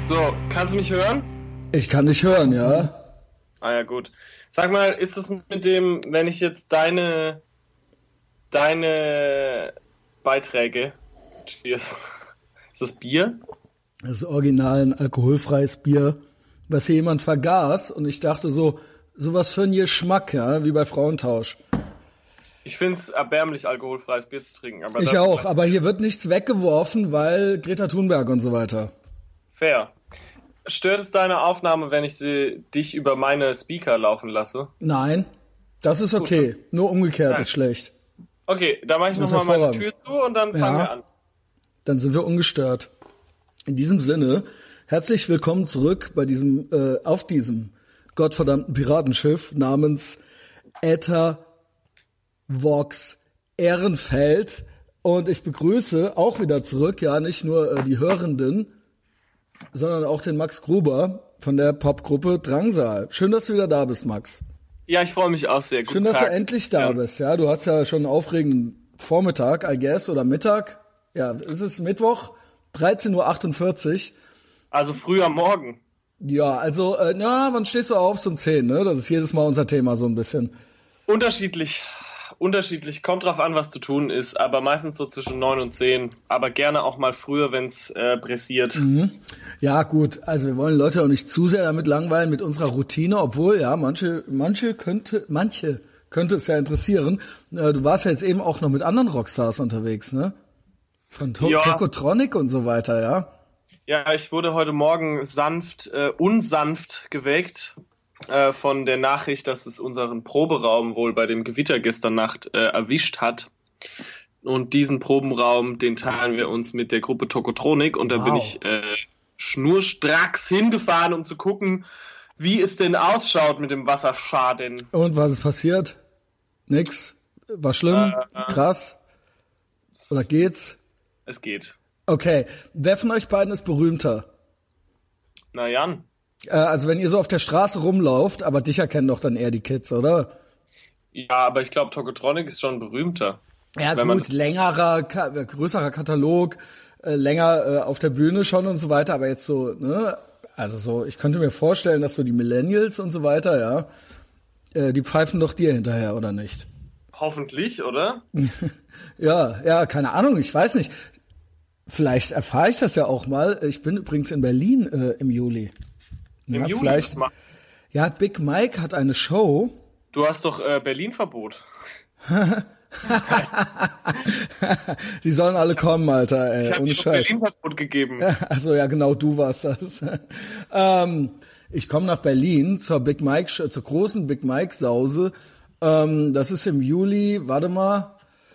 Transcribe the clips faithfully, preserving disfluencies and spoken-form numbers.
So, kannst du mich hören? Ich kann dich hören, ja. Ah ja, gut. Sag mal, ist das mit dem, wenn ich jetzt deine deine Beiträge, ist das Bier? Das ist original ein alkoholfreies Bier, was hier jemand vergaß und ich dachte so, sowas für einen Geschmack, ja, wie bei Frauentausch. Ich find's erbärmlich, alkoholfreies Bier zu trinken. Aber ich auch, aber hier wird nichts weggeworfen, weil Greta Thunberg und so weiter. Fair. Stört es deine Aufnahme, wenn ich sie, dich über meine Speaker laufen lasse? Nein, das ist okay. Gut. Nur umgekehrt Nein. Ist schlecht. Okay, dann mache ich nochmal meine Tür zu und dann fangen ja, wir an. Dann sind wir ungestört. In diesem Sinne, herzlich willkommen zurück bei diesem, äh, auf diesem gottverdammten Piratenschiff namens Äther Vox Ehrenfeld. Und ich begrüße auch wieder zurück, ja, nicht nur äh, die Hörenden, sondern auch den Max Gruber von der Popgruppe Drangsal. Schön, dass du wieder da bist, Max. Ja, ich freue mich auch sehr. Guten Schön, dass Tag. du endlich da ja. bist. Ja, du hast ja schon einen aufregenden Vormittag, I guess, oder Mittag. Ja, ist es Mittwoch, dreizehn Uhr achtundvierzig. Also früh am Morgen. Ja, also, äh, ja, wann stehst du auf? Um zehn, ne? Das ist jedes Mal unser Thema so ein bisschen. Unterschiedlich. Unterschiedlich, kommt drauf an, was zu tun ist, aber meistens so zwischen neun und zehn, aber gerne auch mal früher, wenn es äh, pressiert. Mhm. Ja, gut, also wir wollen Leute auch nicht zu sehr damit langweilen mit unserer Routine, obwohl, ja, manche, manche könnte, manche könnte es ja interessieren. Äh, du warst ja jetzt eben auch noch mit anderen Rockstars unterwegs, ne? Von to- ja. Tokotronic und so weiter, ja? Ja, ich wurde heute Morgen sanft, äh, unsanft geweckt. Von der Nachricht, dass es unseren Proberaum wohl bei dem Gewitter gestern Nacht äh, erwischt hat. Und diesen Probenraum, den teilen wir uns mit der Gruppe Tokotronic. Und da wow. bin ich äh, schnurstracks hingefahren, um zu gucken, wie es denn ausschaut mit dem Wasserschaden. Und was ist passiert? Nix? War schlimm? Äh, Krass? Oder geht's? Es geht. Okay. Wer von euch beiden ist berühmter? Na Jan. Also wenn ihr so auf der Straße rumlauft, aber dich erkennen doch dann eher die Kids, oder? Ja, aber ich glaube, Tokotronic ist schon berühmter. Ja gut, längerer, größerer Katalog, äh, länger äh, auf der Bühne schon und so weiter, aber jetzt so, ne, also so, ich könnte mir vorstellen, dass so die Millennials und so weiter, ja, äh, die pfeifen doch dir hinterher, oder nicht? Hoffentlich, oder? ja, ja, keine Ahnung, ich weiß nicht. Vielleicht erfahre ich das ja auch mal. Ich bin übrigens in Berlin äh, im Juli. Im ja, Juli? Vielleicht. Ja, Big Mike hat eine Show. Du hast doch äh, Berlin-Verbot. Die sollen alle kommen, Alter. Ey. Ich habe dir Berlin-Verbot gegeben. Also ja, genau, du warst das. ähm, ich komme nach Berlin zur Big Mike, zur großen Big Mike Sause. Ähm, das ist im Juli. Warte mal.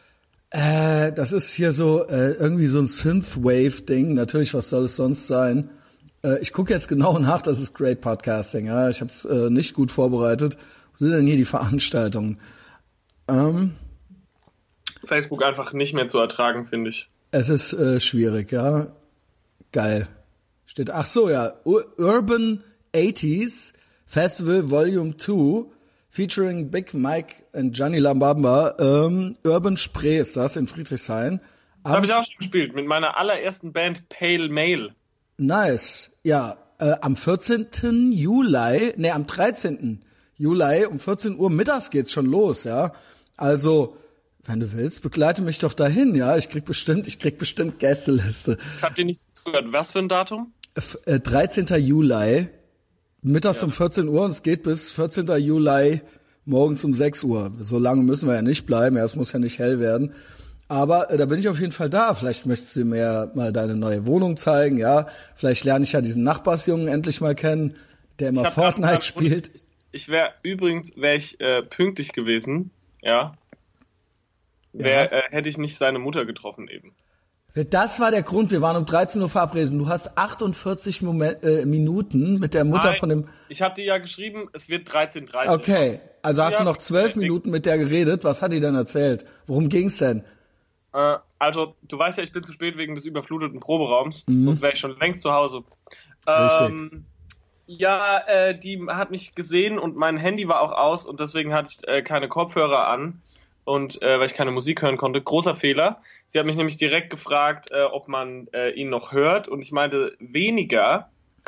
Äh, das ist hier so äh, irgendwie so ein Synthwave-Ding. Natürlich, was soll es sonst sein? Ich gucke jetzt genau nach, das ist Great Podcasting, ja. Ich habe es äh, nicht gut vorbereitet. Wo sind denn hier die Veranstaltungen? Ähm, Facebook einfach nicht mehr zu ertragen, finde ich. Es ist äh, schwierig, ja. Geil. Steht, ach so, ja. U- Urban achtziger Festival Volume zwei featuring Big Mike and Gianni Lambamba. Ähm, Urban Spree ist das in Friedrichshain. Das habe ich auch schon gespielt mit meiner allerersten Band Pale Mail. Nice. Ja, äh, am vierzehnten Juli, nee, am dreizehnten Juli um vierzehn Uhr mittags geht's schon los, ja. Also, wenn du willst, begleite mich doch dahin, ja. Ich krieg bestimmt, ich krieg bestimmt Gästeliste. Ich hab dir nicht zugehört. Was für ein Datum? F- äh, dreizehnten Juli, mittags ja. um vierzehn Uhr und es geht bis vierzehnten Juli morgens um sechs Uhr. So lange müssen wir ja nicht bleiben, ja, es muss ja nicht hell werden. Aber äh, da bin ich auf jeden Fall da. Vielleicht möchtest du mir mal deine neue Wohnung zeigen, ja. Vielleicht lerne ich ja diesen Nachbarsjungen endlich mal kennen, der immer Fortnite spielt. Ich, ich wäre übrigens, wäre ich äh, pünktlich gewesen, ja. Wär, ja. Äh, hätte ich nicht seine Mutter getroffen eben. Das war der Grund. Wir waren um dreizehn Uhr verabredet. Du hast achtundvierzig Moment, äh, Minuten mit der Mutter Nein, von dem... Ich habe dir ja geschrieben, es wird dreizehn Uhr dreißig. Okay, also hast ja, du noch zwölf Minuten mit der geredet. Was hat die denn erzählt? Worum ging's denn? Äh, also, du weißt ja, ich bin zu spät wegen des überfluteten Proberaums. Mhm. Sonst wäre ich schon längst zu Hause. Ähm, ja, äh, die hat mich gesehen und mein Handy war auch aus und deswegen hatte ich äh, keine Kopfhörer an. Und äh, weil ich keine Musik hören konnte. Großer Fehler. Sie hat mich nämlich direkt gefragt, äh, ob man äh, ihn noch hört. Und ich meinte, weniger.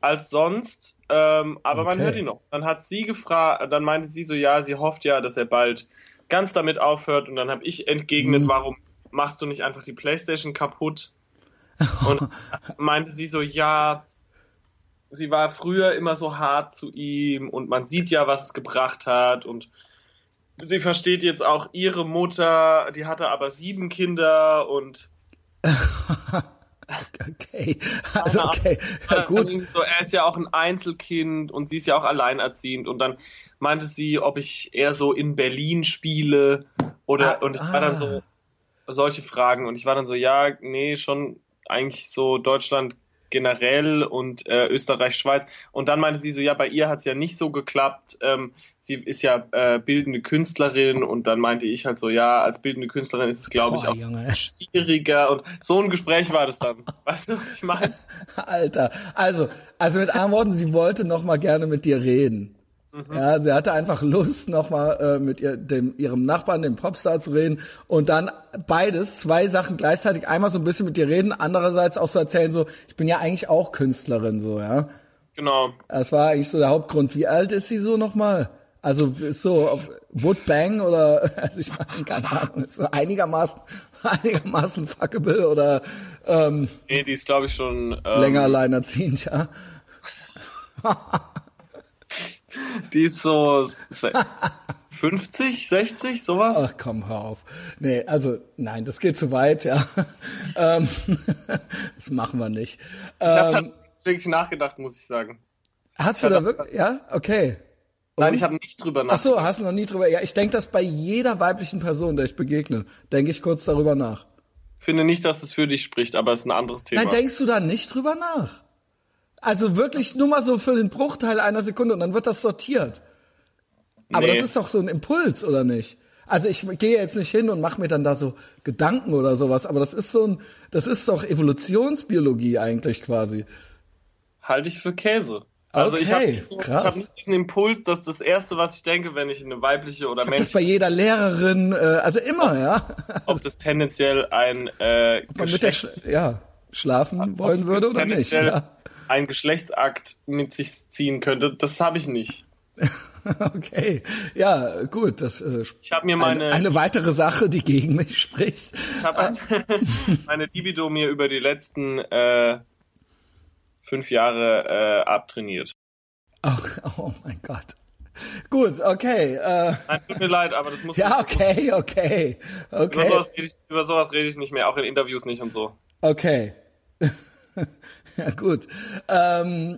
als sonst, ähm, aber Okay. man hört ihn noch. Dann hat sie gefragt, dann meinte sie so, ja, sie hofft ja, dass er bald ganz damit aufhört. Und dann habe ich entgegnet, Hm. warum machst du nicht einfach die PlayStation kaputt? Und meinte sie so, ja, sie war früher immer so hart zu ihm und man sieht ja, was es gebracht hat und sie versteht jetzt auch ihre Mutter, die hatte aber sieben Kinder und Okay, also okay, ja, gut. gut. So, er ist ja auch ein Einzelkind und sie ist ja auch alleinerziehend und dann meinte sie, ob ich eher so in Berlin spiele oder Ah, und es war dann ah. so solche Fragen und ich war dann so, ja, nee, schon eigentlich so Deutschland generell und äh, Österreich, Schweiz und dann meinte sie so, ja, bei ihr hat es ja nicht so geklappt, ähm, sie ist ja äh, bildende Künstlerin und dann meinte ich halt so, ja, als bildende Künstlerin ist es, glaube ich, Boah, auch Junge. schwieriger und so ein Gespräch war das dann. Weißt du, was ich meine? Alter, also, also mit anderen Worten, sie wollte noch mal gerne mit dir reden. Mhm. Ja, sie hatte einfach Lust, noch mal äh, mit ihr, dem, ihrem Nachbarn, dem Popstar zu reden und dann beides, zwei Sachen gleichzeitig, einmal so ein bisschen mit dir reden, andererseits auch so erzählen, so, ich bin ja eigentlich auch Künstlerin, so, ja. Genau. Das war eigentlich so der Hauptgrund. Wie alt ist sie so nochmal? Also ist so auf Woodbang oder, also ich meine, keine Ahnung, ist so einigermaßen, einigermaßen fuckable oder ähm, Nee, die ist, glaube ich, schon ähm, länger alleinerziehend, ja. Die ist so se- fünfzig, sechzig, sowas. Ach komm, hör auf. Nee, also nein, das geht zu weit, ja. ähm, das machen wir nicht. Ich habe Ähm, da wirklich nachgedacht, muss ich sagen. hast du da wirklich, ja? Okay. Nein, Und? ich habe nicht drüber Ach so, nachgedacht. hast du noch nie drüber, ja, ich denke das bei jeder weiblichen Person, der ich begegne, denke ich kurz darüber nach. Ich finde nicht, dass es für dich spricht, aber es ist ein anderes Thema. Nein, denkst du da nicht drüber nach? Also wirklich nur mal so für den Bruchteil einer Sekunde und dann wird das sortiert. Aber Nee. das ist doch so ein Impuls, oder nicht? Also ich gehe jetzt nicht hin und mache mir dann da so Gedanken oder sowas, aber das ist so ein, das ist doch Evolutionsbiologie eigentlich quasi. Halte ich für Käse. Also ich habe Okay, nicht, so, ich krass. hab nicht diesen Impuls, dass das Erste, was ich denke, wenn ich eine weibliche oder Ich hab das Mensch, bei jeder Lehrerin, äh, also immer, ja. ob das tendenziell ein äh, Ob man mit der, Geschlechts- Sch ja, schlafen ob wollen es würde oder nicht. tendenziell Ja. ein Geschlechtsakt mit sich ziehen könnte, das habe ich nicht. Okay, ja, gut, das äh, Ich habe mir meine, eine, eine weitere Sache, die gegen mich spricht. ich habe meine Libido mir über die letzten äh, fünf Jahre äh, abtrainiert. Oh, oh mein Gott. Gut, okay. Äh, Nein, tut mir leid, aber das muss ja, okay, okay, Über okay, sowas, rede ich, über sowas rede ich nicht mehr, auch in Interviews nicht und so. okay. Ja, gut. Ähm,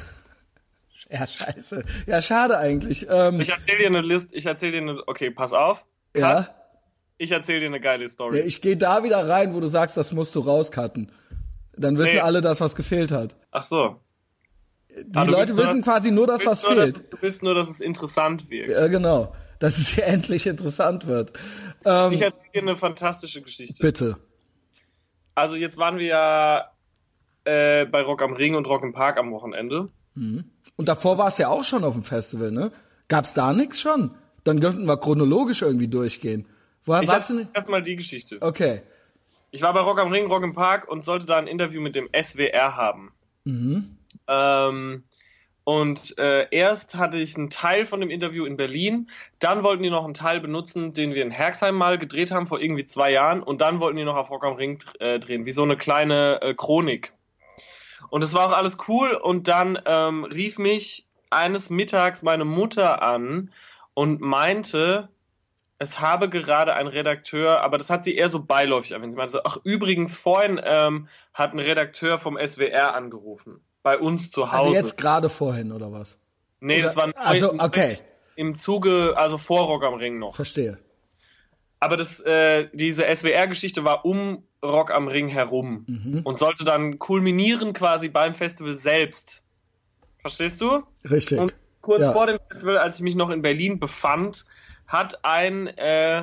ja, scheiße. Ja, schade eigentlich. Ähm, Ich erzähle dir eine List, ich erzähle dir eine, okay, pass auf. ja, Ich erzähle dir eine geile Story. ja, ich gehe da wieder rein, wo du sagst, das musst du rauscutten. Dann wissen Nee. alle, dass was gefehlt hat. Ach so. Die Ah, du Leute willst nur, wissen quasi nur, dass du was willst nur, fehlt. dass, du willst nur, dass es interessant wirkt. Ja, genau. Dass es hier endlich interessant wird. Ähm, Ich erzähle dir eine fantastische Geschichte. bitte. Also jetzt waren wir ja äh, bei Rock am Ring und Rock im Park am Wochenende. Und davor war es ja auch schon auf dem Festival, ne? Gab's da nichts schon? Dann könnten wir chronologisch irgendwie durchgehen. Woher Ich warst du erzähle nicht? erstmal die Geschichte. Okay. Ich war bei Rock am Ring, Rock im Park und sollte da ein Interview mit dem S W R haben. Mhm. Ähm, und äh, erst hatte ich einen Teil von dem Interview in Berlin, dann wollten die noch einen Teil benutzen, den wir in Herxheim mal gedreht haben vor irgendwie zwei Jahren und dann wollten die noch auf Rock am Ring äh, drehen, wie so eine kleine äh, Chronik. Und es war auch alles cool und dann ähm, rief mich eines Mittags meine Mutter an und meinte, es habe gerade ein Redakteur, aber das hat sie eher so beiläufig erwähnt. Sie meinte so, ach übrigens, vorhin ähm, hat ein Redakteur vom S W R angerufen, bei uns zu Hause. Also jetzt gerade vorhin, oder was? nee, oder- das war neu, also, okay. im Zuge, also vor Rock am Ring noch. Verstehe. Aber das, äh, diese S W R-Geschichte war um Rock am Ring herum Mhm. und sollte dann kulminieren quasi beim Festival selbst. Verstehst du? Richtig. Und kurz Ja. vor dem Festival, als ich mich noch in Berlin befand, hat ein äh,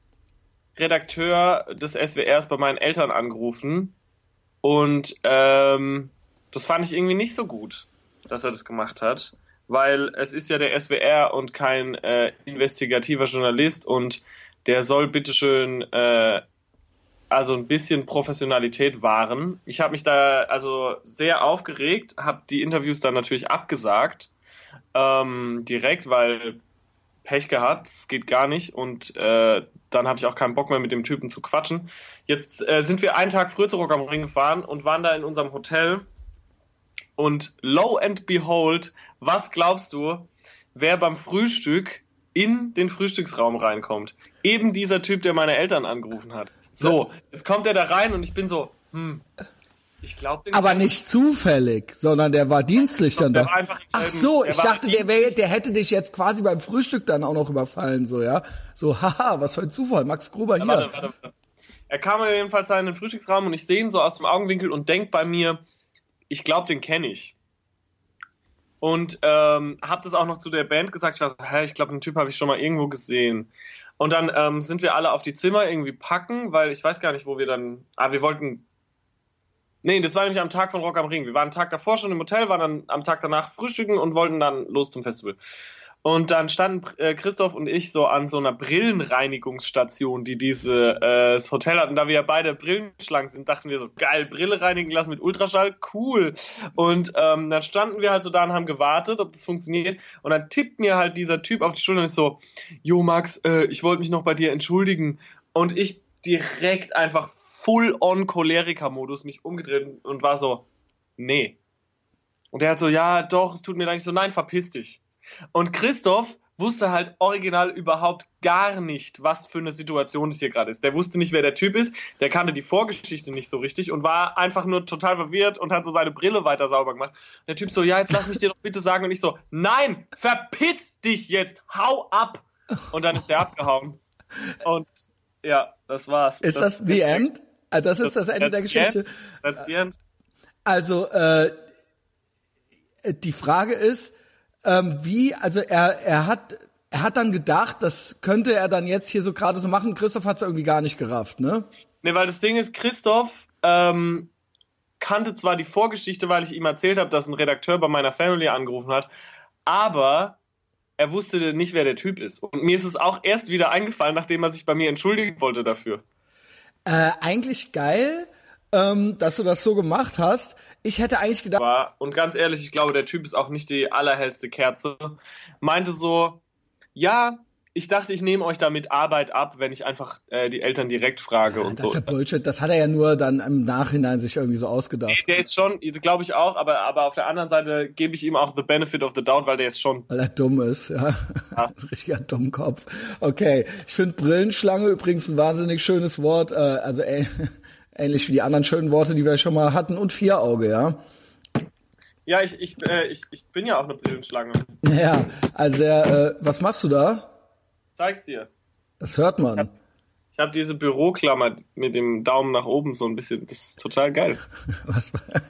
Redakteur des S W Rs bei meinen Eltern angerufen und ähm, das fand ich irgendwie nicht so gut, dass er das gemacht hat, weil es ist ja der S W R und kein äh, investigativer Journalist und der soll bitteschön äh, also ein bisschen Professionalität wahren. Ich habe mich da also sehr aufgeregt, habe die Interviews dann natürlich abgesagt, ähm, direkt, weil Pech gehabt, es geht gar nicht und äh, dann habe ich auch keinen Bock mehr mit dem Typen zu quatschen. Jetzt äh, sind wir einen Tag früher zu Rock am Ring gefahren und waren da in unserem Hotel und lo and behold, was glaubst du, wer beim Frühstück in den Frühstücksraum reinkommt? Eben dieser Typ, der meine Eltern angerufen hat. So, jetzt kommt er da rein und ich bin so, hm, ich glaube... Aber nicht zufällig, sondern der war dienstlich dann da. Ach so, ich dachte, der, wär, der hätte dich jetzt quasi beim Frühstück dann auch noch überfallen, so, ja? So, haha, was für ein Zufall, Max Gruber hier. Warte, warte, warte. Er kam jedenfalls da in den Frühstücksraum und ich sehe ihn so aus dem Augenwinkel und denk bei mir, ich glaube, den kenne ich. Und ähm, habe das auch noch zu der Band gesagt. Ich war so, hä, ich glaube, den Typ habe ich schon mal irgendwo gesehen. Und dann ähm, sind wir alle auf die Zimmer irgendwie packen, weil ich weiß gar nicht, wo wir dann... Ah, wir wollten... Nee, das war nämlich am Tag von Rock am Ring. Wir waren einen Tag davor schon im Hotel, waren dann am Tag danach frühstücken und wollten dann los zum Festival. Und dann standen äh, Christoph und ich so an so einer Brillenreinigungsstation, die diese äh, das Hotel hatten. Da wir ja beide brillenschlank sind, dachten wir so, geil, Brille reinigen lassen mit Ultraschall, cool. Und ähm, dann standen wir halt so da und haben gewartet, ob das funktioniert. Und dann tippt mir halt dieser Typ auf die Schulter und ich so, jo Max, äh, ich wollte mich noch bei dir entschuldigen. Und ich direkt einfach Full-on-Choleriker-Modus mich umgedreht und war so, nee. Und er hat so, ja doch, es tut mir leid. Ich so, nein, verpiss dich. Und Christoph wusste halt original überhaupt gar nicht, was für eine Situation das hier gerade ist. Der wusste nicht, wer der Typ ist, der kannte die Vorgeschichte nicht so richtig und war einfach nur total verwirrt und hat so seine Brille weiter sauber gemacht. Und der Typ so, ja, jetzt lass mich dir doch bitte sagen. Und ich so, nein, verpiss dich jetzt, hau ab. Und dann ist der abgehauen. Und ja, das war's. Ist das, das the end? Das ist das, das Ende der Geschichte? That's the end. Also, äh, die Frage ist, Ähm, wie, also er, er hat, er hat dann gedacht, das könnte er dann jetzt hier so gerade so machen. Christoph hat's irgendwie gar nicht gerafft, ne? Ne, weil das Ding ist, Christoph ähm, kannte zwar die Vorgeschichte, weil ich ihm erzählt habe, dass ein Redakteur bei meiner Family angerufen hat, aber er wusste nicht, wer der Typ ist. Und mir ist es auch erst wieder eingefallen, nachdem er sich bei mir entschuldigen wollte dafür. Äh, eigentlich geil, ähm, dass du das so gemacht hast. Ich hätte eigentlich gedacht... War, und ganz ehrlich, ich glaube, der Typ ist auch nicht die allerhellste Kerze. Meinte so, ja, ich dachte, ich nehme euch damit Arbeit ab, wenn ich einfach äh, die Eltern direkt frage ja, und das so. Das ist ja Bullshit, das hat er ja nur dann im Nachhinein sich irgendwie so ausgedacht. Nee, der ist schon, glaube ich auch, aber, aber auf der anderen Seite gebe ich ihm auch the benefit of the doubt, weil der ist schon... Weil er dumm ist, ja. ja. Richtiger Dummkopf. Okay, ich finde Brillenschlange übrigens ein wahnsinnig schönes Wort, äh, also ey... Ähnlich wie die anderen schönen Worte, die wir schon mal hatten. Und Vierauge, ja? Ja, ich, ich, äh, ich, ich bin ja auch eine Brillenschlange. Ja, also äh, was machst du da? Ich zeig's dir. Das hört man. Ich hab, ich hab diese Büroklammer mit dem Daumen nach oben so ein bisschen. Das ist total geil. Was?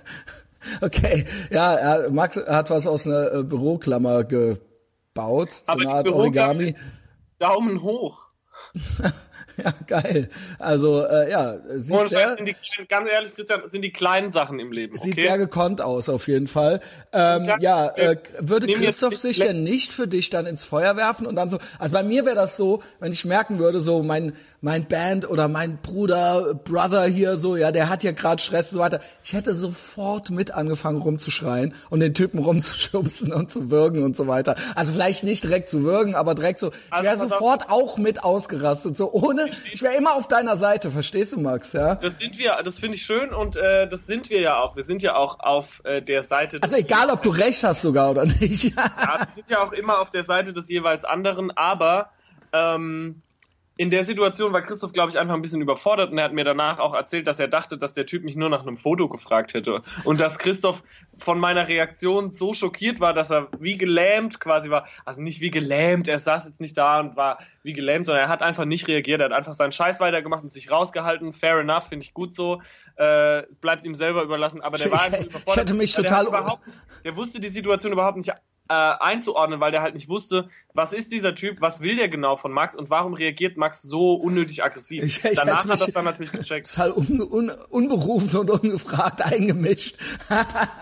Okay, ja, er, Max hat was aus einer äh, Büroklammer gebaut. So Aber eine Art die Origami. Daumen hoch. Ja, geil. Also, äh, ja, sieht und sehr... Sind die, ganz ehrlich, Christian, sind die kleinen Sachen im Leben, okay? Sieht sehr gekonnt aus, auf jeden Fall. Ähm, ja, äh, würde Christoph sich denn nicht für dich dann ins Feuer werfen und dann so... Also bei mir wäre das so, wenn ich merken würde, so mein mein Band oder mein Bruder, Brother hier so, ja, der hat ja gerade Stress und so weiter. Ich hätte sofort mit angefangen rumzuschreien und den Typen rumzuschubsen und zu würgen und so weiter. Also vielleicht nicht direkt zu würgen, aber direkt so. Ich wäre also, sofort auch mit ausgerastet, so ohne... Ich wäre immer auf deiner Seite, verstehst du, Max, ja? Das sind wir, das finde ich schön und äh, das sind wir ja auch. Wir sind ja auch auf äh, der Seite... Also egal, ob du recht hast sogar oder nicht. Ja, wir sind ja auch immer auf der Seite des jeweils anderen, aber ähm, in der Situation war Christoph, glaube ich, einfach ein bisschen überfordert und er hat mir danach auch erzählt, dass er dachte, dass der Typ mich nur nach einem Foto gefragt hätte und dass Christoph von meiner Reaktion so schockiert war, dass er wie gelähmt quasi war, also nicht wie gelähmt, er saß jetzt nicht da und war wie gelähmt, sondern er hat einfach nicht reagiert, er hat einfach seinen Scheiß weitergemacht und sich rausgehalten, fair enough, finde ich gut so, äh, bleibt ihm selber überlassen, aber der ich, war einfach überfordert. Ich hätte mich total... Der, überhaupt, der wusste die Situation überhaupt nicht äh, einzuordnen, weil der halt nicht wusste, was ist dieser Typ, was will der genau von Max und warum reagiert Max so unnötig aggressiv. Ich, ich Danach hat er das dann natürlich gecheckt. Total un, un, unberufen und ungefragt eingemischt.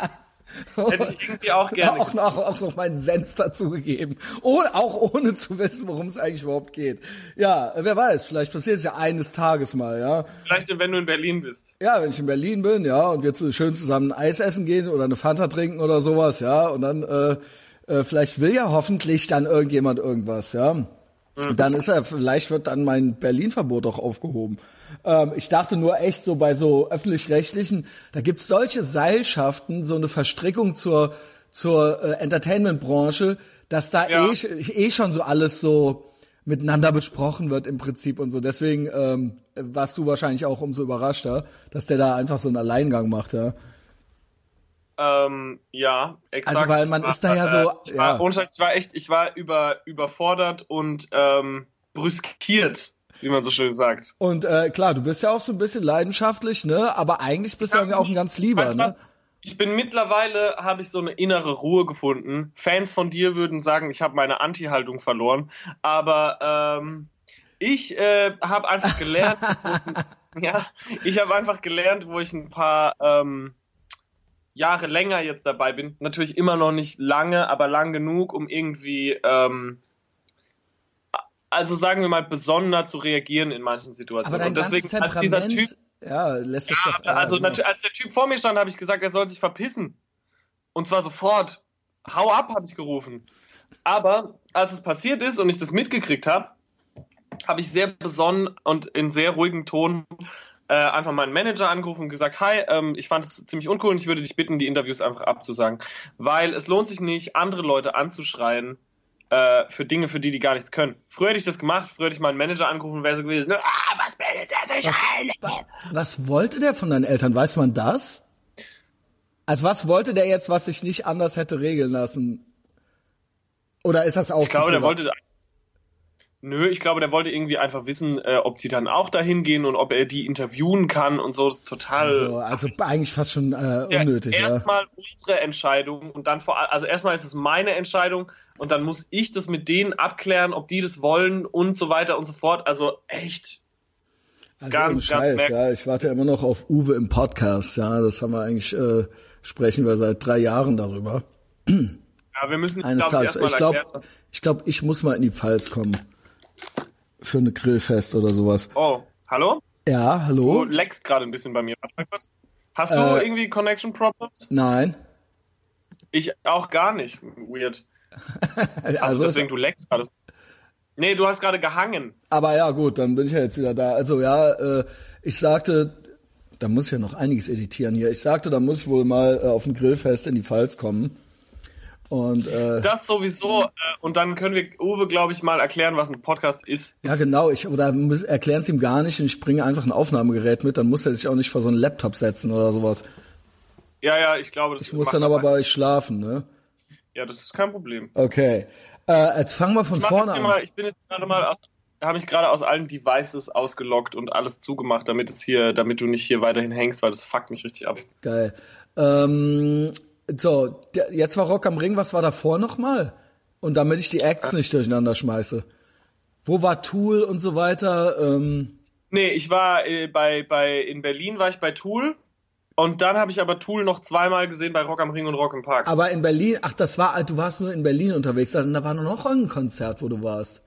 Hätte ich irgendwie auch gerne. Auch noch, auch noch meinen Senf dazugegeben. Oh, auch ohne zu wissen, worum es eigentlich überhaupt geht. Ja, wer weiß, vielleicht passiert es ja eines Tages mal, ja. Vielleicht, wenn du in Berlin bist. Ja, wenn ich in Berlin bin, ja, und wir zu, schön zusammen Eis essen gehen oder eine Fanta trinken oder sowas, ja, und dann, äh, äh, vielleicht will ja hoffentlich dann irgendjemand irgendwas, ja. Mhm. Dann ist er, vielleicht wird dann mein Berlin-Verbot auch aufgehoben. Ähm, ich dachte nur echt so bei so öffentlich-rechtlichen, da gibt's solche Seilschaften, so eine Verstrickung zur, zur äh, Entertainment-Branche, dass da ja. eh, eh schon so alles so miteinander besprochen wird im Prinzip und so. Deswegen ähm, warst du wahrscheinlich auch umso überraschter, dass der da einfach so einen Alleingang macht, ja. Ähm, ja, exakt. Also weil man war, ist da ja so, äh, ich war, ja. Ohne Scheiß, ich war echt, ich war über, überfordert und ähm, brüskiert, wie man so schön sagt. Und äh, klar, du bist ja auch so ein bisschen leidenschaftlich, ne? Aber eigentlich bist du ja auch ein ganz Lieber, weißt, ne? Ich bin mittlerweile, habe ich so eine innere Ruhe gefunden. Fans von dir würden sagen, ich habe meine Anti-Haltung verloren. Aber ähm, ich äh, habe einfach gelernt, ja, ich habe einfach gelernt, wo ich ein paar ähm, Jahre länger jetzt dabei bin. Natürlich immer noch nicht lange, aber lang genug, um irgendwie ähm, also sagen wir mal, besonder zu reagieren in manchen Situationen. Aber dein und deswegen, ganzes als dieser Typ, ja, lässt sich ja, doch, ja, also genau. als der Typ vor mir stand, habe ich gesagt, er soll sich verpissen. Und zwar sofort. Hau ab, habe ich gerufen. Aber als es passiert ist und ich das mitgekriegt habe, habe ich sehr besonnen und in sehr ruhigem Ton äh, einfach meinen Manager angerufen und gesagt, hi, ähm, ich fand es ziemlich uncool und ich würde dich bitten, die Interviews einfach abzusagen. Weil es lohnt sich nicht, andere Leute anzuschreien, für Dinge, für die die gar nichts können. Früher hätte ich das gemacht, früher hätte ich meinen Manager angerufen und wäre so gewesen, ah, was bildet der sich ein? Was, was wollte der von deinen Eltern? Weiß man das? Also was wollte der jetzt, was sich nicht anders hätte regeln lassen? Oder ist das auch Ich glaube, der wollte, nö, ich glaube, der wollte irgendwie einfach wissen, äh, ob die dann auch dahin gehen und ob er die interviewen kann und so. Das ist total. Also, also eigentlich fast schon äh, unnötig. Ja, erstmal ja. unsere Entscheidung und dann vor allem, also erstmal ist es meine Entscheidung und dann muss ich das mit denen abklären, ob die das wollen und so weiter und so fort. Also echt. Also ganz, Scheiß, ganz ja. Ich warte ja immer noch auf Uwe im Podcast. Ja, das haben wir eigentlich äh, sprechen wir seit drei Jahren darüber. Ja, wir müssen eines glaub Tages. Ich glaube, ich glaube, ich muss mal in die Pfalz kommen. Für eine Grillfest oder sowas. Oh, hallo? Ja, hallo? Du leckst gerade ein bisschen bei mir. Hast du Äh, irgendwie Connection Problems? Nein. Ich auch gar nicht. Weird. also also deswegen, du leckst gerade. Nee, du hast gerade gehangen. Aber ja, gut, dann bin ich ja jetzt wieder da. Also ja, äh, ich sagte, da muss ich ja noch einiges editieren hier. Ich sagte, da muss ich wohl mal äh, auf ein Grillfest in die Pfalz kommen. Und, äh, das sowieso. Äh, und dann können wir Uwe, glaube ich, mal erklären, was ein Podcast ist. Ja, genau. Ich oder erklären es ihm gar nicht und ich bringe einfach ein Aufnahmegerät mit. Dann muss er sich auch nicht vor so einen Laptop setzen oder sowas. Ja, ja, ich glaube, das Ich muss dann aber bei euch schlafen, ne? Ja, das ist kein Problem. Okay. Äh, jetzt fangen wir von ich vorne an. Mal, ich bin jetzt gerade mal aus, habe mich gerade aus allen Devices ausgeloggt und alles zugemacht, damit es hier, damit du nicht hier weiterhin hängst, weil das fuckt mich richtig ab. Geil. Ähm, so, der, jetzt war Rock am Ring, was war davor nochmal? Und damit ich die Acts nicht durcheinander schmeiße. Wo war Tool und so weiter? Ähm, nee, ich war äh, bei, bei, in Berlin war ich bei Tool. Und dann habe ich aber Tool noch zweimal gesehen bei Rock am Ring und Rock im Park. Aber in Berlin, ach, das war, du warst nur in Berlin unterwegs, da war nur noch ein Konzert, wo du warst.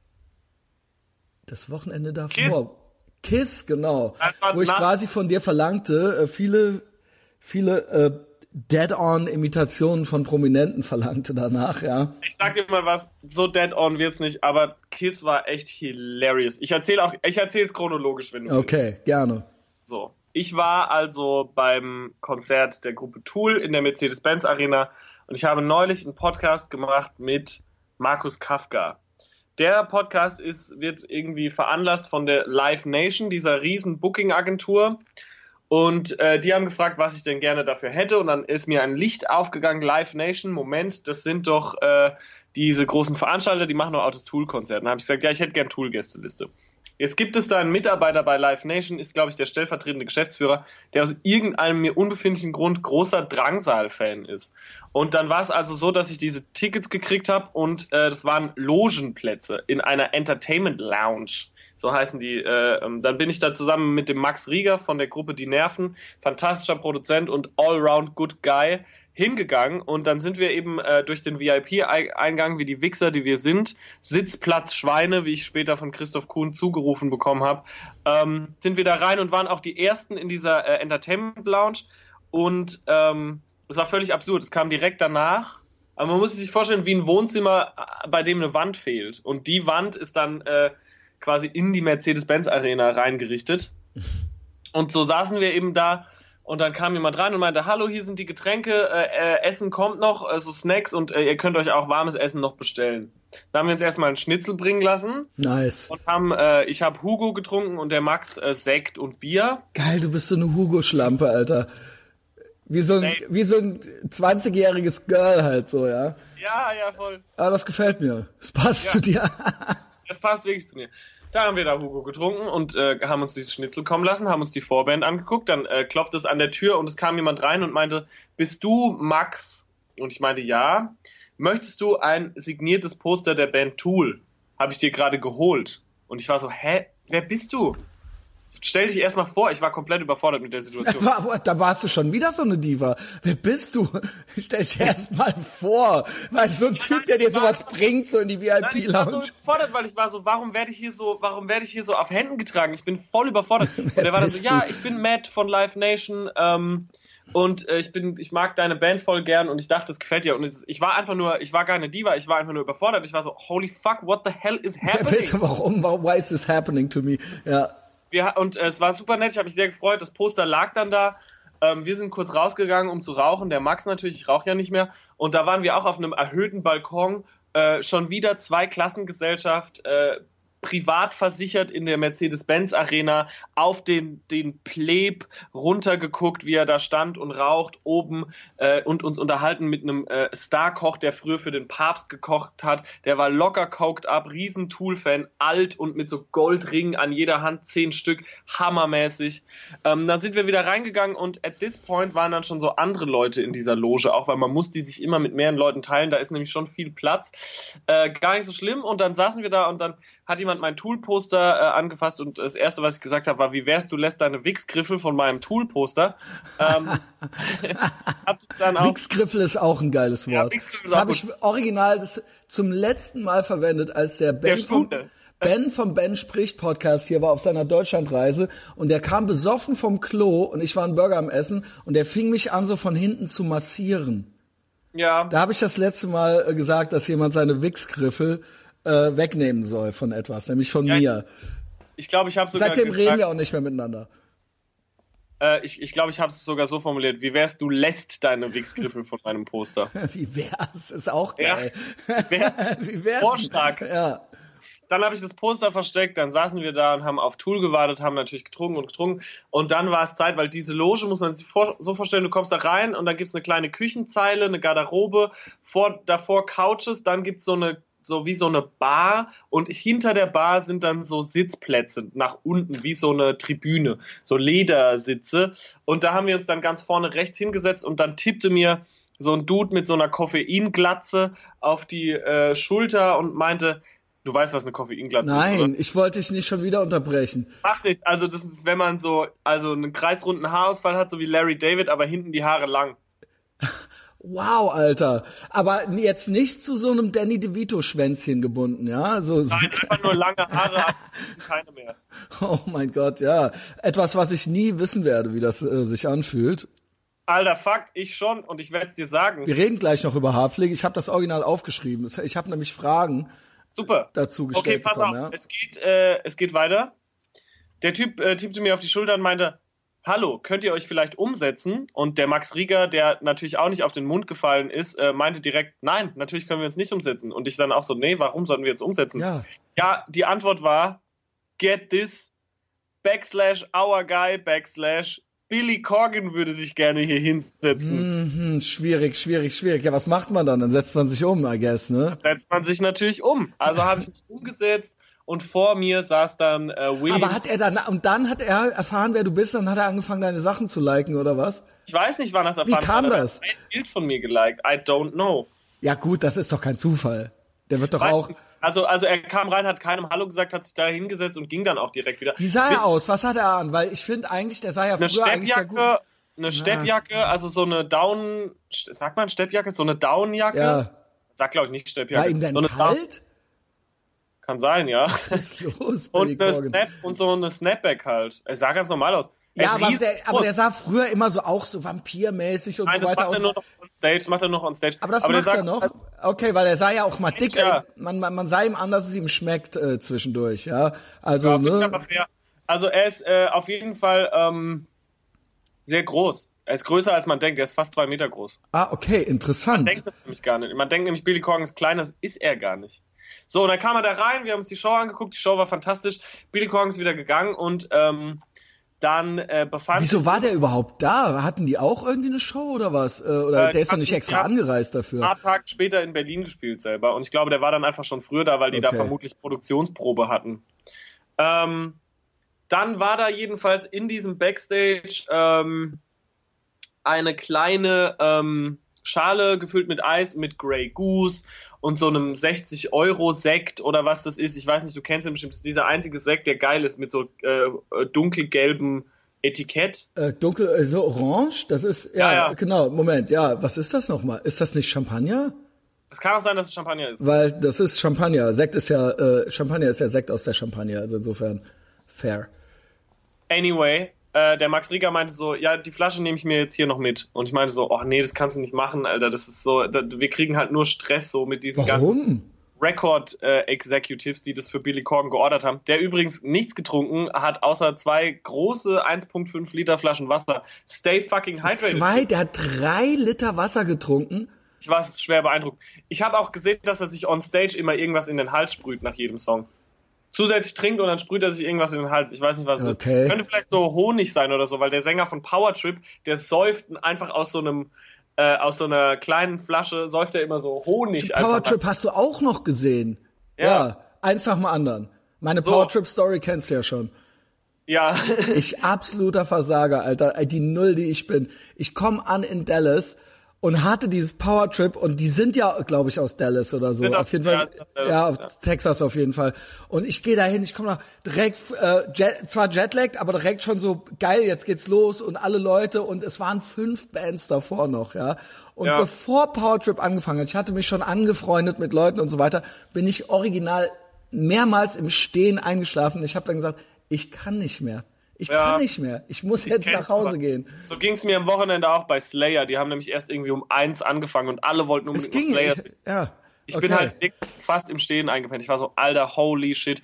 Das Wochenende davor. Kiss, Kiss genau. Wo ich nach- quasi von dir verlangte, äh, viele, viele äh, Dead-on-Imitationen von Prominenten verlangte danach, ja. Ich sag dir mal was, so dead on wird's nicht, aber Kiss war echt hilarious. Ich erzähle auch, ich erzähle es chronologisch, wenn du willst. Okay, gerne. So. Ich war also beim Konzert der Gruppe Tool in der Mercedes-Benz Arena und ich habe neulich einen Podcast gemacht mit Markus Kafka. Der Podcast ist, wird irgendwie veranlasst von der Live Nation, dieser riesen Booking-Agentur. Und äh, die haben gefragt, was ich denn gerne dafür hätte. Und dann ist mir ein Licht aufgegangen, Live Nation, Moment, das sind doch äh, diese großen Veranstalter, die machen doch auch das Tool-Konzert. Dann habe ich gesagt, ja, ich hätte gern Tool-Gästeliste. Jetzt gibt es da einen Mitarbeiter bei Live Nation, ist, glaube ich, der stellvertretende Geschäftsführer, der aus irgendeinem mir unbefindlichen Grund großer Drangsal-Fan ist. Und dann war es also so, dass ich diese Tickets gekriegt habe und äh, das waren Logenplätze in einer Entertainment Lounge. So heißen die. Äh, ähm, dann bin ich da zusammen mit dem Max Rieger von der Gruppe Die Nerven, fantastischer Produzent und Allround Good Guy, hingegangen und dann sind wir eben äh, durch den V I P-Eingang, wie die Wichser, die wir sind, Sitzplatz Schweine, wie ich später von Christoph Kuhn zugerufen bekommen habe, ähm, sind wir da rein und waren auch die Ersten in dieser äh, Entertainment Lounge und ähm, es war völlig absurd. Es kam direkt danach, aber man muss sich vorstellen, wie ein Wohnzimmer, bei dem eine Wand fehlt und die Wand ist dann äh, quasi in die Mercedes-Benz-Arena reingerichtet und so saßen wir eben da. Und dann kam jemand rein und meinte, hallo, hier sind die Getränke, äh, äh, Essen kommt noch, äh, so Snacks und äh, ihr könnt euch auch warmes Essen noch bestellen. Da haben wir uns erstmal einen Schnitzel bringen lassen. Nice. Und haben, äh, ich habe Hugo getrunken und der Max äh, Sekt und Bier. Geil, du bist so eine Hugo-Schlampe, Alter. Wie so ein, hey. wie so ein zwanzigjähriges Girl halt so, ja? Ja, ja, voll. Aber das gefällt mir. Das passt ja. zu dir. Das passt wirklich zu mir. Da haben wir da Hugo getrunken und äh, haben uns dieses Schnitzel kommen lassen, haben uns die Vorband angeguckt, dann äh, klopft es an der Tür und es kam jemand rein und meinte, bist du Max? Und ich meinte, ja. Möchtest du ein signiertes Poster der Band Tool? Habe ich dir gerade geholt. Und ich war so, hä, wer bist du? Stell dich erstmal vor, ich war komplett überfordert mit der Situation. Da, war, da warst du schon wieder so eine Diva. Wer bist du? Stell dich erstmal vor. Weil so ein ja, Typ, nein, der dir sowas war, bringt, so in die V I P-Lounge. Ich war so überfordert, weil ich war so, warum werde ich hier so, warum werde ich hier so auf Händen getragen? Ich bin voll überfordert. Und er war dann so, ja, ich bin Matt von Live Nation, ähm, und äh, ich bin, ich mag deine Band voll gern und ich dachte, es gefällt dir. Und es, ich war einfach nur, ich war keine Diva, ich war einfach nur überfordert. Ich war so, holy fuck, what the hell is happening? Warum, why is this happening to me? Ja. Wir, und äh, es war super nett, ich habe mich sehr gefreut, das Poster lag dann da, ähm, wir sind kurz rausgegangen, um zu rauchen, der Max natürlich, ich rauche ja nicht mehr, und da waren wir auch auf einem erhöhten Balkon, äh, schon wieder Zweiklassengesellschaft, äh, privat versichert in der Mercedes-Benz-Arena, auf den, den Pleb runtergeguckt, wie er da stand und raucht oben äh, und uns unterhalten mit einem äh, Star-Koch, der früher für den Papst gekocht hat. Der war locker coked up, riesen Tool-Fan, alt und mit so Goldringen an jeder Hand, zehn Stück, hammermäßig. Ähm, dann sind wir wieder reingegangen und at this point waren dann schon so andere Leute in dieser Loge, auch weil man muss die sich immer mit mehreren Leuten teilen, da ist nämlich schon viel Platz. Äh, gar nicht so schlimm und dann saßen wir da und dann hat jemand mein Tool-Poster äh, angefasst und das erste, was ich gesagt habe, war, wie wär's, du lässt deine Wichsgriffel von meinem Tool-Poster. Ähm, Wichsgriffel ist auch ein geiles Wort. Ja, das habe ich original das zum letzten Mal verwendet, als der Ben, der vom, Ben vom Ben spricht Podcast hier war auf seiner Deutschlandreise und der kam besoffen vom Klo und ich war einen Burger am Essen und der fing mich an, so von hinten zu massieren. Ja. Da habe ich das letzte Mal gesagt, dass jemand seine Wichsgriffel Äh, wegnehmen soll von etwas, nämlich von ja, mir. Ich glaube, ich habe sogar Seitdem gesagt, reden wir auch nicht mehr miteinander. Äh, ich ich glaube, ich habe es sogar so formuliert. Wie wär's, du lässt deine Wichsgriffel von meinem Poster. Wie wär's? Ist auch geil. Ja, wie wär's? Wie wär's? Vorschlag. Ja. Dann habe ich das Poster versteckt, dann saßen wir da und haben auf Tool gewartet, haben natürlich getrunken und getrunken. Und dann war es Zeit, weil diese Loge, muss man sich vor, so vorstellen, du kommst da rein und dann gibt's eine kleine Küchenzeile, eine Garderobe, vor, davor Couches, dann gibt's so eine so wie so eine Bar und hinter der Bar sind dann so Sitzplätze nach unten, wie so eine Tribüne, so Ledersitze und da haben wir uns dann ganz vorne rechts hingesetzt und dann tippte mir so ein Dude mit so einer Koffeinglatze auf die äh, Schulter und meinte, du weißt, was eine Koffeinglatze Nein, ist, Nein, ich wollte dich nicht schon wieder unterbrechen. Macht nichts, also das ist, wenn man so also einen kreisrunden Haarausfall hat, so wie Larry David, aber hinten die Haare lang. Wow, Alter. Aber jetzt nicht zu so einem Danny DeVito-Schwänzchen gebunden, ja? So, Nein, einfach nur lange Haare, keine mehr. Oh mein Gott, ja. Etwas, was ich nie wissen werde, wie das äh, sich anfühlt. Alter, fuck, ich schon und ich werde es dir sagen. Wir reden gleich noch über Haarpflege. Ich habe das Original aufgeschrieben. Ich habe nämlich Fragen Super. dazu gestellt Okay, pass bekommen, auf, ja? es geht, äh, es geht weiter. Der Typ äh, tippte mir auf die Schulter und meinte, hallo, könnt ihr euch vielleicht umsetzen? Und der Max Rieger, der natürlich auch nicht auf den Mund gefallen ist, äh, meinte direkt, nein, natürlich können wir uns nicht umsetzen. Und ich dann auch so, nee, warum sollten wir jetzt umsetzen? Ja, ja die Antwort war, get this, backslash our guy, backslash Billy Corgan würde sich gerne hier hinsetzen. Mhm, schwierig, schwierig, schwierig. Ja, was macht man dann? Dann setzt man sich um, I guess, ne? Dann setzt man sich natürlich um. Also habe ich mich umgesetzt. Und vor mir saß dann äh, William. Aber hat er dann, und dann hat er erfahren, wer du bist, dann hat er angefangen, deine Sachen zu liken, oder was? Ich weiß nicht, wann er es erfahren hat. Wie kam hat. das? Er hat ein Bild von mir geliked. I don't know. Ja gut, das ist doch kein Zufall. Der wird doch Weiß auch... nicht. Also, also er kam rein, hat keinem Hallo gesagt, hat sich da hingesetzt und ging dann auch direkt wieder. Wie sah Mit er aus? Was hat er an? Weil ich finde eigentlich, der sah ja eine früher eigentlich sehr gut. Steppjacke, eine Steppjacke, also so eine Down, sagt man Steppjacke, so eine Downjacke? Ja. Sag glaube ich nicht Steppjacke. War ihm denn so eine kalt? Down- Kann sein, ja. Was ist los, und, Billy eine Corgan? Snap und so eine Snapback halt. Es sah ganz normal aus. Er Ja, ist aber riesig der, aber groß. der sah früher immer so auch so vampirmäßig und Nein, so das weiter macht er aus. nur noch on stage, macht er noch on stage. Aber das der macht sagt, er noch? Okay, weil er sah ja auch mal dick. Ja. äh, Man, man, man sah ihm an, dass es ihm schmeckt äh, zwischendurch, ja. Also, Ja, finde ich ne? aber fair. Also er ist äh, auf jeden Fall ähm, sehr groß. Er ist größer als man denkt. Er ist fast zwei Meter groß. Ah, okay, Man interessant. denkt das nämlich gar nicht. Man denkt nämlich, Billy Corgan ist klein, das ist er gar nicht. So, und dann kam er da rein, wir haben uns die Show angeguckt, die Show war fantastisch. Billy Corgan ist wieder gegangen und ähm, dann äh, befand Wieso sich- war der überhaupt da? Hatten die auch irgendwie eine Show oder was? Äh, oder Äh, der ist doch die nicht hatten- extra ja. angereist ein dafür. paar Tage später in Berlin gespielt selber. Und ich glaube, der war dann einfach schon früher da, weil die da Okay. vermutlich Produktionsprobe hatten. Ähm, dann war da jedenfalls in diesem Backstage ähm, eine kleine ähm, Schale gefüllt mit Eis mit Grey Goose und so einem sechzig Euro Sekt oder was das ist. Ich weiß nicht, du kennst ihn bestimmt. Das ist dieser einzige Sekt, der geil ist mit so äh, dunkelgelbem Etikett. Äh, dunkel, äh, so orange? Das ist, ja, Ja, ja. genau, Moment, ja, was ist das nochmal? Ist das nicht Champagner? Es kann auch sein, dass es Champagner ist. Weil das ist Champagner. Sekt ist ja, äh, Champagner ist ja Sekt aus der Champagner, also insofern fair. Anyway, äh, der Max Rieger meinte so, ja, die Flasche nehme ich mir jetzt hier noch mit. Und ich meinte so, oh nee, das kannst du nicht machen, Alter. Das ist so, da, wir kriegen halt nur Stress so mit diesen ganzen Warum? Record-Executives, die das für Billy Corgan geordert haben. Der übrigens nichts getrunken hat, außer zwei große eins Komma fünf Liter Flaschen Wasser. Stay fucking hydrated. Zwei, der hat drei Liter Wasser getrunken. Ich war schwer beeindruckt. Ich habe auch gesehen, dass er sich on stage immer irgendwas in den Hals sprüht nach jedem Song. Zusätzlich trinkt und dann sprüht er sich irgendwas in den Hals. Ich weiß nicht, was es Okay. ist. Könnte vielleicht so Honig sein oder so, weil der Sänger von Power Trip, der säuft einfach aus so einem, äh, aus so einer kleinen Flasche, säuft er immer so Honig. Power einfach. Trip hast du auch noch gesehen. Ja. Ja, eins nach dem anderen. Meine So. Power Trip Story kennst du ja schon. Ja. Ich absoluter Versager, Alter. Ey, die Null, die ich bin. Ich komme an in Dallas und hatte dieses Power Trip und die sind ja, glaube ich, aus Dallas oder so. Sind Auf aus- jeden ja, Fall, ist aus Dallas, ja, auf ja. Texas auf jeden Fall. Und ich gehe dahin, ich komme nach direkt, äh, jet, zwar jetlagged, aber direkt schon so geil, jetzt geht's los und alle Leute und es waren fünf Bands davor noch, ja. Und Ja. bevor Power Trip angefangen hat, ich hatte mich schon angefreundet mit Leuten und so weiter, bin ich original mehrmals im Stehen eingeschlafen. Ich habe dann gesagt, ich kann nicht mehr. Ich Ja. kann nicht mehr. Ich muss jetzt kenn's, nach Hause aber gehen. So ging es mir am Wochenende auch bei Slayer. Die haben nämlich erst irgendwie um eins angefangen und alle wollten Es unbedingt noch ging, Slayer. ich, ja. Ich okay. bin halt wirklich fast im Stehen eingepennt. Ich war so, alter, holy shit.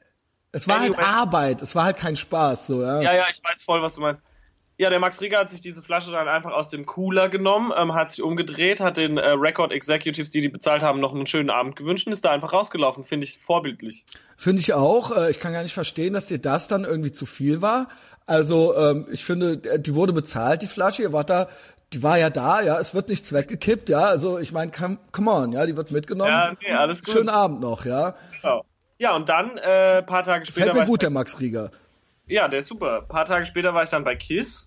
Es war halt Anyway. Arbeit, es war halt kein Spaß, so, ja. Ja, ja, ich weiß voll, was du meinst. Ja, der Max Rieger hat sich diese Flasche dann einfach aus dem Cooler genommen, ähm, hat sich umgedreht, hat den äh, Record Executives, die die bezahlt haben, noch einen schönen Abend gewünscht und ist da einfach rausgelaufen. Finde ich vorbildlich. Finde ich auch. Äh, Ich kann gar nicht verstehen, dass dir das dann irgendwie zu viel war. Also, ähm, ich finde, die wurde bezahlt, die Flasche. Ihr wart da, die war ja da, ja. Es wird nichts weggekippt, ja. Also, ich meine, come, come on, ja. Die wird mitgenommen. Ja, nee, alles gut. Schönen Abend noch, ja. Genau. Ja, und dann, äh, paar Tage später Fällt mir war gut, ich, der Max Rieger. ja, der ist super. Paar Tage später war ich dann bei Kiss.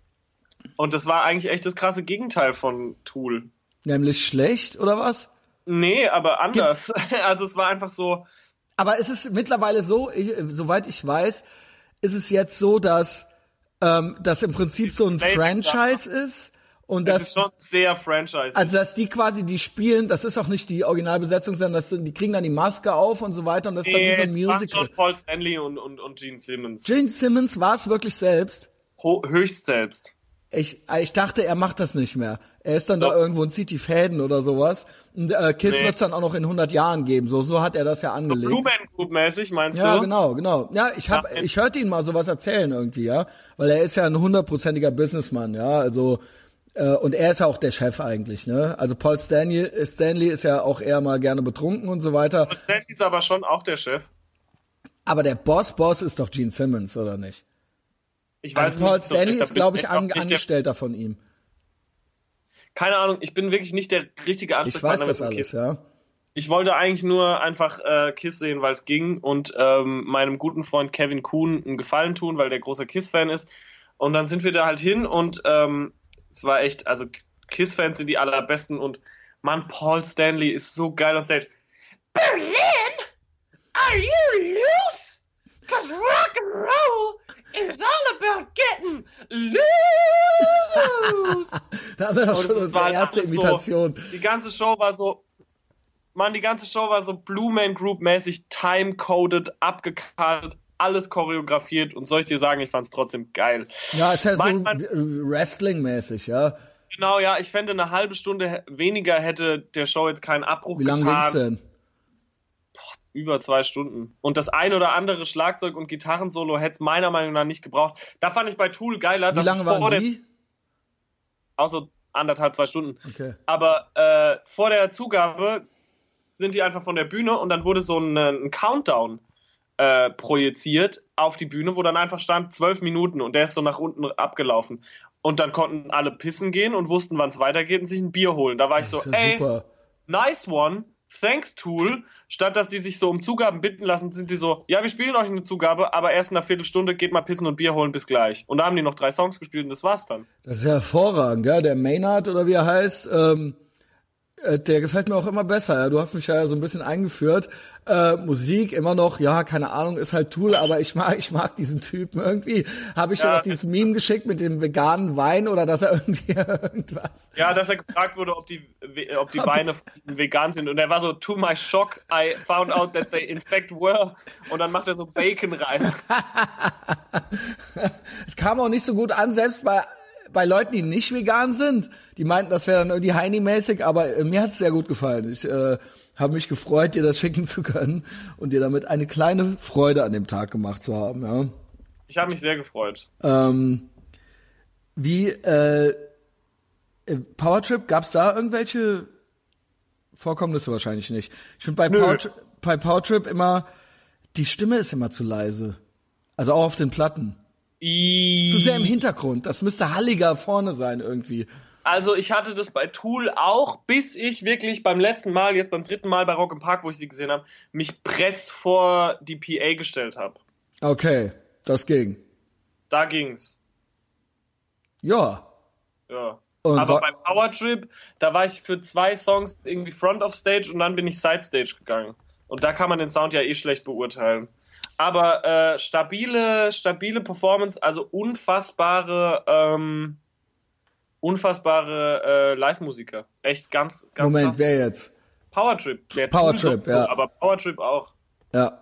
Und das war eigentlich echt das krasse Gegenteil von Tool. Nämlich schlecht, oder was? Nee, aber anders. Also es war einfach so, Aber es ist mittlerweile so, ich, soweit ich weiß, ist es jetzt so, dass ähm, das im Prinzip so ein Basic Franchise ist und das dass ist schon sehr Franchise. also dass die quasi die spielen, das ist auch nicht die Originalbesetzung, sondern das sind, die kriegen dann die Maske auf und so weiter und das ist dann wie so ein es waren Musical. schon Paul Stanley und, und, und Gene Simmons. Gene Simmons war es wirklich selbst. Ho höchst selbst. Ich, ich dachte, er macht das nicht mehr. Er ist dann Doch. da irgendwo und zieht die Fäden oder sowas. Und äh, Kiss Nee. wird's dann auch noch in hundert Jahren geben. So, so hat er das ja angelegt. Blue Man Group mäßig, meinst Ja, du? genau, genau. Ja, ich hab, Ja. ich hörte ihn mal sowas erzählen irgendwie, ja, weil er ist ja ein hundertprozentiger Businessman, ja, also äh, und er ist ja auch der Chef eigentlich, ne? Also Paul Stanley, Stanley ist ja auch eher mal gerne betrunken und so weiter, Paul Stanley ist aber schon auch der Chef. aber der Boss Boss ist doch Gene Simmons, oder nicht? Ich weiß Also Paul nicht, so Stanley recht, ist, da glaube bin ich, auch an, nicht der- Angestellter von ihm. Keine Ahnung, ich bin wirklich nicht der richtige Ich Ansprechpartner. weiß das mit dem alles, Kiss. ja. Ich wollte eigentlich nur einfach äh, Kiss sehen, weil es ging und ähm, meinem guten Freund Kevin Kuhn einen Gefallen tun, weil der großer Kiss-Fan ist. Und dann sind wir da halt hin und ähm, es war echt, also Kiss-Fans sind die allerbesten und Mann, Paul Stanley ist so geil on stage. Berlin? Are you loose? Cause rock and roll is all about getting loose. Da haben wir doch Und schon es unsere war erste alles Imitation. So, die ganze Show war so, Mann, die ganze Show war so Blue Man Group mäßig, time-coded, abgekartet, alles choreografiert und soll ich dir sagen, ich fand's trotzdem geil. Ja, ist ja Mein- so mein- Wrestling-mäßig, ja. Genau, ja, ich fände, eine halbe Stunde he- weniger hätte der Show jetzt keinen Abbruch Wie lange getan. ging's denn? Über zwei Stunden. Und das ein oder andere Schlagzeug- und Gitarrensolo hätte es meiner Meinung nach nicht gebraucht. Da fand ich bei Tool geiler, Wie dass lange es vor waren der, die? auch so anderthalb, zwei Stunden. Okay. Aber äh, vor der Zugabe sind die einfach von der Bühne und dann wurde so ein, ein Countdown äh, projiziert auf die Bühne, wo dann einfach stand zwölf Minuten und der ist so nach unten abgelaufen. Und dann konnten alle pissen gehen und wussten, wann es weitergeht und sich ein Bier holen. Da war ich Das so, ist ja ey, super. nice one, thanks Tool. Statt dass die sich so um Zugaben bitten lassen, sind die so, ja, wir spielen euch eine Zugabe, aber erst in einer Viertelstunde geht mal pissen und Bier holen, bis gleich. Und da haben die noch drei Songs gespielt und das war's dann. Das ist ja hervorragend, ja. Der Maynard oder wie er heißt, ähm, äh, der gefällt mir auch immer besser. Ja. Du hast mich ja so ein bisschen eingeführt. Äh, Musik immer noch, ja, keine Ahnung, ist halt Tool, aber ich mag, ich mag diesen Typen irgendwie. Habe ich dir Ja. noch dieses Meme geschickt mit dem veganen Wein oder dass er irgendwie irgendwas. Ja, dass er gefragt wurde, ob die, ob die Weine vegan sind. Und er war so, to my shock, I found out that they in fact were. Und dann macht er so Bacon rein. Es kam auch nicht so gut an, selbst bei bei Leuten, die nicht vegan sind. Die meinten, das wäre dann irgendwie Heini-mäßig, aber äh, mir hat's sehr gut gefallen. Ich äh, habe mich gefreut, dir das schicken zu können und dir damit eine kleine Freude an dem Tag gemacht zu haben. Ja. Ich habe mich sehr gefreut. Ähm, wie äh, äh, Powertrip, gab's da irgendwelche Vorkommnisse? Wahrscheinlich nicht. Ich finde bei, Nö. Powertri- bei Powertrip immer, die Stimme ist immer zu leise. Also auch auf den Platten. Zu sehr im Hintergrund. Das müsste halliger vorne sein irgendwie. Also ich hatte das bei Tool auch, bis ich wirklich beim letzten Mal, jetzt beim dritten Mal bei Rock im Park, wo ich sie gesehen habe, mich press vor die P A gestellt habe. Okay, das ging. Da ging's. Ja. Ja. Und Aber wa- bei Powertrip, da war ich für zwei Songs irgendwie Front of Stage und dann bin ich Side Stage gegangen. Und da kann man den Sound ja eh schlecht beurteilen. Aber äh, stabile, stabile Performance, also unfassbare, ähm, unfassbare äh, Live-Musiker. Echt ganz, ganz Moment, krass. wer jetzt? Powertrip. Der Powertrip, Tool ja. Aber Powertrip auch. Ja.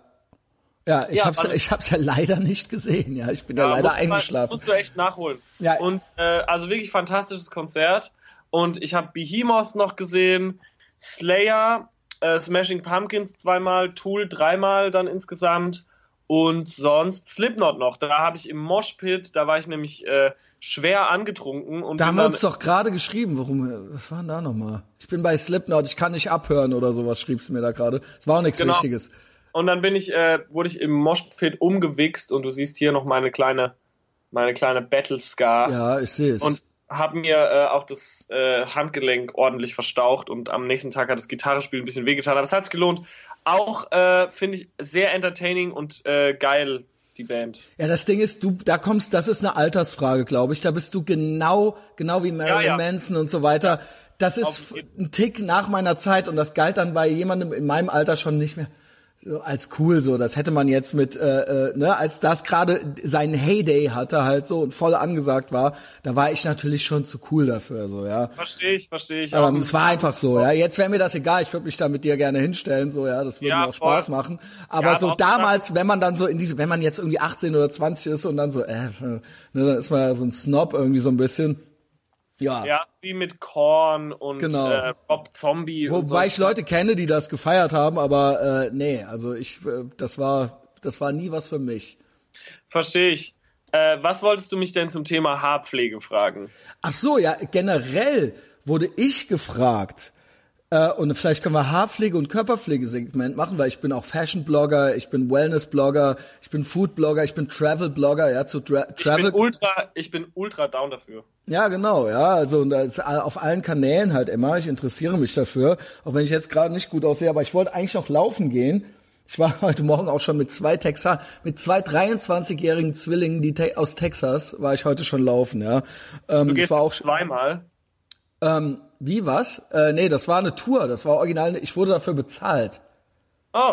Ja, ich Ja, hab's, also- ich hab's ja leider nicht gesehen, ja. Ich bin ja, Ja, leider musst du mal- eingeschlafen. Musst du echt nachholen. Ja. Und äh, also wirklich fantastisches Konzert. Und ich habe Behemoth noch gesehen, Slayer, äh, Smashing Pumpkins zweimal, Tool dreimal dann insgesamt und sonst Slipknot noch. Da habe ich im Moshpit, da war ich nämlich äh, schwer angetrunken. Und Da bin haben wir dann, uns doch gerade geschrieben, warum, was war denn da nochmal? Ich bin bei Slipknot, ich kann nicht abhören oder sowas, schriebst du mir da gerade. Es war auch nichts Genau. Wichtiges. Und dann bin ich, äh, wurde ich im Moshpit umgewichst und du siehst hier noch meine kleine, meine kleine Battle Scar. Ja, ich sehe es. Und habe mir äh, auch das äh, Handgelenk ordentlich verstaucht und am nächsten Tag hat das Gitarrespiel ein bisschen wehgetan, aber es hat's gelohnt. Auch äh, finde ich sehr entertaining und äh, geil, die Band. Ja, das Ding ist, du, da kommst, das ist eine Altersfrage, glaube ich. Da bist du genau, genau wie Marilyn Ja, ja. Manson und so weiter. Das ist Auf jeden- ein Tick nach meiner Zeit und das galt dann bei jemandem in meinem Alter schon nicht mehr so als cool so. Das hätte man jetzt mit, äh, äh, ne, als das gerade seinen Heyday hatte halt so und voll angesagt war, da war ich natürlich schon zu cool dafür, so, ja. Verstehe ich, verstehe ich. Ähm, Auch. es war einfach so, ja. Jetzt wäre mir das egal, ich würde mich da mit dir gerne hinstellen, so, ja, das würde Ja, mir auch Spaß voll. machen. Aber Ja, so aber auch damals, wenn man dann so in diese, wenn man jetzt irgendwie achtzehn oder zwanzig ist und dann so, äh, ne, dann ist man ja so ein Snob irgendwie so ein bisschen. Ja. Ja, ist wie mit Korn und Genau. äh, Rob Zombie und so. Wobei ich Leute kenne, die das gefeiert haben, aber äh, nee, also ich, äh, das war, das war nie was für mich. Verstehe ich. Äh, was wolltest du mich denn zum Thema Haarpflege fragen? Ach so, ja, generell wurde ich gefragt, äh, und vielleicht können wir Haarpflege und Körperpflegesegment machen, weil ich bin auch Fashion-Blogger, ich bin Wellness-Blogger, ich bin Food-Blogger, ich bin Travel-Blogger, ja, zu Tra Ich Travel. bin ultra, ich bin ultra down dafür. Ja, genau, ja, also und das ist auf allen Kanälen halt immer, ich interessiere mich dafür, auch wenn ich jetzt gerade nicht gut aussehe, aber ich wollte eigentlich noch laufen gehen. Ich war heute Morgen auch schon mit zwei Texas, mit zwei dreiundzwanzigjährigen Zwillingen, die te aus Texas, war ich heute schon laufen, ja. Ähm, Du ich gehst war auch zweimal. ähm, wie was? Äh, nee, das war eine Tour, das war original, ich wurde dafür bezahlt. Oh,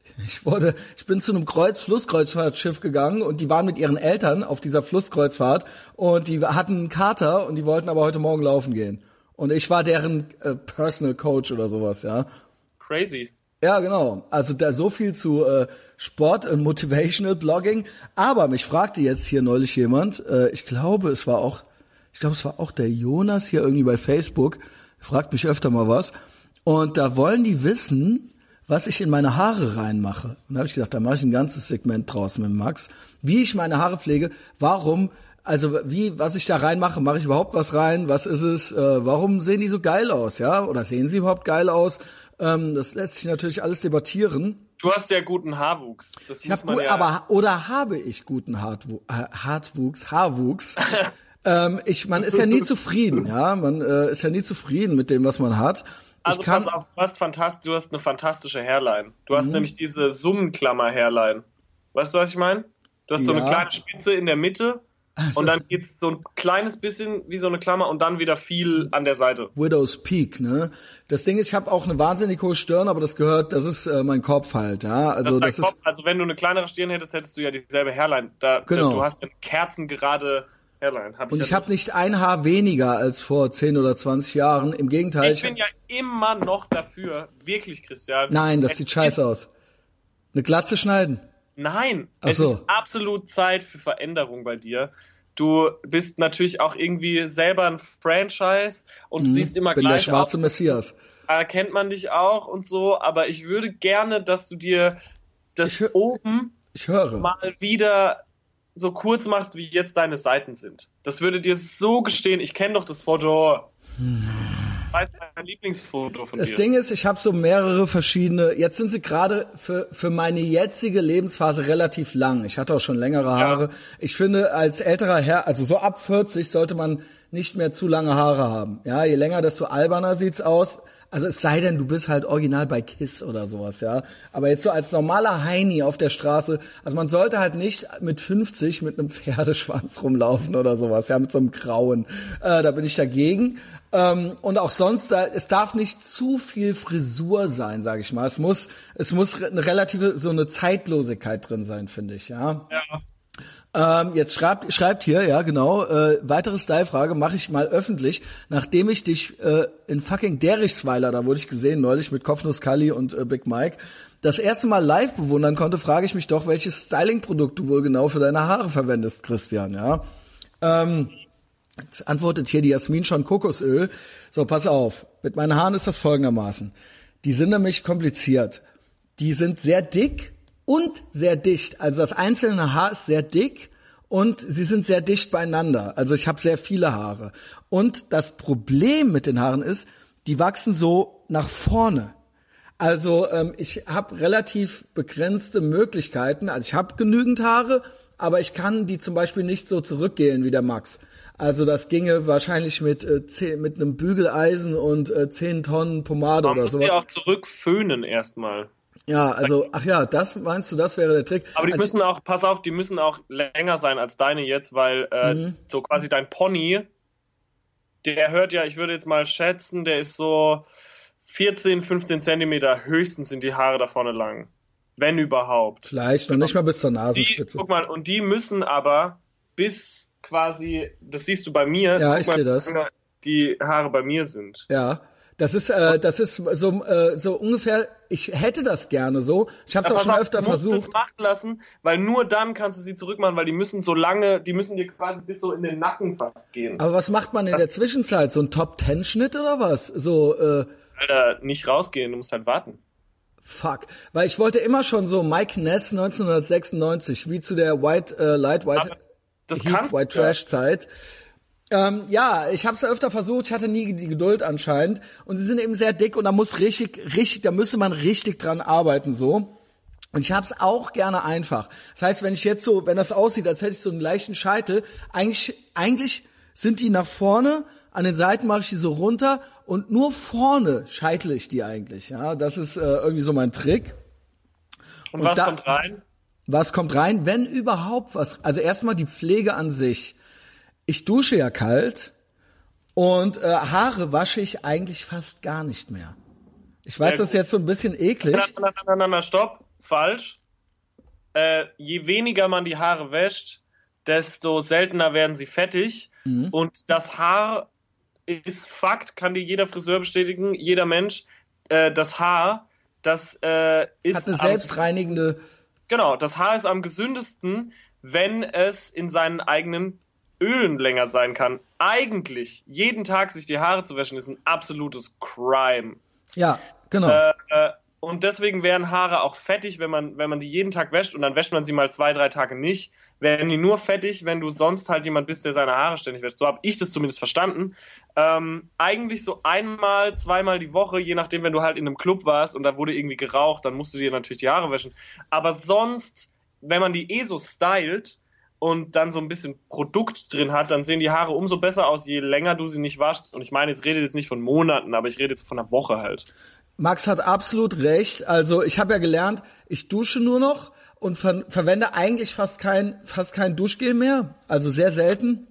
Ich wurde, ich bin zu einem Kreuz, Flusskreuzfahrtschiff gegangen und die waren mit ihren Eltern auf dieser Flusskreuzfahrt und die hatten einen Kater und die wollten aber heute Morgen laufen gehen. Und ich war deren äh, Personal Coach oder sowas, ja. Crazy. Ja, genau. Also da so viel zu äh, Sport und Motivational Blogging. Aber mich fragte jetzt hier neulich jemand, äh, ich glaube, es war auch, ich glaube, es war auch der Jonas hier irgendwie bei Facebook, fragt mich öfter mal was. Und da wollen die wissen, was ich in meine Haare reinmache. Und da habe ich gedacht, da mache ich ein ganzes Segment draus mit Max. Wie ich meine Haare pflege, warum, also wie, was ich da reinmache, mache ich überhaupt was rein, was ist es, äh, warum sehen die so geil aus, ja? Oder sehen sie überhaupt geil aus? Ähm, das lässt sich natürlich alles debattieren. Du hast ja guten Haarwuchs. Das ich muss hab man gut, ja aber, oder habe ich guten Hartwu- Hartwuchs, Haarwuchs? ähm, ich, man ist ja nie zufrieden, ja? Man äh, ist ja nie zufrieden mit dem, was man hat. Also ich kann, pass auf, du hast, fantast- du hast eine fantastische Hairline. Du hast mhm. nämlich diese Summenklammer-Hairline. Weißt du, was ich meine? Du hast ja. so eine kleine Spitze in der Mitte also. Und dann geht's so ein kleines bisschen wie so eine Klammer und dann wieder viel an der Seite. Widow's Peak, ne? Das Ding ist, ich habe auch eine wahnsinnig hohe Stirn, aber das gehört, das ist äh, mein Kopf halt, ja? Also das ist, das Kopf. ist Also wenn du eine kleinere Stirn hättest, hättest du ja dieselbe Hairline. Da, genau. Du hast eine kerzengerade Hairline. Hab ich und ja ich habe nicht ein Haar weniger als vor zehn oder zwanzig Jahren. Im Gegenteil. Ich, ich bin ja immer noch dafür, wirklich, Christian. Nein, das sieht scheiße aus. Eine Glatze schneiden? Nein, Ach es so. ist absolut Zeit für Veränderung bei dir. Du bist natürlich auch irgendwie selber ein Franchise und du mhm, siehst immer bin gleich der schwarze aus. Messias. Da kennt man dich auch und so, aber ich würde gerne, dass du dir das ich hör, oben ich höre. mal wieder so kurz machst, wie jetzt deine Seiten sind. Das würde dir so gestehen. Ich kenne doch das Foto. Hm. Ich weiß mein Lieblingsfoto von das dir. Das Ding ist, ich habe so mehrere verschiedene. Jetzt sind sie gerade für für meine jetzige Lebensphase relativ lang. Ich hatte auch schon längere Haare. Ja. Ich finde, als älterer Herr, also so ab vierzig, sollte man nicht mehr zu lange Haare haben. Ja, je länger, desto alberner sieht's aus. Also es sei denn, du bist halt original bei Kiss oder sowas, ja. Aber jetzt so als normaler Heini auf der Straße, also man sollte halt nicht mit fünfzig mit einem Pferdeschwanz rumlaufen oder sowas, ja, mit so einem Grauen. Äh, da bin ich dagegen. Ähm, und auch sonst, es darf nicht zu viel Frisur sein, sage ich mal. Es muss, es muss eine relative, so eine Zeitlosigkeit drin sein, finde ich, ja. Ja. Ähm, jetzt schreibt, schreibt hier, ja genau, äh, weitere Style-Frage mache ich mal öffentlich, nachdem ich dich äh, in fucking Derichsweiler, da wurde ich gesehen neulich mit Kopfnuss Kali und äh, Big Mike, das erste Mal live bewundern konnte, frage ich mich doch, welches Styling-Produkt du wohl genau für deine Haare verwendest, Christian, ja. Ähm, jetzt antwortet hier die Jasmin schon Kokosöl. So, pass auf, mit meinen Haaren ist das folgendermaßen. Die sind nämlich kompliziert. Die sind sehr dick und sehr dicht. Also das einzelne Haar ist sehr dick und sie sind sehr dicht beieinander. Also ich habe sehr viele Haare. Und das Problem mit den Haaren ist, die wachsen so nach vorne. Also ähm, ich habe relativ begrenzte Möglichkeiten. Also ich habe genügend Haare, aber ich kann die zum Beispiel nicht so zurückgehen wie der Max. Also das ginge wahrscheinlich mit äh, zehn, mit einem Bügeleisen und äh, zehn Tonnen Pomade Man oder muss sowas. sie auch zurückföhnen erstmal. Ja, also, ach ja, das meinst du, das wäre der Trick? Aber die also, müssen auch, pass auf, die müssen auch länger sein als deine jetzt, weil äh, mhm. so quasi dein Pony, der hört ja, ich würde jetzt mal schätzen, der ist so vierzehn, fünfzehn Zentimeter höchstens sind die Haare da vorne lang. Wenn überhaupt. Vielleicht noch nicht mal bis zur Nasenspitze. Die, guck mal, und die müssen aber bis quasi, das siehst du bei mir, ja, guck ich mal, sehe das. Die Haare bei mir sind. Ja. Das ist, äh, das ist so, äh, so ungefähr, ich hätte das gerne so. Ich habe es auch schon auf, öfter du musst versucht. es machen lassen, weil nur dann kannst du sie zurückmachen, weil die müssen so lange, die müssen dir quasi bis so in den Nacken fast gehen. Aber was macht man in das, der Zwischenzeit? So ein Top-Ten-Schnitt oder was? So, äh, Alter, nicht rausgehen, du musst halt warten. Fuck. Weil ich wollte immer schon so Mike Ness neunzehnhundertsechsundneunzig, wie zu der White, äh, Light, White, das Heat, White Trash Zeit. Ähm, ja, ich habe es ja öfter versucht, ich hatte nie die Geduld anscheinend. Und sie sind eben sehr dick und da muss richtig, richtig, da müsste man richtig dran arbeiten so. Und ich habe es auch gerne einfach. Das heißt, wenn ich jetzt so, wenn das aussieht, als hätte ich so einen leichten Scheitel, eigentlich, eigentlich sind die nach vorne, an den Seiten mache ich die so runter und nur vorne scheitle ich die eigentlich. Ja, das ist äh, irgendwie so mein Trick. Und, und was da, kommt rein? Was kommt rein? Wenn überhaupt was. Also erstmal die Pflege an sich. Ich dusche ja kalt und äh, Haare wasche ich eigentlich fast gar nicht mehr. Ich weiß, das ist jetzt so ein bisschen eklig. Nein, nein, nein, nein, nein, stopp. falsch. Äh, je weniger man die Haare wäscht, desto seltener werden sie fettig. Mhm. Und das Haar ist Fakt, kann dir jeder Friseur bestätigen, jeder Mensch. Äh, das Haar, das äh, ist... Hat eine selbstreinigende... Am, genau, das Haar ist am gesündesten, wenn es in seinen eigenen Ölen länger sein kann. Eigentlich, jeden Tag sich die Haare zu waschen, ist ein absolutes Crime. Ja, genau. Äh, äh, und deswegen werden Haare auch fettig, wenn man, wenn man die jeden Tag wäscht und dann wäscht man sie mal zwei, drei Tage nicht, werden die nur fettig, wenn du sonst halt jemand bist, der seine Haare ständig wäscht. So habe ich das zumindest verstanden. Ähm, eigentlich so einmal, zweimal die Woche, je nachdem, wenn du halt in einem Club warst und da wurde irgendwie geraucht, dann musst du dir natürlich die Haare waschen. Aber sonst, wenn man die eh so stylt und dann so ein bisschen Produkt drin hat, dann sehen die Haare umso besser aus, je länger du sie nicht waschst. Und ich meine, jetzt rede jetzt nicht von Monaten, aber ich rede jetzt von einer Woche halt. Max hat absolut recht. Also ich habe ja gelernt, ich dusche nur noch und ver- verwende eigentlich fast kein fast kein Duschgel mehr. Also sehr selten.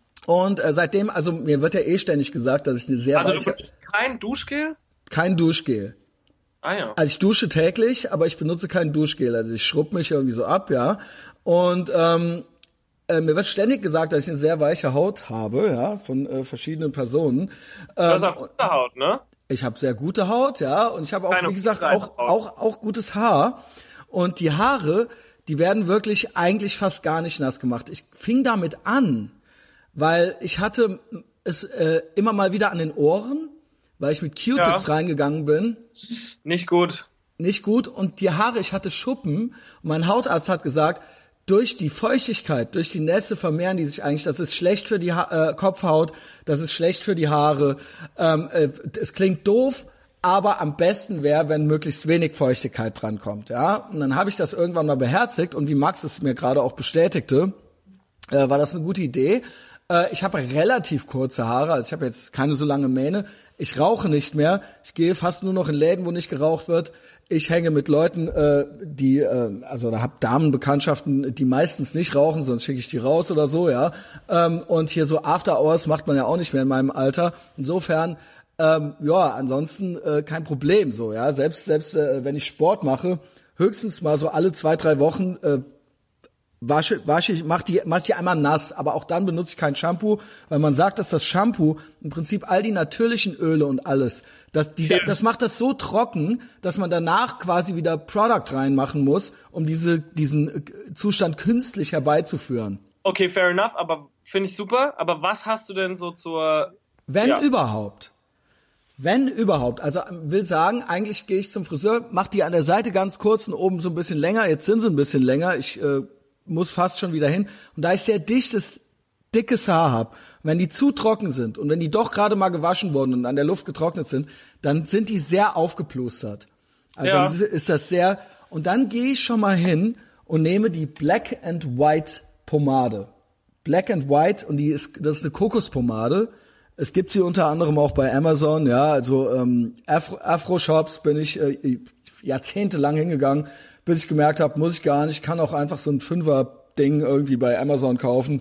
Und äh, seitdem, also mir wird ja eh ständig gesagt, dass ich eine sehr Also weiche... du benutzt kein Duschgel? Kein Duschgel. Ah ja. Also ich dusche täglich, aber ich benutze kein Duschgel. Also ich schrubbe mich irgendwie so ab, ja. Und ähm, äh, mir wird ständig gesagt, dass ich eine sehr weiche Haut habe, ja, von äh, verschiedenen Personen. Ähm, Du hast auch gute Haut, ne? Ich habe sehr gute Haut, ja, und ich habe auch, Keine wie gesagt, gute auch, auch, auch gutes Haar. Und die Haare, die werden wirklich eigentlich fast gar nicht nass gemacht. Ich fing damit an, weil ich hatte es äh, immer mal wieder an den Ohren, weil ich mit Q-Tips Ja. reingegangen bin. Nicht gut. Nicht gut. Und die Haare, ich hatte Schuppen. Und mein Hautarzt hat gesagt, durch die Feuchtigkeit, durch die Nässe vermehren die sich eigentlich. Das ist schlecht für die ha- äh, Kopfhaut, das ist schlecht für die Haare. Ähm, äh, es klingt doof, aber am besten wäre, wenn möglichst wenig Feuchtigkeit drankommt. Ja? Und dann habe ich das irgendwann mal beherzigt und wie Max es mir gerade auch bestätigte, äh, war das eine gute Idee. Äh, ich habe relativ kurze Haare, also ich habe jetzt keine so lange Mähne. Ich rauche nicht mehr. Ich gehe fast nur noch in Läden, wo nicht geraucht wird. Ich hänge mit Leuten, äh, die, äh, also da hab Damenbekanntschaften, die meistens nicht rauchen, sonst schicke ich die raus oder so, ja. Ähm, und hier so After Hours macht man ja auch nicht mehr in meinem Alter. Insofern, ähm, ja, ansonsten äh, kein Problem, so, ja. Selbst selbst äh, wenn ich Sport mache, höchstens mal so alle zwei drei Wochen äh, wasche, wasche ich, mach die, mach die einmal nass, aber auch dann benutze ich kein Shampoo, weil man sagt, dass das Shampoo im Prinzip all die natürlichen Öle und alles, das, die, Ja. das macht das so trocken, dass man danach quasi wieder Product reinmachen muss, um diese, diesen Zustand künstlich herbeizuführen. Okay, fair enough, aber finde ich super. Aber was hast du denn so zur... Wenn Ja. überhaupt. Wenn überhaupt. Also will sagen, eigentlich gehe ich zum Friseur, mach die an der Seite ganz kurz und oben so ein bisschen länger. Jetzt sind sie ein bisschen länger. Ich äh, muss fast schon wieder hin. Und da ich sehr dichtes, dickes Haar habe, wenn die zu trocken sind und wenn die doch gerade mal gewaschen wurden und an der Luft getrocknet sind, dann sind die sehr aufgeplustert. Also Ja. dann ist das sehr... Und dann gehe ich schon mal hin und nehme die Black and White Pomade. Black and White, und die ist, das ist eine Kokospomade. Es gibt sie unter anderem auch bei Amazon, ja, also ähm, Afro, Afro-Shops bin ich äh, jahrzehntelang hingegangen, bis ich gemerkt habe, muss ich gar nicht, kann auch einfach so ein Fünfer-Ding irgendwie bei Amazon kaufen.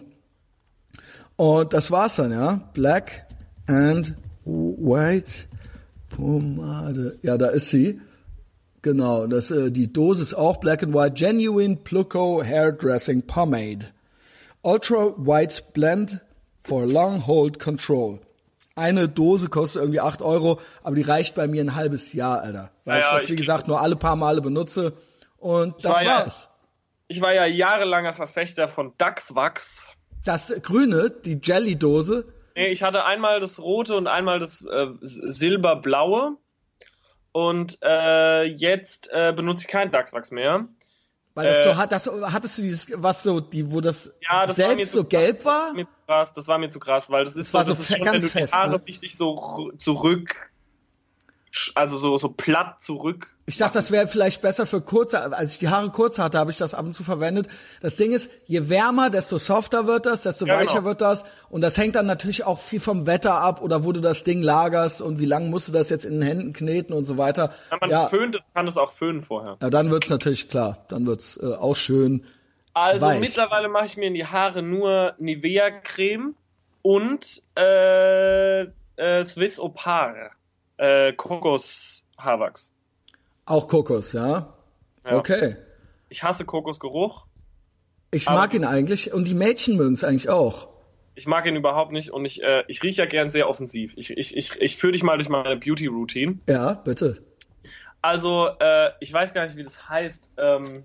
Und das war's dann, ja. Black and White Pomade. Ja, da ist sie. Genau, das, äh, die Dose ist auch Black and White Genuine Plucko Hairdressing Pomade. Ultra White Blend for Long Hold Control. Eine Dose kostet irgendwie acht Euro, aber die reicht bei mir ein halbes Jahr, Alter. Weil Ja, ja, ich das, wie ich- gesagt, nur alle paar Male benutze. Und das war ja- war's. Ich war ja jahrelanger Verfechter von Dachswachs. Das Grüne, die Jelly-Dose, Nee, ich hatte einmal das rote und einmal das äh, silberblaue. Und äh, jetzt äh, benutze ich keinen Dachswachs mehr. weil das Äh, so hat, das, hattest du dieses, was so, die, wo das, Ja, das war mir selbst zu so gelb krass. war? Das war mir zu krass, das war mir zu krass, weil das ist war so, so das fe- ist schon, ganz wenn du fest, die Haare ne? richtig so r- zurück, sch- also so, so platt zurück. Ich dachte, das wäre vielleicht besser für kurze, als ich die Haare kurz hatte, habe ich das ab und zu verwendet. Das Ding ist, je wärmer, desto softer wird das, desto Ja, weicher genau. wird das. Und das hängt dann natürlich auch viel vom Wetter ab oder wo du das Ding lagerst und wie lange musst du das jetzt in den Händen kneten und so weiter. Wenn man Ja, föhnt, das kann es auch föhnen vorher. ja, dann wird's natürlich klar. Dann wird's äh, auch schön. Also Weich. mittlerweile mache ich mir in die Haare nur Nivea-Creme und äh, äh, Swiss Opare, äh, Kokos-Haarwachs. Auch Kokos, ja. Ja. Okay. Ich hasse Kokosgeruch. Ich mag ihn eigentlich und die Mädchen mögen es eigentlich auch. Ich mag ihn überhaupt nicht und ich, äh, ich rieche ja gern sehr offensiv. Ich, ich, ich, ich führe dich mal durch meine Beauty-Routine. Ja, bitte. Also, äh, ich weiß gar nicht, wie das heißt. Ähm,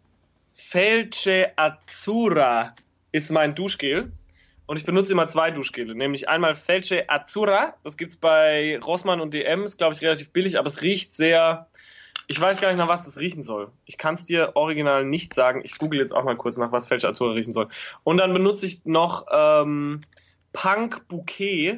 Felce Azzurra ist mein Duschgel. Und ich benutze immer zwei Duschgele. Nämlich einmal Felce Azzurra. Das gibt's bei Rossmann und D M. Ist, glaube ich, relativ billig, aber es riecht sehr... Ich weiß gar nicht, nach was das riechen soll. Ich kann es dir original nicht sagen. Ich google jetzt auch mal kurz, nach was Felce Azzurra riechen soll. Und dann benutze ich noch ähm, Punk Bouquet.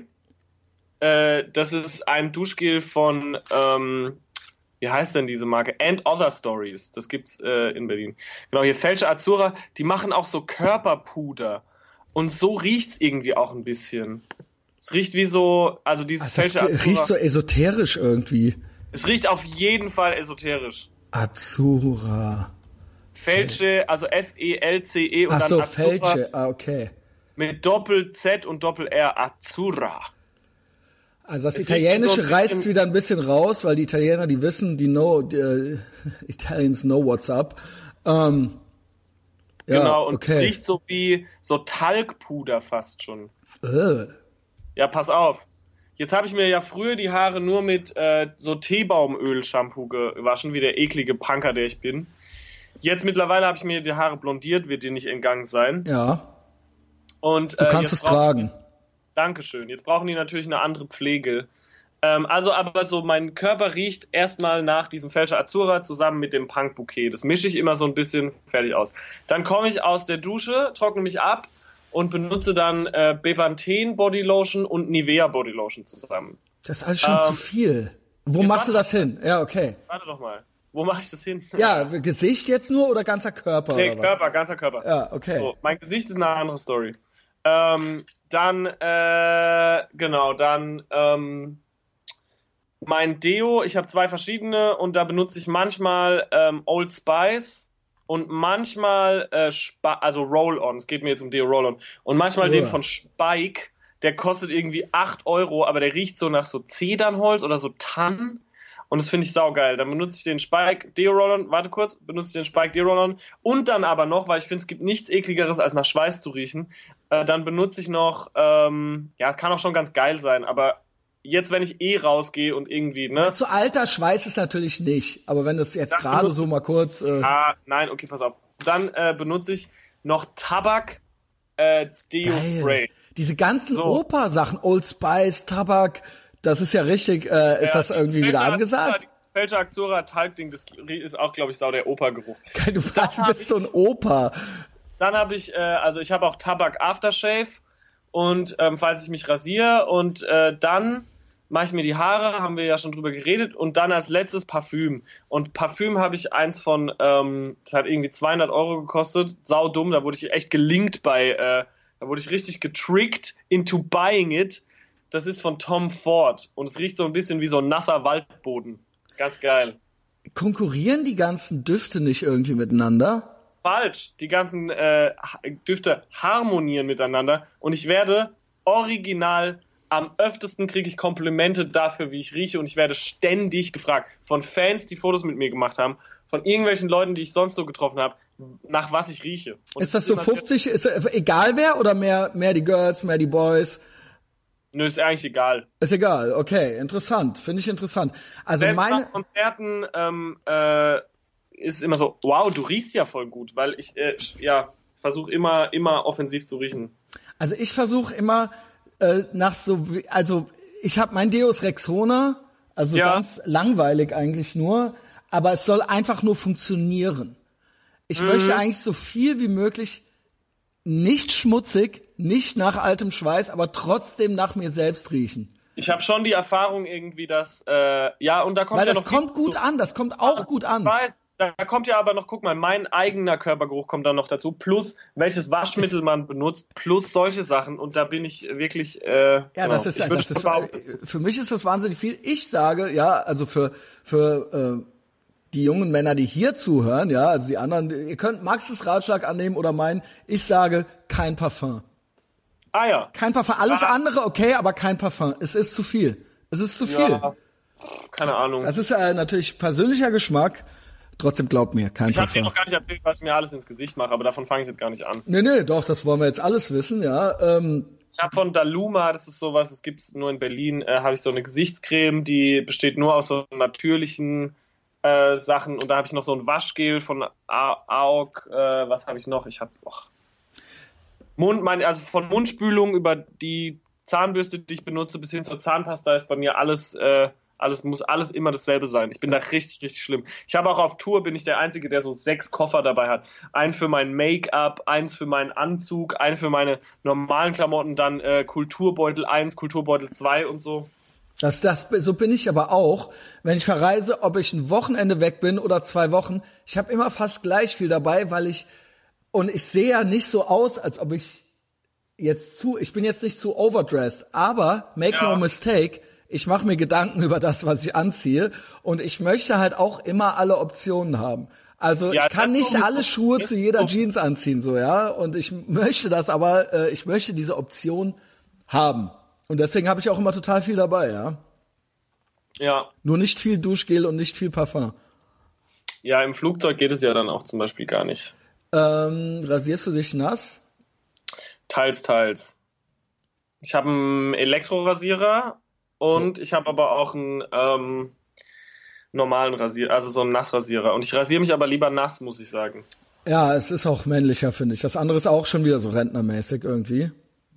Äh, das ist ein Duschgel von, ähm, wie heißt denn diese Marke? And Other Stories. Das gibt's äh, in Berlin. Genau, hier Felce Azzurra. Die machen auch so Körperpuder. Und so riecht's irgendwie auch ein bisschen. Es riecht wie so, also dieses Also Felce das Azzurra. riecht so esoterisch irgendwie. Es riecht auf jeden Fall esoterisch. Azzurra. Felce, also F E L C E und Ach dann so, Azzurra Felce, ah, okay. mit Doppel-Z und Doppel-R, Azzurra. Also das Es riecht Italienische so ein reißt bisschen- wieder ein bisschen raus, weil die Italiener, die wissen, die know, die, äh, Italians know what's up. Ähm, ja, Genau, und okay. es riecht so wie so Talgpuder fast schon. Äh. Ja, pass auf. Jetzt habe ich mir ja früher die Haare nur mit äh, so Teebaumöl-Shampoo gewaschen, wie der eklige Punker, der ich bin. Jetzt mittlerweile habe ich mir die Haare blondiert, wird dir nicht entgangen sein. Ja, Und, du äh, kannst jetzt es brauchen- tragen. Dankeschön. Jetzt brauchen die natürlich eine andere Pflege. Ähm, also, aber so, mein Körper riecht erstmal nach diesem Felce Azzurra zusammen mit dem Punk Bouquet. Das mische ich immer so ein bisschen fertig aus. Dann komme ich aus der Dusche, trockne mich ab und benutze dann äh, Bepanthen Body Lotion und Nivea Body Lotion zusammen. Das ist alles schon Ähm, zu viel. Wo jetzt machst du warte- das hin? Ja, okay. Warte doch mal. Wo mache ich das hin? Ja, Gesicht jetzt nur oder ganzer Körper? Nee, oder was? Körper, ganzer Körper. Ja, okay. So, mein Gesicht ist eine andere Story. Ähm, dann, äh, genau, dann, ähm, mein Deo, ich habe zwei verschiedene und da benutze ich manchmal ähm, Old Spice und manchmal, äh, Sp- also Roll-On, es geht mir jetzt um Deo Roll-On, und manchmal Ja. den von Spike, der kostet irgendwie acht Euro, aber der riecht so nach so Zedernholz oder so Tannen. Und das finde ich saugeil. Dann benutze ich den Spike Deo Roll-On, warte kurz, benutze ich den Spike Deo Roll-On und dann aber noch, weil ich finde, es gibt nichts ekligeres, als nach Schweiß zu riechen, äh, dann benutze ich noch, ähm, ja, es kann auch schon ganz geil sein, aber jetzt, wenn ich eh rausgehe und irgendwie, ne? Zu alter Schweiß ist natürlich nicht, aber wenn das jetzt Das gerade benutzt so es- mal kurz... Äh, Ah, nein, okay, pass auf. Dann äh, benutze ich noch Tabak äh, Deo geil. Spray. Diese ganzen So. Oper-Sachen, Old Spice, Tabak, das ist ja richtig, äh, ist Ja, das irgendwie wieder Felce angesagt? Azzurra, die Felce Azzurra Talgding, das ist auch, glaube ich, sau der Opergeruch. Du hab bist so ein Opa. Dann habe ich, äh, also ich habe auch Tabak Aftershave und ähm, falls ich mich rasiere und äh, dann mache ich mir die Haare, haben wir ja schon drüber geredet, und dann als letztes Parfüm. Und Parfüm habe ich eins von, ähm, das hat irgendwie zweihundert Euro gekostet, sau dumm, da wurde ich echt gelinkt bei, äh, da wurde ich richtig getrickt into buying it. Das ist von Tom Ford und es riecht so ein bisschen wie so ein nasser Waldboden. Ganz geil. Konkurrieren die ganzen Düfte nicht irgendwie miteinander? Falsch. Die ganzen äh, Düfte harmonieren miteinander und ich werde original, am öftesten kriege ich Komplimente dafür, wie ich rieche, und ich werde ständig gefragt von Fans, die Fotos mit mir gemacht haben, von irgendwelchen Leuten, die ich sonst so getroffen habe, nach was ich rieche. Und Ist das so fünfzig, ist äh, egal wer oder mehr, mehr die Girls, mehr die Boys? Nö, ist eigentlich egal. Ist egal, okay, interessant, finde ich interessant. Also Selbst meine, nach Konzerten ähm, äh, ist immer so, wow, du riechst ja voll gut, weil ich äh, ja versuche immer, immer offensiv zu riechen. also ich versuche immer äh, nach so, wie- also ich habe mein Deus Rexona, also Ja. ganz langweilig eigentlich nur, aber es soll einfach nur funktionieren. Ich Mhm. möchte eigentlich so viel wie möglich nicht schmutzig, nicht nach altem Schweiß, aber trotzdem nach mir selbst riechen. Ich habe schon die Erfahrung irgendwie, dass, äh, ja, und da kommt Weil ja das noch kommt viel gut zu. an, das kommt auch gut Ich an. weiß, da kommt ja aber noch, guck mal, mein eigener Körpergeruch kommt dann noch dazu, plus welches Waschmittel man benutzt, plus solche Sachen, und da bin ich wirklich, äh, Ja, genau. das ist, Ich würde das ist, schon behaupten, für mich ist das wahnsinnig viel. Ich sage, ja, also für, für, äh, die jungen Männer, die hier zuhören, ja, also die anderen, ihr könnt Maxes Ratschlag annehmen oder meinen, ich sage, kein Parfum. ah ja, Kein Parfum, alles Ah. andere okay, aber kein Parfum. Es ist zu viel. Es ist zu viel. ja, keine Ahnung. Das ist äh, natürlich persönlicher Geschmack. Trotzdem glaub mir, kein Ich habe dir Parfum. noch gar nicht erzählt, was ich mir alles ins Gesicht mache, aber davon fange ich jetzt gar nicht an. Nee, nee, doch, das wollen wir jetzt alles wissen, ja. Ähm, Ich habe von Daluma, das ist sowas, das gibt's nur in Berlin, äh, habe ich so eine Gesichtscreme, die besteht nur aus so natürlichen äh, Sachen. Und da habe ich noch so ein Waschgel von A- AOK. Äh, was habe ich noch? Ich habe Mund, mein, also von Mundspülung über die Zahnbürste, die ich benutze, bis hin zur Zahnpasta ist bei mir alles, äh, alles muss alles immer dasselbe sein. Ich bin da richtig, richtig schlimm. Ich habe auch auf Tour, bin ich der Einzige, der so sechs Koffer dabei hat. Einen für mein Make-up, eins für meinen Anzug, einen für meine normalen Klamotten, dann äh, Kulturbeutel eins, Kulturbeutel zwei und so. Das, das, so bin ich aber auch, wenn ich verreise, ob ich ein Wochenende weg bin oder zwei Wochen. Ich habe immer fast gleich viel dabei, weil ich, und ich sehe ja nicht so aus, als ob ich jetzt zu, ich bin jetzt nicht zu overdressed, aber make Ja. no mistake, ich mache mir Gedanken über das, was ich anziehe und ich möchte halt auch immer alle Optionen haben. Also Ja, ich kann das nicht sowieso. alle Schuhe zu jeder Das- Jeans anziehen, so, ja, und ich möchte das aber, äh, ich möchte diese Option haben. Und deswegen habe ich auch immer total viel dabei, ja. Ja. Nur nicht viel Duschgel und nicht viel Parfum. Ja, im Flugzeug geht es ja dann auch zum Beispiel gar nicht. Ähm, rasierst du dich nass? Teils, teils. Ich habe einen Elektrorasierer und ich habe aber auch einen ähm, normalen Rasierer, also so einen Nassrasierer. Und ich rasiere mich aber lieber nass, muss ich sagen. Ja, es ist auch männlicher, finde ich. Das andere ist auch schon wieder so rentnermäßig irgendwie.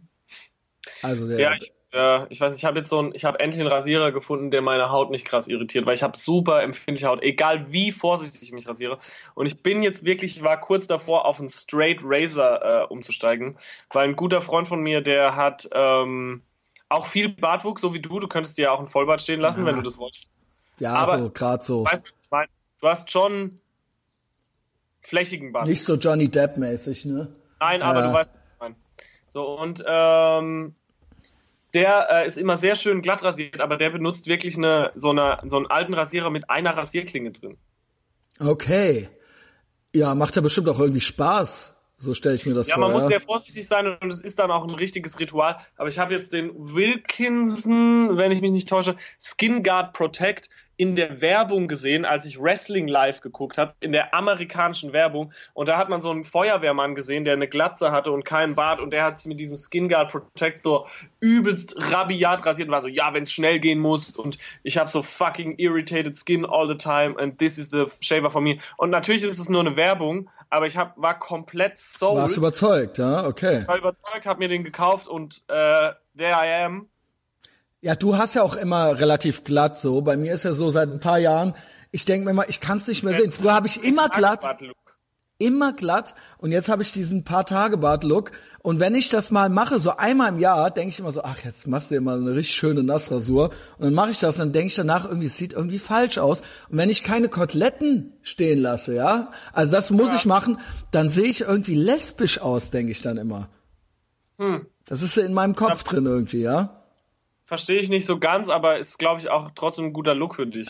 Also der, Ja, ich, äh, ich weiß, ich habe jetzt so ein, ich habe endlich einen Rasierer gefunden, der meine Haut nicht krass irritiert, weil ich habe super empfindliche Haut, egal wie vorsichtig ich mich rasiere. Und ich bin jetzt wirklich, ich war kurz davor, auf einen Straight Razor äh, umzusteigen, weil ein guter Freund von mir, der hat ähm, auch viel Bartwuchs, so wie du. Du könntest dir ja auch einen Vollbart stehen lassen, Ja. wenn du das wolltest. ja, aber- so gerade so. Weißt du, was ich meine? Du hast schon flächigen Bart. Nicht so Johnny Depp-mäßig, ne? Nein, aber Ja. du weißt, was ich meine. So, und ähm, der äh, ist immer sehr schön glatt rasiert, aber der benutzt wirklich eine, so, eine, so einen alten Rasierer mit einer Rasierklinge drin. Okay. Ja, macht ja bestimmt auch irgendwie Spaß. So stelle ich mir das Ja, vor. man muss ja. sehr vorsichtig sein und es ist dann auch ein richtiges Ritual. Aber ich habe jetzt den Wilkinson, wenn ich mich nicht täusche, Skin Guard Protect in der Werbung gesehen, als ich Wrestling Live geguckt habe, in der amerikanischen Werbung. Und da hat man so einen Feuerwehrmann gesehen, der eine Glatze hatte und keinen Bart. Und der hat sich mit diesem Skin Guard Protect so übelst rabiat rasiert und war so, ja, wenn es schnell gehen muss. Und ich habe so fucking irritated skin all the time and this is the shaver for me. Und natürlich ist es nur eine Werbung, aber ich hab, war komplett sold. Warst überzeugt, ja, okay. war überzeugt, habe mir den gekauft und äh, there I am. Ja, du hast ja auch immer relativ glatt so. Bei mir ist ja so seit ein paar Jahren, ich denke mir immer, ich kann es nicht mehr sehen. Früher habe ich immer glatt, Tagebart-Look. immer glatt und jetzt habe ich diesen paar Tage Bart-Look. Und wenn ich das mal mache, so einmal im Jahr, denke ich immer so, ach, jetzt machst du dir mal eine richtig schöne Nassrasur. Und dann mache ich das und dann denke ich danach irgendwie, es sieht irgendwie falsch aus. Und wenn ich keine Koteletten stehen lasse, ja, also das muss Ja. ich machen, dann sehe ich irgendwie lesbisch aus, denke ich dann immer. Hm. Das ist in meinem Kopf drin irgendwie, ja. Verstehe ich nicht so ganz, aber ist, glaube ich, auch trotzdem ein guter Look für dich.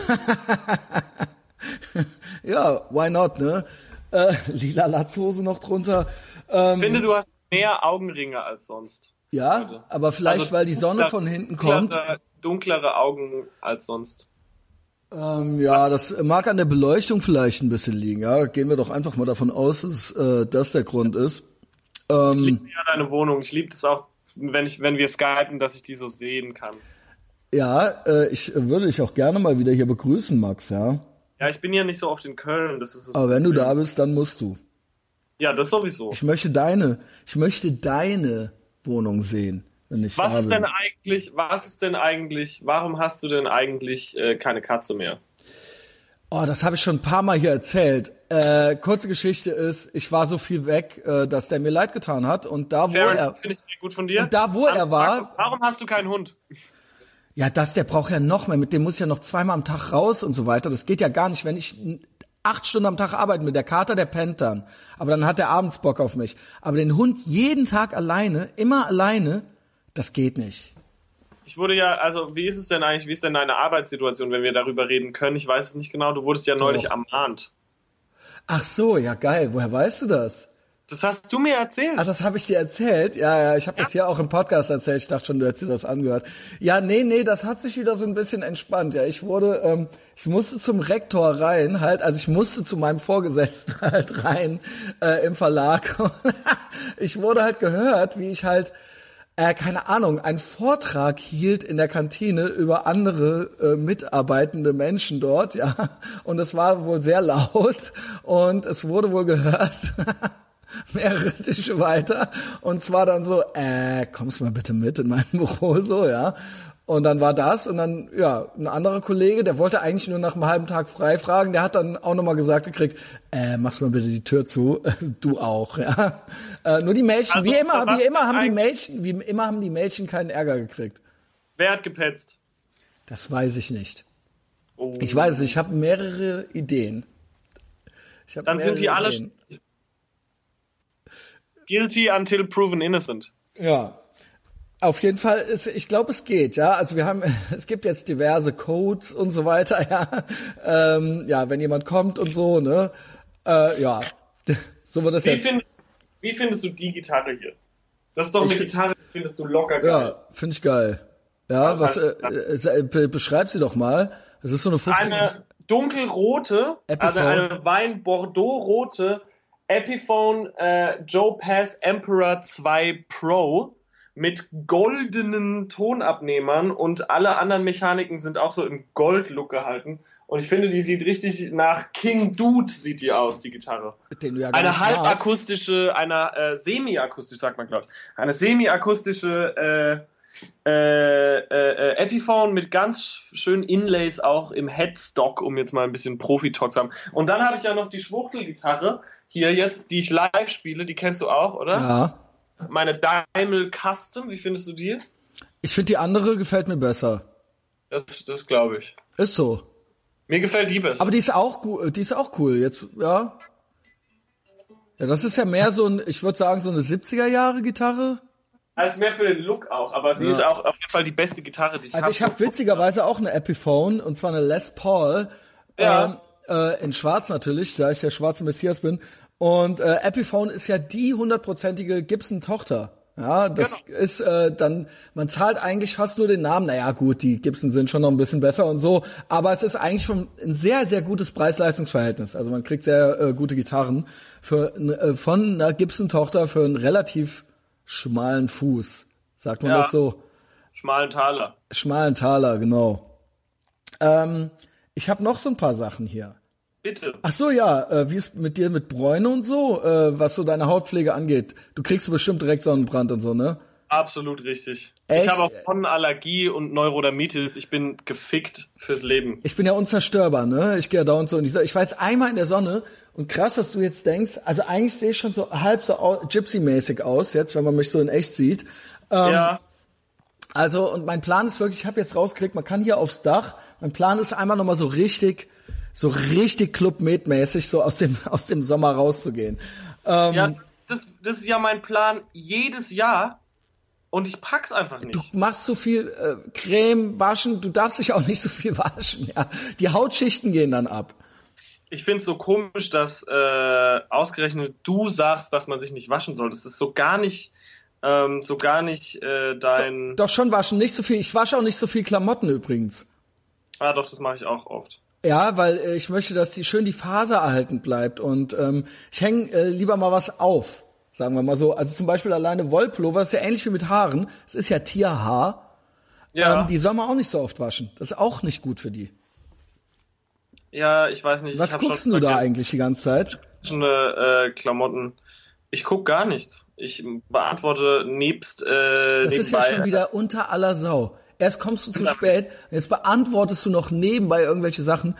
Ja, why not, ne? Äh, lila Latzhose noch drunter. Ähm, Ich finde, du hast mehr Augenringe als sonst. ja, aber vielleicht, Also weil die Sonne dunklere- von hinten kommt. Dunklere, dunklere Augen als sonst. Ähm, ja, das mag an der Beleuchtung vielleicht ein bisschen liegen. Ja, gehen wir doch einfach mal davon aus, dass äh, das der Grund ist. Ich Ähm, liebe ja deine Wohnung. Ich liebe es auch, wenn ich, wenn wir skypen, dass ich die so sehen kann. ja, äh, ich würde dich auch gerne mal wieder hier begrüßen, Max. Ja, Ja, ich bin ja nicht so oft in Köln. Das ist das aber wenn du Problem. da bist, dann musst du. Ja, das sowieso. Ich möchte deine, ich möchte deine Wohnung sehen, wenn ich Was da ist bin. denn eigentlich, was ist denn eigentlich, warum hast du denn eigentlich äh, keine Katze mehr? Oh, das habe ich schon ein paar Mal hier erzählt. Äh, kurze Geschichte ist, ich war so viel weg, äh, dass der mir leid getan hat. Und da, wo Fair er, enough, finde ich sehr gut von dir. und da, wo er war, Warum hast du keinen Hund? ja, das, der braucht ja noch mehr. Mit dem muss ich ja noch zweimal am Tag raus und so weiter. Das geht ja gar nicht, wenn ich n- acht Stunden am Tag arbeite mit der Kater, der pennt dann. Aber dann hat er abends Bock auf mich. Aber den Hund jeden Tag alleine, immer alleine, das geht nicht. Ich wurde ja, also wie ist es denn eigentlich, wie ist denn deine Arbeitssituation, wenn wir darüber reden können? Ich weiß es nicht genau, du wurdest ja neulich Doch. ermahnt. Ach so, ja geil. Woher weißt du das? Das hast du mir erzählt. Ach, das habe ich dir erzählt? Ja, ja, ich habe ja. das hier auch im Podcast erzählt. Ich dachte schon, du hättest dir das angehört. Ja, nee, nee, das hat sich wieder so ein bisschen entspannt. Ja, ich wurde, ähm, ich musste zum Rektor rein, halt, also ich musste zu meinem Vorgesetzten halt rein äh, im Verlag. Ich wurde halt gehört, wie ich halt, äh, keine Ahnung, einen Vortrag hielt in der Kantine über andere äh, mitarbeitende Menschen dort, ja. Und es war wohl sehr laut und es wurde wohl gehört. Mehrere Tische weiter und zwar dann so, äh, kommst du mal bitte mit in mein Büro, so, ja. Und dann war das und dann, ja, ein anderer Kollege, der wollte eigentlich nur nach einem halben Tag frei fragen, der hat dann auch nochmal gesagt gekriegt, äh, machst du mal bitte die Tür zu, du auch, ja. Äh, nur die Mädchen, also, wie immer, wie immer haben die Mädchen, wie immer haben die Mädchen keinen Ärger gekriegt. Wer hat gepetzt? Das weiß ich nicht. Oh. Ich weiß, ich habe mehrere Ideen. Ich hab dann sind die alle Ideen. Guilty until proven innocent. Ja, auf jeden Fall ist, ich glaube, es geht, ja. Also wir haben, es gibt jetzt diverse Codes und so weiter, ja. Ähm, ja, wenn jemand kommt und so, ne, äh, ja, so wird das wie jetzt. Findest, wie findest du die Gitarre hier? Das ist doch eine ich, Gitarre, die findest du locker geil. Ja, finde ich geil. Ja, ja was, äh, äh, beschreib sie doch mal. Es ist so eine fünfzig Eine dunkelrote, Epiphone. also eine Wein-Bordeaux-rote Epiphone äh, Joe Pass Emperor zwei Pro mit goldenen Tonabnehmern und alle anderen Mechaniken sind auch so im Gold-Look gehalten. Und ich finde, die sieht richtig nach King Dude sieht die aus, die Gitarre. Den du ja gar eine nicht halbakustische, eine äh, semi-akustische, sagt man glaube ich. Eine semi-akustische äh, äh, äh, Epiphone mit ganz schönen Inlays auch im Headstock, um jetzt mal ein bisschen Profi-Talk zu haben. Und dann habe ich ja noch die Schwuchtelgitarre hier jetzt, die ich live spiele, die kennst du auch, oder? Ja. Meine Daimel Custom, wie findest du die? Ich finde die andere gefällt mir besser. Das, das glaube ich. Ist so. Mir gefällt die besser. Aber die ist auch gut, die ist auch cool. Jetzt, ja. Ja, das ist ja mehr so ein, ich würde sagen, so eine siebziger Jahre Gitarre. Also mehr für den Look auch, aber sie ja. ist auch auf jeden Fall die beste Gitarre, die ich habe. Also ich habe witzigerweise auch eine Epiphone, und zwar eine Les Paul, ja. ähm, äh, in schwarz natürlich, da ich der schwarze Messias bin. Und äh, Epiphone ist ja die hundertprozentige Gibson-Tochter. Ja, das genau. ist äh, dann, man zahlt eigentlich fast nur den Namen. Naja gut, die Gibson sind schon noch ein bisschen besser und so, aber es ist eigentlich schon ein sehr, sehr gutes Preis-Leistungs-Verhältnis. Also man kriegt sehr äh, gute Gitarren für äh, von einer Gibson-Tochter für einen relativ schmalen Fuß. Sagt man ja. das so? Schmalen Taler. Schmalen Taler, genau. Ähm, ich habe noch so ein paar Sachen hier. Bitte. Ach so, ja, äh, wie ist mit dir mit Bräune und so, äh, was so deine Hautpflege angeht? Du kriegst bestimmt direkt Sonnenbrand und so, ne? Absolut richtig. Echt? Ich habe auch Sonnenallergie und Neurodermitis. Ich bin gefickt fürs Leben. Ich bin ja unzerstörbar, ne? Ich gehe ja da und so. Und ich, ich war jetzt einmal in der Sonne und krass, dass du jetzt denkst, also eigentlich sehe ich schon so halb so Gypsy-mäßig aus jetzt, wenn man mich so in echt sieht. Ähm, ja. Also, und mein Plan ist wirklich, ich habe jetzt rausgekriegt, man kann hier aufs Dach, mein Plan ist einmal nochmal so richtig... so richtig Club Med-mäßig so aus dem aus dem Sommer rauszugehen. Ähm, ja, das, das ist ja mein Plan jedes Jahr und ich pack's einfach nicht. Du machst so viel äh, Creme, waschen, du darfst dich auch nicht so viel waschen. Ja, die Hautschichten gehen dann ab. Ich find's so komisch, dass äh, ausgerechnet du sagst, dass man sich nicht waschen soll. Das ist so gar nicht ähm, so gar nicht äh, dein. Doch, doch schon waschen, nicht so viel. Ich wasche auch nicht so viel Klamotten übrigens. Ah, doch, das mache ich auch oft. Ja, weil äh, ich möchte, dass die schön die Faser erhalten bleibt und ähm, ich hänge äh, lieber mal was auf, sagen wir mal so. Also zum Beispiel alleine Wollpullover, das ist ja ähnlich wie mit Haaren. Es ist ja Tierhaar. Ja. Ähm, die soll man auch nicht so oft waschen. Das ist auch nicht gut für die. Ja, ich weiß nicht. Was ich guckst du da eigentlich die ganze Zeit? Schon äh, Klamotten. Ich guck gar nichts. Ich beantworte nebst äh, Das ist ja schon wieder unter aller Sau. Erst kommst du zu spät, jetzt beantwortest du noch nebenbei irgendwelche Sachen.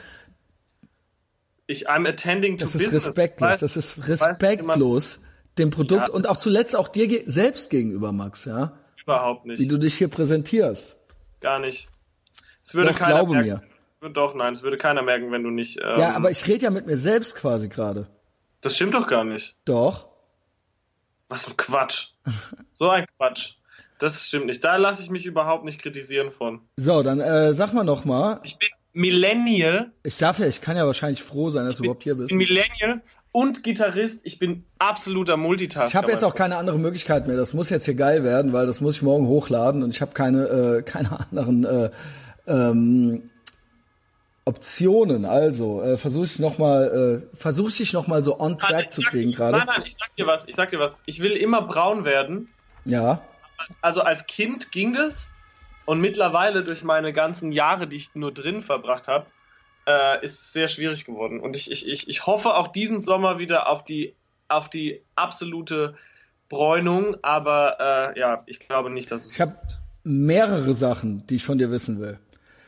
Ich, I'm attending to das ist business. Respektlos, das ist respektlos dem Produkt ja. und auch zuletzt auch dir ge- selbst gegenüber, Max, ja? Überhaupt nicht. Wie du dich hier präsentierst. Gar nicht. Es würde Doch, keiner glaube merken. mir. Doch, nein, es würde keiner merken, wenn du nicht... Ähm, ja, aber ich rede ja mit mir selbst quasi gerade. Das stimmt doch gar nicht. Doch. Was für Quatsch. So ein Quatsch. Das stimmt nicht. Da lasse ich mich überhaupt nicht kritisieren von. So, dann äh, sag mal noch mal. Ich bin Millennial. Ich darf ja, ich kann ja wahrscheinlich froh sein, dass du überhaupt hier bist. Ich bin Millennial und Gitarrist. Ich bin absoluter Multitasker. Ich habe jetzt auch keine andere Möglichkeit mehr. Das muss jetzt hier geil werden, weil das muss ich morgen hochladen und ich habe keine äh, keine anderen äh, ähm, Optionen. Also äh, versuche ich noch mal, äh, versuche ich dich noch mal so on track nein, zu kriegen gerade. Nein, nein, ich sag dir was. Ich sag dir was. Ich will immer braun werden. Ja. Also als Kind ging das und mittlerweile durch meine ganzen Jahre, die ich nur drin verbracht habe, äh, ist es sehr schwierig geworden. Und ich, ich, ich, ich hoffe auch diesen Sommer wieder auf die, auf die absolute Bräunung, aber äh, ja, ich glaube nicht, dass es... Ich habe mehrere Sachen, die ich von dir wissen will.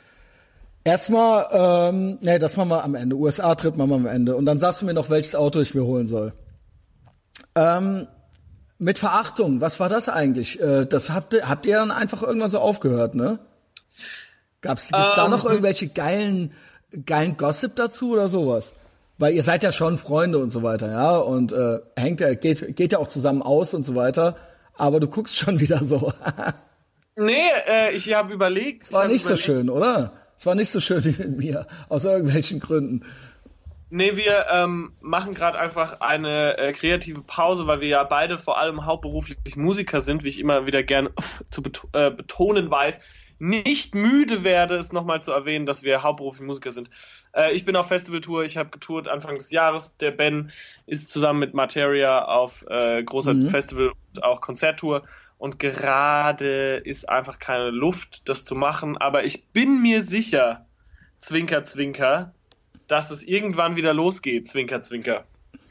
Erstmal, ähm, nee, das machen wir am Ende. U S A-Trip machen wir am Ende. Und dann sagst du mir noch, welches Auto ich mir holen soll. Ähm, mit Verachtung, was war das eigentlich? Äh, das habt ihr, habt ihr dann einfach irgendwann so aufgehört, ne? Gab's, gibt's ähm, da noch irgendwelche geilen, geilen Gossip dazu oder sowas? Weil ihr seid ja schon Freunde und so weiter, ja? Und äh, hängt ja, geht, geht ja auch zusammen aus und so weiter. Aber du guckst schon wieder so. Nee, äh, ich habe überlegt. Es war nicht überlegt. so schön, oder? Es war nicht so schön wie mit mir, aus irgendwelchen Gründen. Nee, wir ähm, machen gerade einfach eine äh, kreative Pause, weil wir ja beide vor allem hauptberuflich Musiker sind, wie ich immer wieder gern zu beto- äh, betonen weiß. Nicht müde werde, es nochmal zu erwähnen, dass wir hauptberuflich Musiker sind. Äh, ich bin auf Festivaltour, ich habe getourt Anfang des Jahres. Der Ben ist zusammen mit Materia auf äh, großer mhm. Festival- und auch Konzerttour. Und gerade ist einfach keine Luft, das zu machen. Aber ich bin mir sicher, Zwinker, Zwinker, dass es irgendwann wieder losgeht, Zwinker, Zwinker.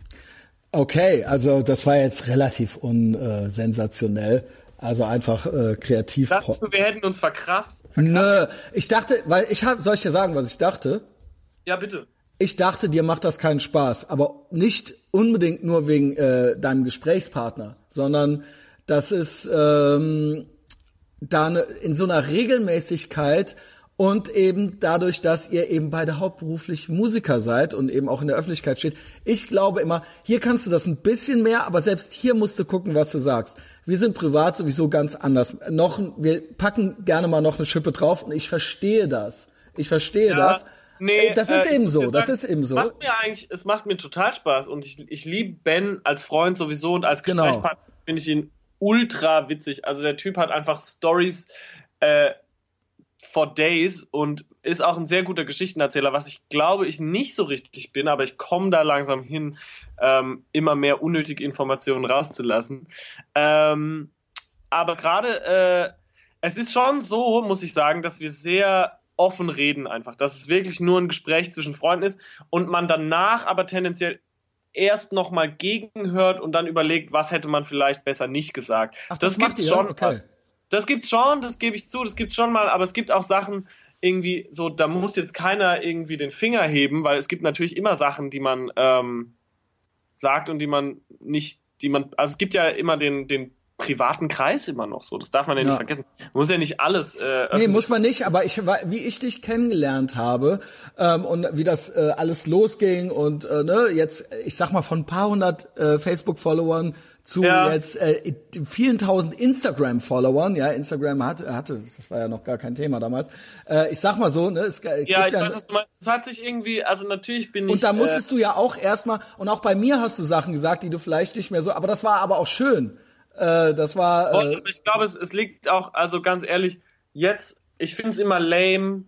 Okay, also das war jetzt relativ unsensationell. Also einfach äh, kreativ. Dachtest du, wir hätten uns verkraft? verkraft? Nö, ich dachte, weil ich hab, soll ich dir sagen, was ich dachte? Ja, bitte. Ich dachte, dir macht das keinen Spaß. Aber nicht unbedingt nur wegen äh, deinem Gesprächspartner, sondern das ist ähm, da ne, in so einer Regelmäßigkeit und eben dadurch, dass ihr eben beide hauptberuflich Musiker seid und eben auch in der Öffentlichkeit steht. Ich glaube immer, hier kannst du das ein bisschen mehr, aber selbst hier musst du gucken, was du sagst. Wir sind privat sowieso ganz anders. Noch, wir packen gerne mal noch eine Schippe drauf und ich verstehe das. Ich verstehe ja, das. Nee, das ist äh, eben so. Das ist eben so. Es macht mir eigentlich, es macht mir total Spaß und ich, ich liebe Ben als Freund sowieso und als Gesprächspartner genau. finde ich ihn ultra witzig. Also der Typ hat einfach Stories äh, for days und ist auch ein sehr guter Geschichtenerzähler, was ich glaube, ich nicht so richtig bin, aber ich komme da langsam hin, ähm, immer mehr unnötige Informationen rauszulassen. Ähm, aber gerade, äh, es ist schon so, muss ich sagen, dass wir sehr offen reden einfach, dass es wirklich nur ein Gespräch zwischen Freunden ist und man danach aber tendenziell erst nochmal gegenhört und dann überlegt, was hätte man vielleicht besser nicht gesagt. Ach, das, das gibt's ihr? schon. Okay. Das gibt's schon, das gebe ich zu, das gibt's schon mal, aber es gibt auch Sachen irgendwie so, da muss jetzt keiner irgendwie den Finger heben, weil es gibt natürlich immer Sachen, die man ähm, sagt und die man nicht, die man, also es gibt ja immer den, den privaten Kreis immer noch so, das darf man ja nicht ja. vergessen. Man muss ja nicht alles äh, Nee, muss man nicht, aber ich wie ich dich kennengelernt habe ähm, und wie das äh, alles losging und äh, ne, jetzt, ich sag mal, von ein paar hundert äh, Facebook-Followern zu ja. jetzt äh, vielen tausend Instagram-Followern, ja, Instagram hatte, hatte, das war ja noch gar kein Thema damals, äh, ich sag mal so, ne, es äh, ja, ich weiß, was du meinst, es hat sich irgendwie, also natürlich bin ich... Und da musstest äh, du ja auch erstmal, und auch bei mir hast du Sachen gesagt, die du vielleicht nicht mehr so, aber das war aber auch schön. Äh, das war. Äh und ich glaube, es, es liegt auch, also ganz ehrlich, jetzt, ich finde es immer lame,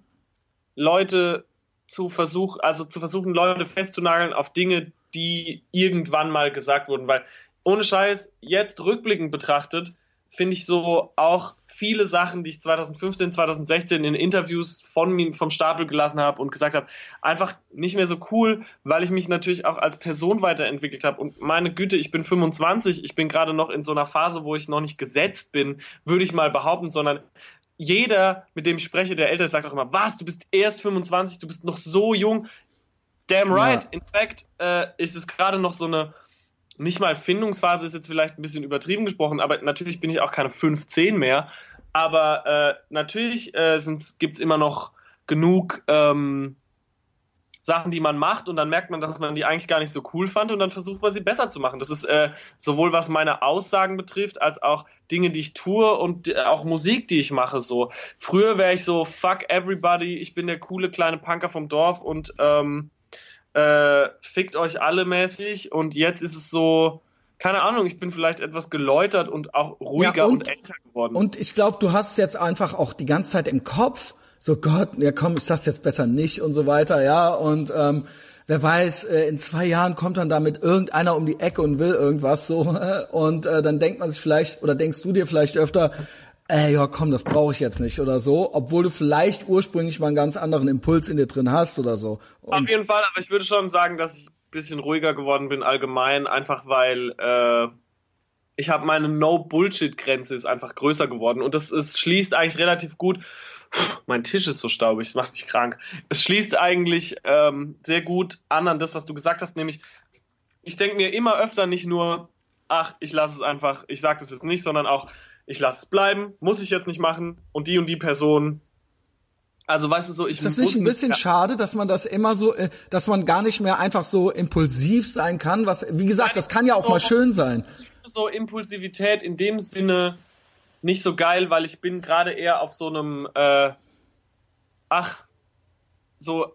Leute zu versuchen, also zu versuchen, Leute festzunageln auf Dinge, die irgendwann mal gesagt wurden, weil ohne Scheiß, jetzt rückblickend betrachtet, finde ich so auch viele Sachen, die ich zwanzig fünfzehn, zwanzig sechzehn in Interviews von mir vom Stapel gelassen habe und gesagt habe, einfach nicht mehr so cool, weil ich mich natürlich auch als Person weiterentwickelt habe. Und meine Güte, ich bin fünfundzwanzig, ich bin gerade noch in so einer Phase, wo ich noch nicht gesetzt bin, würde ich mal behaupten, sondern jeder, mit dem ich spreche, der älter ist, sagt auch immer, was, du bist erst fünfundzwanzig, du bist noch so jung. Damn right. Ja. In fact, äh, ist es gerade noch so eine, nicht mal Findungsphase ist jetzt vielleicht ein bisschen übertrieben gesprochen, aber natürlich bin ich auch keine fünfzehn mehr. Aber äh, natürlich äh, gibt es immer noch genug ähm, Sachen, die man macht und dann merkt man, dass man die eigentlich gar nicht so cool fand und dann versucht man sie besser zu machen. Das ist äh, sowohl was meine Aussagen betrifft, als auch Dinge, die ich tue und äh, auch Musik, die ich mache. So früher wäre ich so fuck everybody, ich bin der coole kleine Punker vom Dorf und ähm, äh, fickt euch alle mäßig und jetzt ist es so, keine Ahnung, ich bin vielleicht etwas geläutert und auch ruhiger Ja, und, und, und älter geworden. Und ich glaube, du hast es jetzt einfach auch die ganze Zeit im Kopf, so Gott, ja komm, ich sag's jetzt besser nicht und so weiter, ja, und ähm, wer weiß, äh, in zwei Jahren kommt dann damit irgendeiner um die Ecke und will irgendwas so und äh, dann denkt man sich vielleicht, oder denkst du dir vielleicht öfter, ey, ja komm, das brauche ich jetzt nicht oder so, obwohl du vielleicht ursprünglich mal einen ganz anderen Impuls in dir drin hast oder so. Und auf jeden Fall, aber ich würde schon sagen, dass ich ein bisschen ruhiger geworden bin allgemein, einfach weil äh, ich habe meine No-Bullshit-Grenze ist einfach größer geworden und das ist, schließt eigentlich relativ gut. Puh, mein Tisch ist so staubig, das macht mich krank. Es schließt eigentlich ähm, sehr gut an an das, was du gesagt hast, nämlich ich denke mir immer öfter nicht nur, ach, ich lasse es einfach, ich sage das jetzt nicht, sondern auch, ich lasse es bleiben, muss ich jetzt nicht machen und die und die Person. Also weißt du so, ich ist das nicht ein bisschen ja. schade, dass man das immer so, äh, dass man gar nicht mehr einfach so impulsiv sein kann? Was, wie gesagt, das kann ja auch mal schön sein. So Impulsivität in dem Sinne nicht so geil, weil ich bin gerade eher auf so einem, äh, ach, so,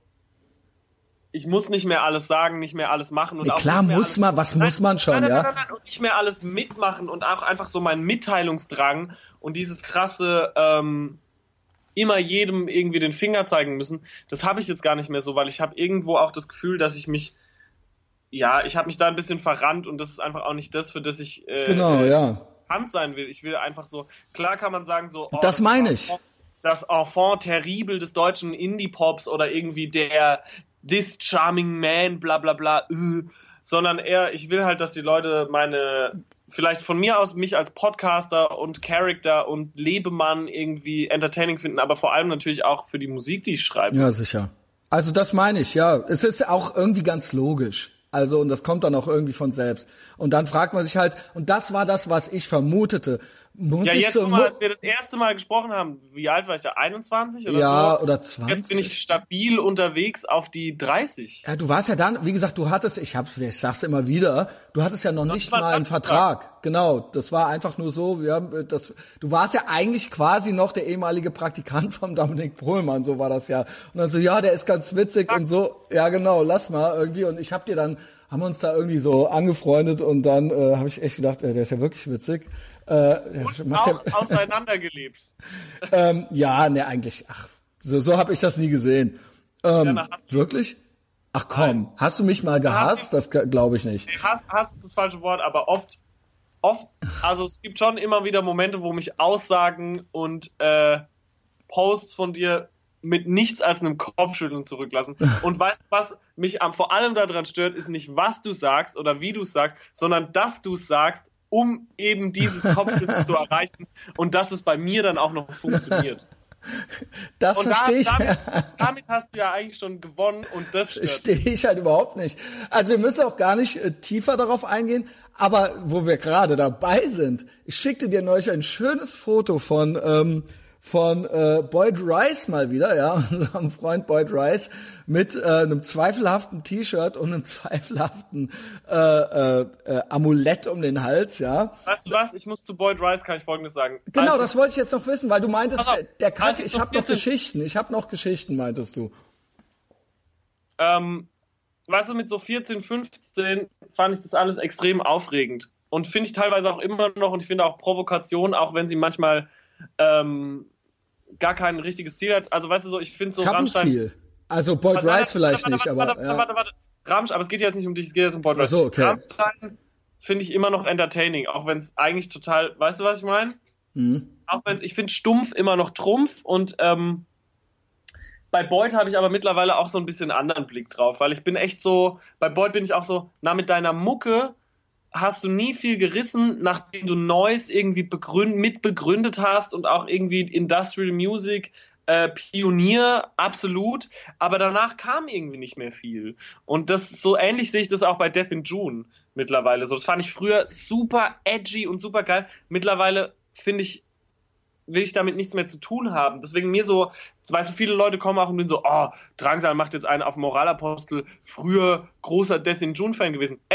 ich muss nicht mehr alles sagen, nicht mehr alles machen. Und nee, auch klar nicht mehr muss alles, man, was nein, muss man schon, nein, nein, ja? Nein, nein, nein, und nicht mehr alles mitmachen und auch einfach so mein Mitteilungsdrang und dieses krasse, ähm, immer jedem irgendwie den Finger zeigen müssen, das habe ich jetzt gar nicht mehr so, weil ich habe irgendwo auch das Gefühl, dass ich mich, ja, ich habe mich da ein bisschen verrannt und das ist einfach auch nicht das, für das ich äh, Genau, äh, ja. bekannt sein will. Ich will einfach so, klar kann man sagen so, oh, Das meine ich. das Enfant terrible des deutschen Indie-Pops oder irgendwie der This Charming Man, bla bla bla, äh, sondern eher, ich will halt, dass die Leute meine, vielleicht von mir aus mich als Podcaster und Character und Lebemann irgendwie entertaining finden, aber vor allem natürlich auch für die Musik, die ich schreibe. Ja, sicher. Also das meine ich, ja. Es ist auch irgendwie ganz logisch. Also, und das kommt dann auch irgendwie von selbst. Und dann fragt man sich halt, und das war das, was ich vermutete. Muss ja, ich jetzt so, mal, als wir das erste Mal gesprochen haben, wie alt war ich da? einundzwanzig oder ja, so? oder zwanzig? Jetzt bin ich stabil unterwegs auf die dreißig. Ja, du warst ja dann, wie gesagt, du hattest, ich hab's, ich sag's immer wieder, du hattest ja noch Das nicht war mal einen Vertrag. Vertrag. Genau, das war einfach nur so, wir haben das, du warst ja eigentlich quasi noch der ehemalige Praktikant vom Dominik Pohlmann, so war das ja. Und dann so, ja, der ist ganz witzig und so, ja genau, lass mal irgendwie. Und ich hab dir dann, haben wir uns da irgendwie so angefreundet und dann äh, habe ich echt gedacht, äh, der ist ja wirklich witzig. Äh, Und macht auch der, auseinandergelebt. ähm, ja, ne, eigentlich, ach, so, so habe ich das nie gesehen. Ähm, Ja, na, hast du- wirklich? Ach komm, Nein. hast du mich mal gehasst? Das glaube ich nicht. Nee, Hass, Hass ist das falsche Wort, aber oft, oft, also es gibt schon immer wieder Momente, wo mich Aussagen und äh, Posts von dir mit nichts als einem Kopfschütteln zurücklassen. Und weißt du, was mich am, vor allem daran stört, ist nicht, was du sagst oder wie du es sagst, sondern dass du es sagst, um eben dieses Kopfschütteln zu erreichen und dass es bei mir dann auch noch funktioniert. Das Und da, verstehe ich. damit, damit hast du ja eigentlich schon gewonnen und das stört. Verstehe ich halt überhaupt nicht. Also wir müssen auch gar nicht äh, tiefer darauf eingehen, aber wo wir gerade dabei sind, ich schickte dir neulich ein schönes Foto von ähm, von äh, Boyd Rice mal wieder, ja, unserem Freund Boyd Rice, mit äh, einem zweifelhaften T-Shirt und einem zweifelhaften äh, äh, äh, Amulett um den Hals, ja. Weißt du was? Ich muss zu Boyd Rice, kann ich Folgendes sagen. Genau, Als das wollte ich jetzt noch wissen, weil du meintest, Pass auf, der kann, als ich ich so habe noch vierzehn Geschichten, ich habe noch Geschichten, meintest du. Ähm, weißt du, mit so vierzehn, fünfzehn fand ich das alles extrem aufregend. Und finde ich teilweise auch immer noch, und ich finde auch Provokation, auch wenn sie manchmal ähm, gar kein richtiges Ziel hat. Also weißt du so, ich finde so Ich habe ein Rammstein... Ziel. Also Boyd Warte, warte, Rice vielleicht warte, nicht, warte, aber warte, ja. warte, warte. Rammstein, aber es geht jetzt nicht um dich, es geht jetzt um Boyd Ach Rice. so, okay. Rammstein finde ich immer noch entertaining, auch wenn es eigentlich total... Weißt du, was ich meine? Mhm. Auch wenn ich finde stumpf immer noch Trumpf und ähm, bei Boyd habe ich aber mittlerweile auch so ein bisschen einen anderen Blick drauf, weil ich bin echt so, bei Boyd bin ich auch so, na mit deiner Mucke hast du nie viel gerissen, nachdem du Noise irgendwie begründ, mitbegründet hast und auch irgendwie Industrial Music, äh, Pionier, absolut, aber danach kam irgendwie nicht mehr viel. Und das so ähnlich sehe ich das auch bei Death in June mittlerweile so. Das fand ich früher super edgy und super geil. Mittlerweile finde ich, will ich damit nichts mehr zu tun haben. Deswegen mir so, weißt du, viele Leute kommen auch und sind so, oh, Drangsal macht jetzt einen auf Moralapostel, früher großer Death in June Fan gewesen. Ey,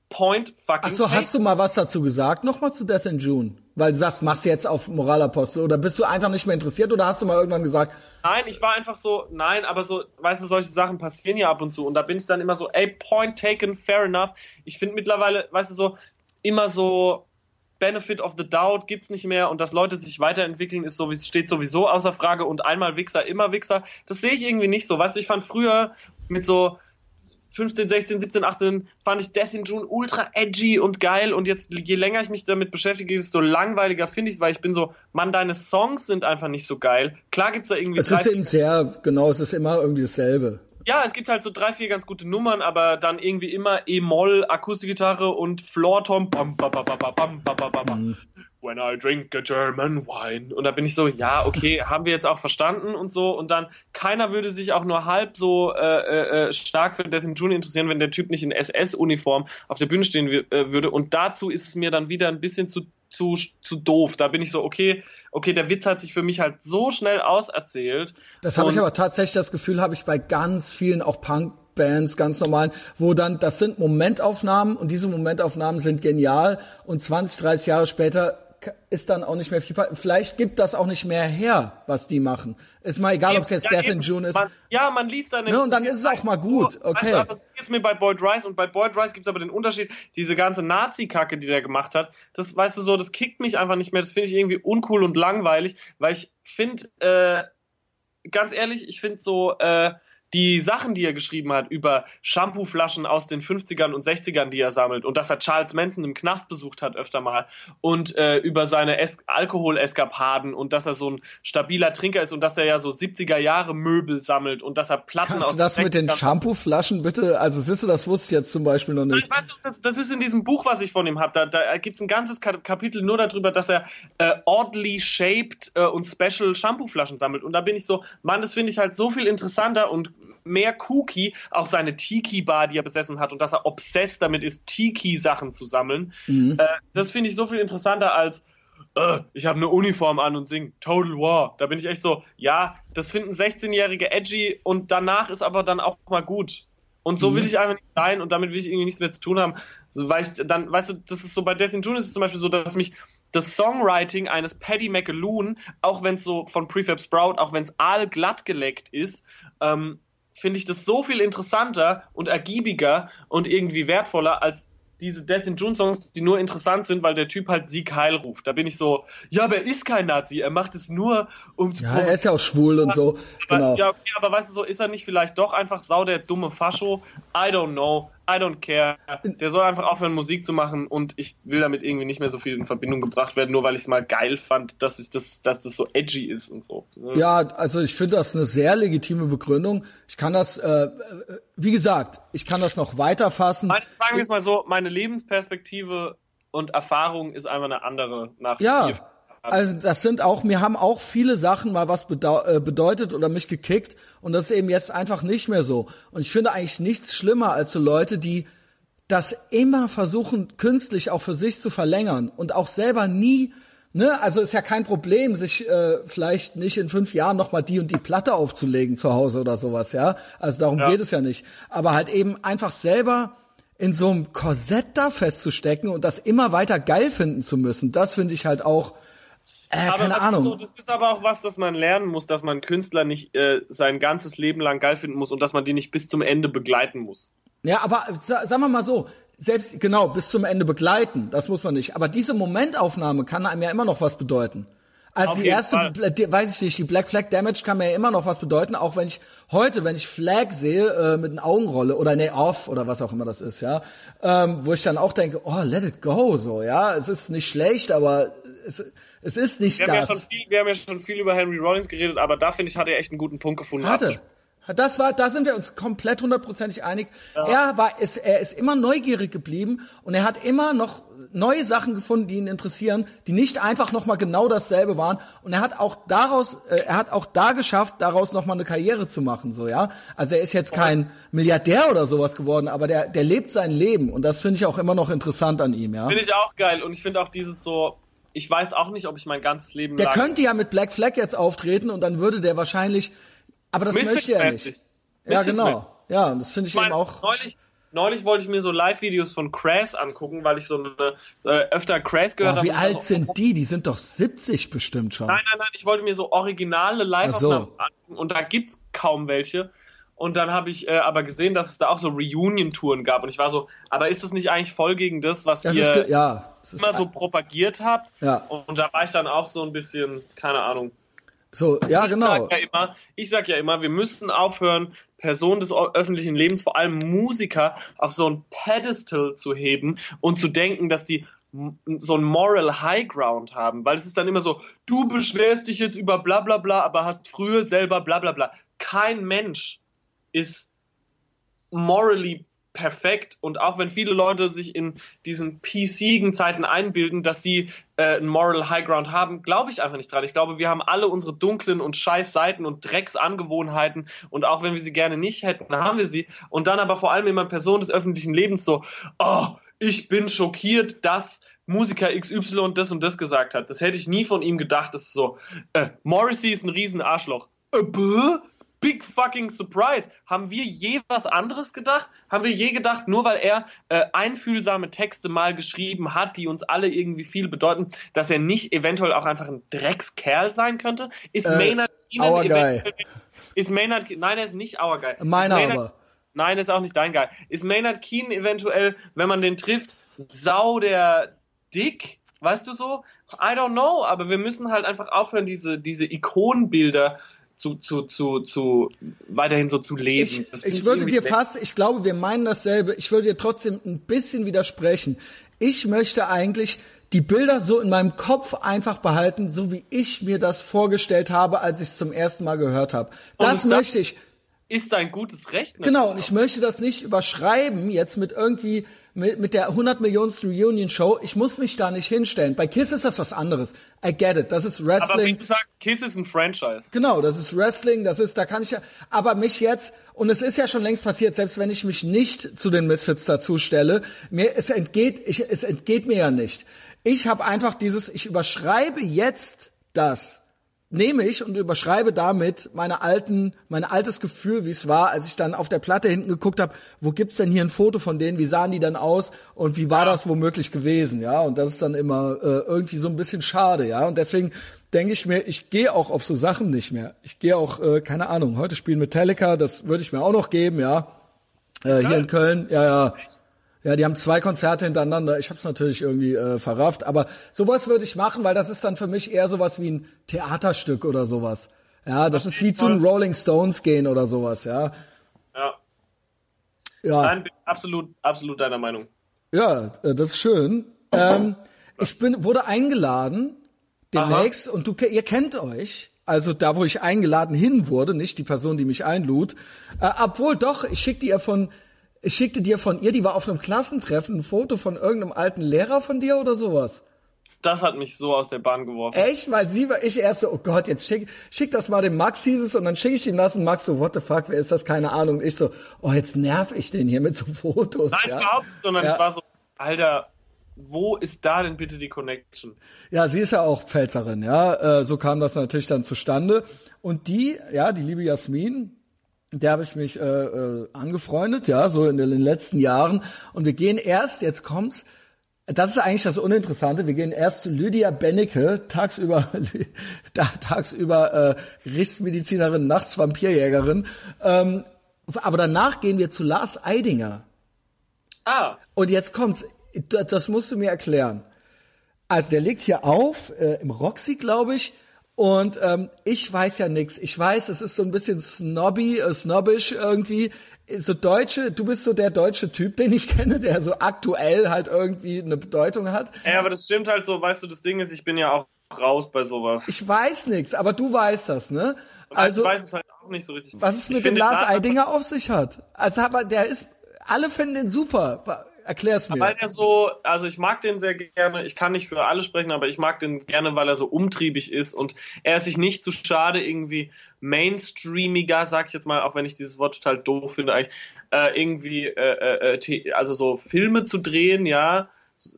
point fucking Ach so, hast du mal was dazu gesagt, nochmal zu Death in June? Weil du sagst, machst du jetzt auf Moralapostel oder bist du einfach nicht mehr interessiert oder hast du mal irgendwann gesagt? Nein, ich war einfach so, nein, aber so, weißt du, solche Sachen passieren ja ab und zu und da bin ich dann immer so, ey, point taken, fair enough. Ich finde mittlerweile, weißt du, so, immer so Benefit of the Doubt gibt's nicht mehr und dass Leute sich weiterentwickeln, ist so, steht sowieso außer Frage und einmal Wichser, immer Wichser. Das sehe ich irgendwie nicht so. Weißt du, ich fand früher mit so fünfzehn, sechzehn, siebzehn, achtzehn fand ich Death in June ultra edgy und geil und jetzt, je länger ich mich damit beschäftige, desto langweiliger finde ich es, weil ich bin so, Mann, deine Songs sind einfach nicht so geil. Klar gibt's da irgendwie... Es ist eben sehr, genau, es ist immer irgendwie dasselbe. Ja, es gibt halt so drei, vier ganz gute Nummern, aber dann irgendwie immer E-Moll, Akustikgitarre und Floortom. Bam, bam, bam, bam, bam, bam, bam, bam. Mhm. When I drink a German wine. Und da bin ich so, ja, okay, haben wir jetzt auch verstanden und so. Und dann, keiner würde sich auch nur halb so äh, äh, stark für Death in June interessieren, wenn der Typ nicht in S S-Uniform auf der Bühne stehen äh, würde. Und dazu ist es mir dann wieder ein bisschen zu zu zu doof. Da bin ich so, okay, okay, der Witz hat sich für mich halt so schnell auserzählt. Das habe ich aber tatsächlich, das Gefühl habe ich bei ganz vielen, auch Punk-Bands, ganz normalen, wo dann, das sind Momentaufnahmen und diese Momentaufnahmen sind genial und zwanzig, dreißig Jahre später ist dann auch nicht mehr viel, vielleicht gibt das auch nicht mehr her, was die machen. Ist mal egal, ob es jetzt ja, Death in June ist. Man, ja, man liest dann... Ne, und dann ist es auch mal gut, okay. Weißt du, das ist jetzt mir bei Boyd Rice und bei Boyd Rice gibt's aber den Unterschied, diese ganze Nazi-Kacke, die der gemacht hat, das, weißt du so, das kickt mich einfach nicht mehr, das finde ich irgendwie uncool und langweilig, weil ich finde, äh, ganz ehrlich, ich finde so, äh, die Sachen, die er geschrieben hat über Shampooflaschen aus den fünfzigern und sechzigern, die er sammelt und dass er Charles Manson im Knast besucht hat öfter mal und äh, über seine es- Alkoholeskapaden und dass er so ein stabiler Trinker ist und dass er ja so siebziger Jahre Möbel sammelt und dass er Platten Kannst aus du das mit den Shampooflaschen bitte, also siehst du, das wusste ich jetzt zum Beispiel noch nicht. Weißt du, das, das ist in diesem Buch, was ich von ihm habe, da, da gibt's ein ganzes Kapitel nur darüber, dass er äh, oddly shaped äh, und special Shampooflaschen sammelt und da bin ich so, Mann, das finde ich halt so viel interessanter und mehr kooky, auch seine Tiki-Bar, die er besessen hat und dass er obsessed damit ist, Tiki-Sachen zu sammeln. Mhm. Äh, das finde ich so viel interessanter als äh, ich habe eine Uniform an und sing Total War. Da bin ich echt so, ja, das finden sechzehnjährige edgy und danach ist aber dann auch mal gut. Und so mhm. will ich einfach nicht sein und damit will ich irgendwie nichts mehr zu tun haben. Weil ich dann, weißt du, das ist so, bei Death in June ist es zum Beispiel so, dass mich das Songwriting eines Paddy McAloon, auch wenn es so von Prefab Sprout, auch wenn es aalglatt geleckt ist, ähm, finde ich das so viel interessanter und ergiebiger und irgendwie wertvoller als diese Death in June Songs, die nur interessant sind, weil der Typ halt Sieg Heil ruft. Da bin ich so, ja, aber er ist kein Nazi, er macht es nur, um zu... Ja, er ist ja auch schwul und so, genau. Ja, okay, aber weißt du so, ist er nicht vielleicht doch einfach sau der dumme Fascho? I don't know, I don't care. Der soll einfach aufhören, Musik zu machen und ich will damit irgendwie nicht mehr so viel in Verbindung gebracht werden, nur weil ich es mal geil fand, dass, ich das, dass das so edgy ist und so. Ja, also ich finde das eine sehr legitime Begründung. Ich kann das, äh, wie gesagt, ich kann das noch weiter fassen. Meine, sagen wir es mal so, meine Lebensperspektive und Erfahrung ist einfach eine andere nach ja. vier Also das sind auch, mir haben auch viele Sachen mal was bedau- äh, bedeutet oder mich gekickt und das ist eben jetzt einfach nicht mehr so. Und ich finde eigentlich nichts schlimmer als so Leute, die das immer versuchen, künstlich auch für sich zu verlängern und auch selber nie, ne, also ist ja kein Problem, sich äh, vielleicht nicht in fünf Jahren nochmal die und die Platte aufzulegen zu Hause oder sowas, ja. Also darum ja. geht es ja nicht. Aber halt eben einfach selber in so einem Korsett da festzustecken und das immer weiter geil finden zu müssen, das finde ich halt auch Äh, aber keine das Ahnung. Ist so, das ist aber auch was, das man lernen muss, dass man Künstler nicht äh, sein ganzes Leben lang geil finden muss und dass man die nicht bis zum Ende begleiten muss. Ja, aber sa- sagen wir mal so, selbst, genau, bis zum Ende begleiten, das muss man nicht. Aber diese Momentaufnahme kann einem ja immer noch was bedeuten. Also Auf die jeden erste, Fall. die, weiß ich nicht, die Black Flag Damage kann mir ja immer noch was bedeuten, auch wenn ich heute, wenn ich Flag sehe, äh, mit den Augenrolle oder nee, off oder was auch immer das ist, ja, ähm, wo ich dann auch denke, oh, let it go, so, ja, es ist nicht schlecht, aber es, es ist nicht wir das. Haben ja schon viel, wir haben ja schon viel über Henry Rollins geredet, aber da finde ich, hat er echt einen guten Punkt gefunden. Hatte. Das war, da sind wir uns komplett hundertprozentig einig. Ja. Er war, ist, er ist immer neugierig geblieben und er hat immer noch neue Sachen gefunden, die ihn interessieren, die nicht einfach nochmal genau dasselbe waren. Und er hat auch daraus, äh, er hat auch da geschafft, daraus nochmal eine Karriere zu machen, so, ja. Also er ist jetzt kein Milliardär oder sowas geworden, aber der, der lebt sein Leben und das finde ich auch immer noch interessant an ihm, ja. Finde ich auch geil und ich finde auch dieses so, ich weiß auch nicht, ob ich mein ganzes Leben Der lang... könnte ja mit Black Flag jetzt auftreten und dann würde der wahrscheinlich, aber das möchte er nicht. Ja, genau. Ja, und das finde ich, ich mein, eben auch. Neulich, neulich wollte ich mir so Live-Videos von Crass angucken, weil ich so eine, äh, öfter Crass gehört habe. Wie alt so, sind die? Die sind doch siebzig bestimmt schon. Nein, nein, nein, ich wollte mir so originale Live-Aufnahmen so. angucken und da gibt's kaum welche. Und dann habe ich äh, aber gesehen, dass es da auch so Reunion-Touren gab und ich war so, aber ist das nicht eigentlich voll gegen das, was das ihr ist, ja, immer so propagiert habt? Ja. Und, und da war ich dann auch so ein bisschen, keine Ahnung. So, ja, ich genau. Sag ja immer, ich sag ja immer, wir müssen aufhören, Personen des öffentlichen Lebens, vor allem Musiker, auf so ein Pedestal zu heben und zu denken, dass die so ein Moral High Ground haben, weil es ist dann immer so, du beschwerst dich jetzt über bla bla bla, aber hast früher selber bla bla bla. Kein Mensch ist morally perfekt und auch wenn viele Leute sich in diesen P C-igen Zeiten einbilden, dass sie äh, einen Moral High Ground haben, glaube ich einfach nicht dran. Ich glaube, wir haben alle unsere dunklen und scheiß Seiten und Drecksangewohnheiten und auch wenn wir sie gerne nicht hätten, haben wir sie und dann aber vor allem immer Person des öffentlichen Lebens so, oh, ich bin schockiert, dass Musiker X Y das und das gesagt hat. Das hätte ich nie von ihm gedacht. Das ist so, äh, Morrissey ist ein riesen Arschloch. Äh, bäh? Big fucking surprise. Haben wir je was anderes gedacht? Haben wir je gedacht, nur weil er äh, einfühlsame Texte mal geschrieben hat, die uns alle irgendwie viel bedeuten, dass er nicht eventuell auch einfach ein Dreckskerl sein könnte? Ist äh, Maynard Keenan eventuell... Ist Maynard... Nein, er ist nicht our guy. Meiner aber. Nein, er ist auch nicht dein Guy. Ist Maynard Keenan eventuell, wenn man den trifft, sau der Dick? Weißt du so? I don't know, aber wir müssen halt einfach aufhören, diese, diese Ikonenbilder zu, zu, zu, zu, weiterhin so zu leben. Ich, ich würde dir fast, ich glaube, wir meinen dasselbe, ich würde dir trotzdem ein bisschen widersprechen. Ich möchte eigentlich die Bilder so in meinem Kopf einfach behalten, so wie ich mir das vorgestellt habe, als ich es zum ersten Mal gehört habe. Das möchte ich. Ist ein gutes Recht. Genau, und ich möchte das nicht überschreiben, jetzt mit irgendwie, mit, mit der hundert Millionsten Reunion-Show. Ich muss mich da nicht hinstellen. Bei Kiss ist das was anderes. I get it. Das ist Wrestling. Aber wie du sagst, Kiss ist ein Franchise. Genau, das ist Wrestling, das ist, da kann ich ja, aber mich jetzt, und es ist ja schon längst passiert, selbst wenn ich mich nicht zu den Misfits dazu stelle, mir, es entgeht, ich, es entgeht mir ja nicht. Ich habe einfach dieses, ich überschreibe jetzt das. Nehme ich und überschreibe damit meine alten, mein altes Gefühl, wie es war, als ich dann auf der Platte hinten geguckt habe, wo gibt's denn hier ein Foto von denen, wie sahen die dann aus und wie war das womöglich gewesen, ja, und das ist dann immer äh, irgendwie so ein bisschen schade, ja, und deswegen denke ich mir, ich gehe auch auf so Sachen nicht mehr. Ich gehe auch, äh, keine Ahnung, heute spielen Metallica, das würde ich mir auch noch geben, ja, äh, hier in Köln, ja, ja. Ja, die haben zwei Konzerte hintereinander. Ich habe es natürlich irgendwie äh, verrafft, aber sowas würde ich machen, weil das ist dann für mich eher sowas wie ein Theaterstück oder sowas. Ja, das, das ist wie zu den Rolling Stones gehen oder sowas, ja. Ja. Ja. Nein, bin absolut, absolut deiner Meinung. Ja, das ist schön. Ähm, ich bin, wurde eingeladen demnächst. Aha. Und du, ihr kennt euch. Also da, wo ich eingeladen hin wurde, nicht die Person, die mich einlud. Äh, obwohl doch, ich schickte ihr von Ich schickte dir von ihr, die war auf einem Klassentreffen, ein Foto von irgendeinem alten Lehrer von dir oder sowas. Das hat mich so aus der Bahn geworfen. Echt? Weil sie war, ich erst so, oh Gott, jetzt schick, schick das mal dem Max, hieß es, und dann schicke ich ihm das und Max so, what the fuck, wer ist das? Keine Ahnung. Und ich so, oh, jetzt nerv ich den hier mit so Fotos. Nein, ja? überhaupt nicht, sondern ja. ich war so, Alter, wo ist da denn bitte die Connection? Ja, sie ist ja auch Pfälzerin, ja, äh, so kam das natürlich dann zustande. Und die, ja, die liebe Jasmin, der habe ich mich äh, äh, angefreundet, ja, so in den, in den letzten Jahren. Und wir gehen erst, jetzt kommt's, das ist eigentlich das Uninteressante, wir gehen erst zu Lydia Bennecke, tagsüber da, tagsüber äh, Gerichtsmedizinerin, nachts Vampirjägerin. Ähm, aber danach gehen wir zu Lars Eidinger. Ah. Und jetzt kommt's, das, das musst du mir erklären. Also der legt hier auf, äh, im Roxy, glaube ich. Und ähm, ich weiß ja nix. Ich weiß, es ist so ein bisschen snobby, äh, snobbisch irgendwie. So Deutsche, du bist so der deutsche Typ, den ich kenne, der so aktuell halt irgendwie eine Bedeutung hat. Ja, aber das stimmt halt so, weißt du, das Ding ist, ich bin ja auch raus bei sowas. Ich weiß nix, aber du weißt das, ne? Also, ich weiß es halt auch nicht so richtig. Was es mit dem Lars Eidinger auf sich hat. Also aber der ist, alle finden den super. Erklär's mir. Weil er so, also ich mag den sehr gerne, ich kann nicht für alle sprechen, aber ich mag den gerne, weil er so umtriebig ist und er ist sich nicht zu schade, irgendwie mainstreamiger, sag ich jetzt mal, auch wenn ich dieses Wort total doof finde, eigentlich, äh, irgendwie, äh, äh, also so Filme zu drehen, ja,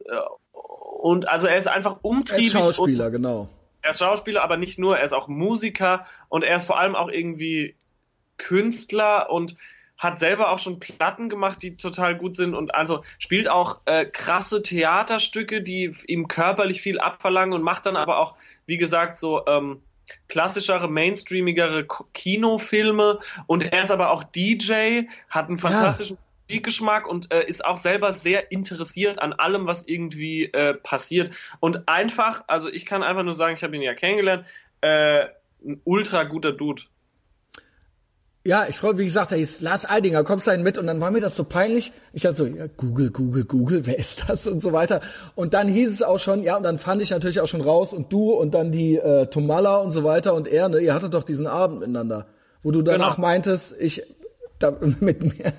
und also er ist einfach umtriebig. Er ist Schauspieler, und, genau. Er ist Schauspieler, aber nicht nur, er ist auch Musiker und er ist vor allem auch irgendwie Künstler und hat selber auch schon Platten gemacht, die total gut sind und also spielt auch äh, krasse Theaterstücke, die ihm körperlich viel abverlangen und macht dann aber auch, wie gesagt, so ähm, klassischere, mainstreamigere Kinofilme und er ist aber auch D J, hat einen fantastischen ja. Musikgeschmack und äh, ist auch selber sehr interessiert an allem, was irgendwie äh, passiert und einfach, also ich kann einfach nur sagen, ich habe ihn ja kennengelernt, äh, ein ultra guter Dude. Ja, ich freue, wie gesagt, da hieß Lars Eidinger, kommst du denn mit? Und dann war mir das so peinlich. Ich dachte so, ja, Google, Google, Google, wer ist das? Und so weiter. Und dann hieß es auch schon, ja, und dann fand ich natürlich auch schon raus und du und dann die äh, Tomalla und so weiter und er, ne, ihr hattet doch diesen Abend miteinander, wo du danach genau. meintest, ich, da, mit mir.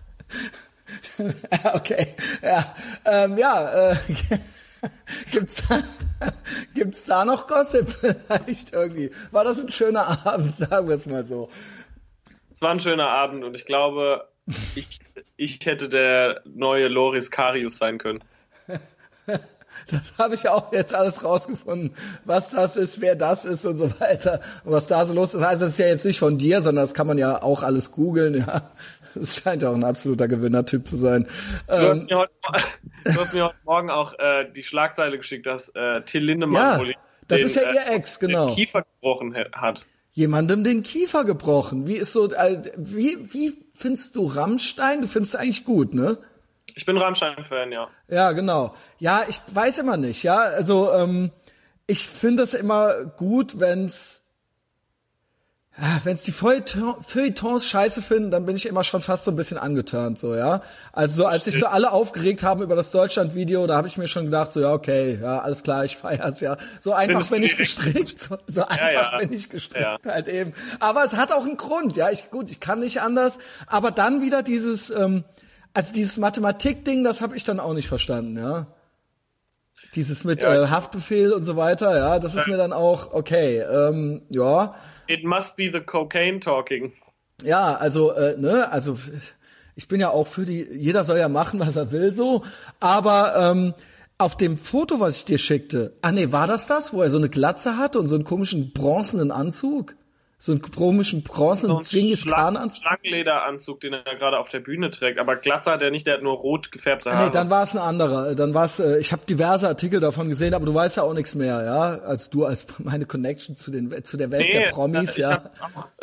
Okay, ja, ähm, ja, äh, gibt's da, gibt's da noch Gossip vielleicht irgendwie? War das ein schöner Abend, sagen wir es mal so. Es war ein schöner Abend und ich glaube, ich, ich hätte der neue Loris Karius sein können. Das habe ich auch jetzt alles rausgefunden, was das ist, wer das ist und so weiter und was da so los ist. Also das ist ja jetzt nicht von dir, sondern das kann man ja auch alles googeln. Ja, das scheint ja auch ein absoluter Gewinnertyp zu sein. Du, ähm, hast, mir heute, du hast mir heute Morgen auch äh, die Schlagzeile geschickt, dass äh, Till Lindemann ja, das den, ist ja ihr Ex, äh, genau. den Kiefer gebrochen hat. Jemandem den Kiefer gebrochen. Wie ist so, äh, wie, wie findest du Rammstein? Du findest es eigentlich gut, ne? Ich bin Rammstein-Fan, ja. Ja, genau. Ja, ich weiß immer nicht, ja. Also, ähm, ich finde es immer gut, wenn's, ja, wenn's die Feuilletons scheiße finden, dann bin ich immer schon fast so ein bisschen angeturnt, so, ja. Also, so, als sich so alle aufgeregt haben über das Deutschland-Video, da habe ich mir schon gedacht, so, ja, okay, ja, alles klar, ich feier's, ja. So einfach bin ich gestrickt, so, so einfach ja, ja. bin ich gestrickt, ja. halt eben. Aber es hat auch einen Grund, ja. Ich, gut, ich kann nicht anders. Aber dann wieder dieses, ähm, also dieses Mathematik-Ding, das habe ich dann auch nicht verstanden, ja. Dieses mit ja. äh, Haftbefehl und so weiter, ja, das ist mir dann auch, okay, ähm, ja. It must be the cocaine talking. Ja, also, äh, ne, also ich bin ja auch für die, jeder soll ja machen, was er will, so, aber ähm, auf dem Foto, was ich dir schickte, ah nee, war das das, wo er so eine Glatze hatte und so einen komischen bronzenen Anzug? So einen komischen bronzenen so Genghis Khan Anzug. Schlangenlederanzug, den er gerade auf der Bühne trägt. Aber Glatze hat er nicht, der hat nur rot gefärbte Haare. Nee, dann war es ein anderer. Dann war es, äh, ich habe diverse Artikel davon gesehen, aber du weißt ja auch nichts mehr, ja? Als du, als meine Connection zu den zu der Welt nee, der Promis, ich ja. Hab auch,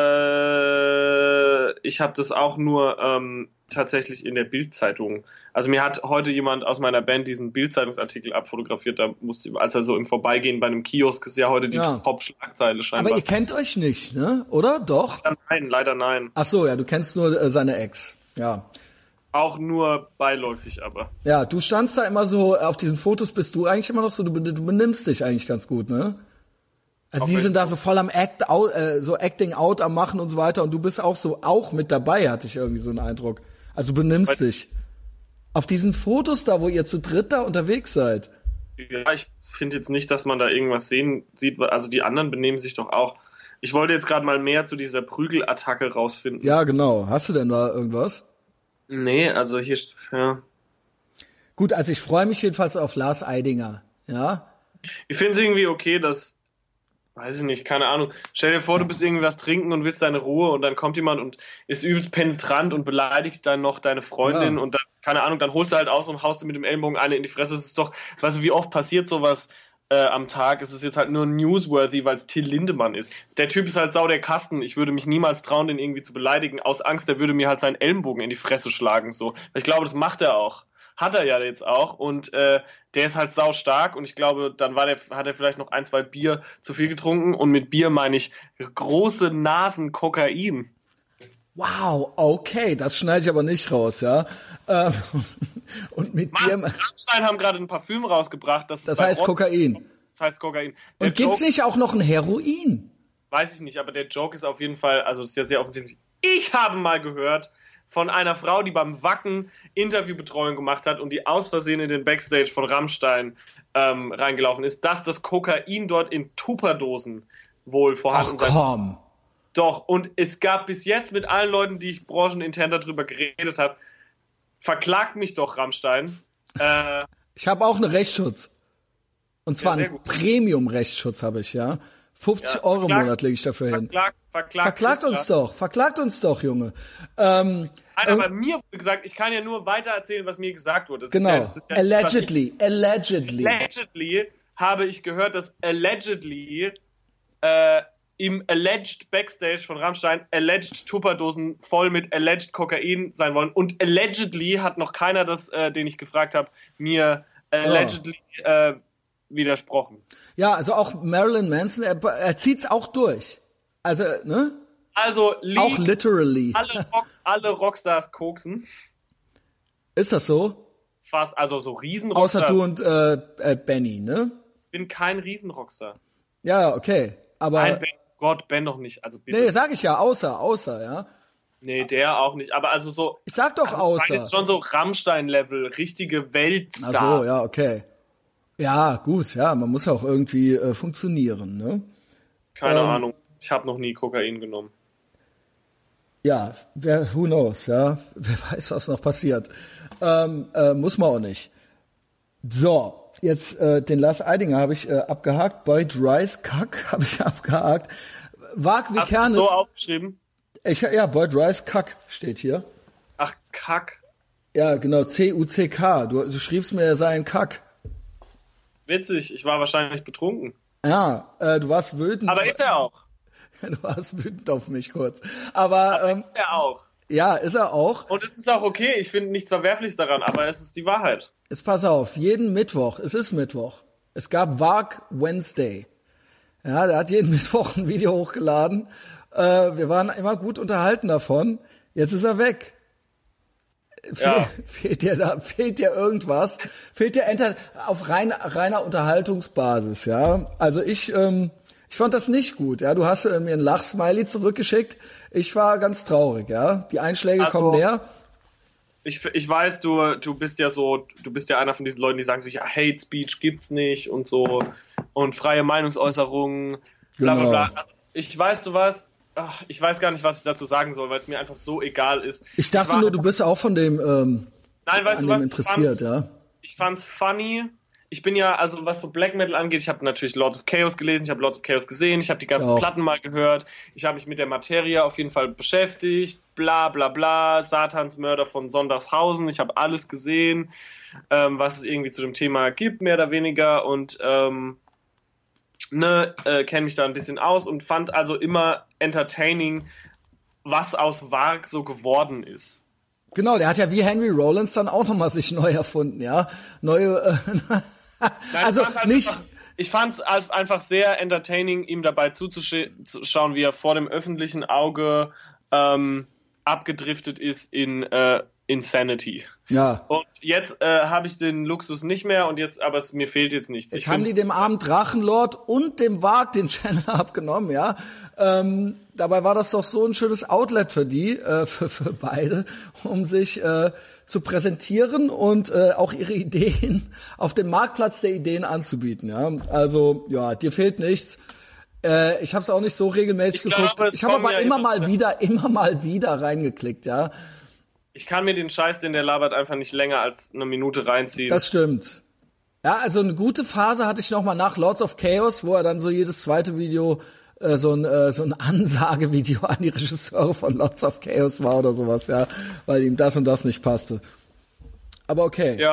äh, ich habe das auch nur ähm, tatsächlich in der Bild-Zeitung. Also mir hat heute jemand aus meiner Band diesen Bild-Zeitungsartikel abfotografiert, da musste, als er so im Vorbeigehen bei einem Kiosk ist, ja heute die ja. Top-Schlagzeile scheinbar. Aber ihr kennt euch nicht, ne? Oder? Doch? Leider nein, leider nein. Ach so, ja, du kennst nur äh, seine Ex. Ja. Auch nur beiläufig, aber. Ja, du standst da immer so, auf diesen Fotos bist du eigentlich immer noch so, du, du benimmst dich eigentlich ganz gut, ne? Also die sind da so voll am Act, out, äh, so Acting out am machen und so weiter und du bist auch so, auch mit dabei, hatte ich irgendwie so einen Eindruck. Also du benimmst Weil, dich. Auf diesen Fotos da, wo ihr zu dritt da unterwegs seid. Ja, ich finde jetzt nicht, dass man da irgendwas sehen sieht, also die anderen benehmen sich doch auch. Ich wollte jetzt gerade mal mehr zu dieser Prügelattacke rausfinden. Ja, genau. Hast du denn da irgendwas? Nee, also hier, ja. Gut, also ich freue mich jedenfalls auf Lars Eidinger, ja. Ich finde es irgendwie okay, dass, weiß ich nicht, keine Ahnung. Stell dir vor, du bist irgendwie was trinken und willst deine Ruhe und dann kommt jemand und ist übelst penetrant und beleidigt dann noch deine Freundin ja. und dann, keine Ahnung, dann holst du halt aus und haust du mit dem Ellenbogen eine in die Fresse. Das ist doch, weißt du, wie oft passiert sowas äh, am Tag? Es ist jetzt halt nur newsworthy, weil es Till Lindemann ist. Der Typ ist halt sau der Kasten. Ich würde mich niemals trauen, den irgendwie zu beleidigen. Aus Angst, der würde mir halt seinen Ellenbogen in die Fresse schlagen. So. Ich glaube, das macht er auch. Hat er ja jetzt auch und äh, der ist halt sau stark und ich glaube, dann war der, hat er vielleicht noch ein, zwei Bier zu viel getrunken und mit Bier meine ich große Nasen Kokain. Wow, okay, das schneide ich aber nicht raus, ja. Ähm, und mit Mann, Bier... Rammstein haben gerade ein Parfüm rausgebracht. Das, das heißt Ort- Kokain. Das heißt Kokain. Der und gibt's Joke, nicht auch noch ein Heroin? Weiß ich nicht, aber der Joke ist auf jeden Fall, also ist ja sehr offensichtlich. Ich habe mal gehört von einer Frau, die beim Wacken Interviewbetreuung gemacht hat und die aus Versehen in den Backstage von Rammstein ähm, reingelaufen ist, dass das Kokain dort in Tupperdosen wohl vorhanden Ach, komm. Sei. Doch, und es gab bis jetzt mit allen Leuten, die ich branchenintern darüber geredet habe, verklagt mich doch Rammstein. Äh, ich habe auch einen Rechtsschutz. Und zwar ja, einen Premium-Rechtsschutz habe ich, ja. fünfzig Ja, Euro im verklagt- Monat lege ich dafür hin. Verklagt, verklagt, Verklagt uns doch, verklagt uns doch, Junge. Ähm, Nein, aber mir wurde gesagt, ich kann ja nur weiter erzählen, was mir gesagt wurde. Das genau, ist ja, das ist ja nicht, was allegedly, allegedly. Ich, allegedly habe ich gehört, dass allegedly äh, im alleged Backstage von Rammstein alleged Tupperdosen voll mit alleged Kokain sein wollen. Und allegedly hat noch keiner, das, äh, den ich gefragt habe, mir allegedly äh, widersprochen. Ja, also auch Marilyn Manson, er, er zieht's auch durch. Also, ne? Also lieb, Auch literally. alle, Rock, alle Rockstars koksen. Ist das so? Fast, also so Außer Riesenrockstars. du und äh, äh, Benny, ne? Ich bin kein Riesenrockstar. Ja, okay. Aber Nein, Ben, Gott, Ben doch nicht. Also bitte. nee, sag ich ja, außer, außer, ja. Nee, der auch nicht. Aber also so. Ich sag doch Also außer. jetzt schon so Rammstein-Level, richtige Weltstars. Ach so, ja, okay. Ja, gut, ja, man muss ja auch irgendwie äh, funktionieren, ne? Keine Ähm, Ahnung. Ich habe noch nie Kokain genommen. Ja, wer, who knows, ja. Wer weiß, was noch passiert. Ähm, äh, muss man auch nicht. So, jetzt äh, den Lars Eidinger habe ich äh, abgehakt. Boyd Rice, Kack, habe ich abgehakt. Wag wie Hast du Kernes. so aufgeschrieben? Ich, ja, Boyd Rice, Kack steht hier. Ach, Kack. Ja, genau, C U C K. Du, du schriebst mir, er sei ein Kack. Witzig, ich war wahrscheinlich betrunken. Ja, äh, du warst wütend. Aber ist er auch. Du warst wütend auf mich kurz. Aber, ähm, Ist er auch. ja, ist er auch. Und es ist auch okay, ich finde nichts Verwerfliches daran, aber es ist die Wahrheit. Jetzt pass auf, jeden Mittwoch, es ist Mittwoch. Es gab Wag Wednesday. Ja, der hat jeden Mittwoch ein Video hochgeladen. Äh, wir waren immer gut unterhalten davon. Jetzt ist er weg. Ja. Fehl, fehlt dir da, fehlt dir irgendwas? Fehlt dir enter auf rein, reiner Unterhaltungsbasis, ja? Also ich, ähm, ich fand das nicht gut, ja? Du hast äh, mir ein Lachsmiley zurückgeschickt. Ich war ganz traurig, ja? Die Einschläge Also, kommen näher. Ich, ich weiß, du, du bist ja so, du bist ja einer von diesen Leuten, die sagen so, ja, Hate Speech gibt's nicht und so und freie Meinungsäußerung, bla bla Genau. bla. Also, ich weiß, du was, ach, ich weiß gar nicht, was ich dazu sagen soll, weil es mir einfach so egal ist. Ich dachte war nur, du bist auch von dem, ähm, Nein, weißt an du was? dem interessiert, ich fand's, ja? ich fand's funny. Ich bin ja, also was so Black Metal angeht, ich habe natürlich Lords of Chaos gelesen, ich habe Lords of Chaos gesehen, ich habe die ganzen auch. Platten mal gehört, ich habe mich mit der Materie auf jeden Fall beschäftigt, bla bla bla, Satans Mörder von Sondershausen, ich habe alles gesehen, ähm, was es irgendwie zu dem Thema gibt, mehr oder weniger, und ähm, ne, äh, kenne mich da ein bisschen aus und fand also immer entertaining, was aus Varg so geworden ist. Genau, der hat ja wie Henry Rollins dann auch nochmal sich neu erfunden, ja? Neue, äh, Nein, also ich fand's halt nicht, Einfach, ich fand es einfach sehr entertaining, ihm dabei zuzuschauen, wie er vor dem öffentlichen Auge ähm, abgedriftet ist in äh, Insanity. ja. Und jetzt äh, habe ich den Luxus nicht mehr und jetzt, aber es mir fehlt jetzt nichts. Jetzt Ich haben die find's- dem armen Drachenlord und dem Wag den Channel abgenommen, ja. Ähm, dabei war das doch so ein schönes Outlet für die, äh, für, für beide, um sich äh, zu präsentieren und äh, auch ihre Ideen auf dem Marktplatz der Ideen anzubieten, ja. Also, ja, dir fehlt nichts. Äh, ich habe es auch nicht so regelmäßig Ich geguckt. glaube, es ich habe kommen aber ja immer immer- mal wieder, immer mal wieder reingeklickt, ja. Ich kann mir den Scheiß, den der labert, einfach nicht länger als eine Minute reinziehen. Das stimmt. Ja, also eine gute Phase hatte ich noch mal nach Lords of Chaos, wo er dann so jedes zweite Video äh, so ein äh, so ein Ansagevideo an die Regisseure von Lords of Chaos war oder sowas, ja, weil ihm das und das nicht passte. Aber okay. ja,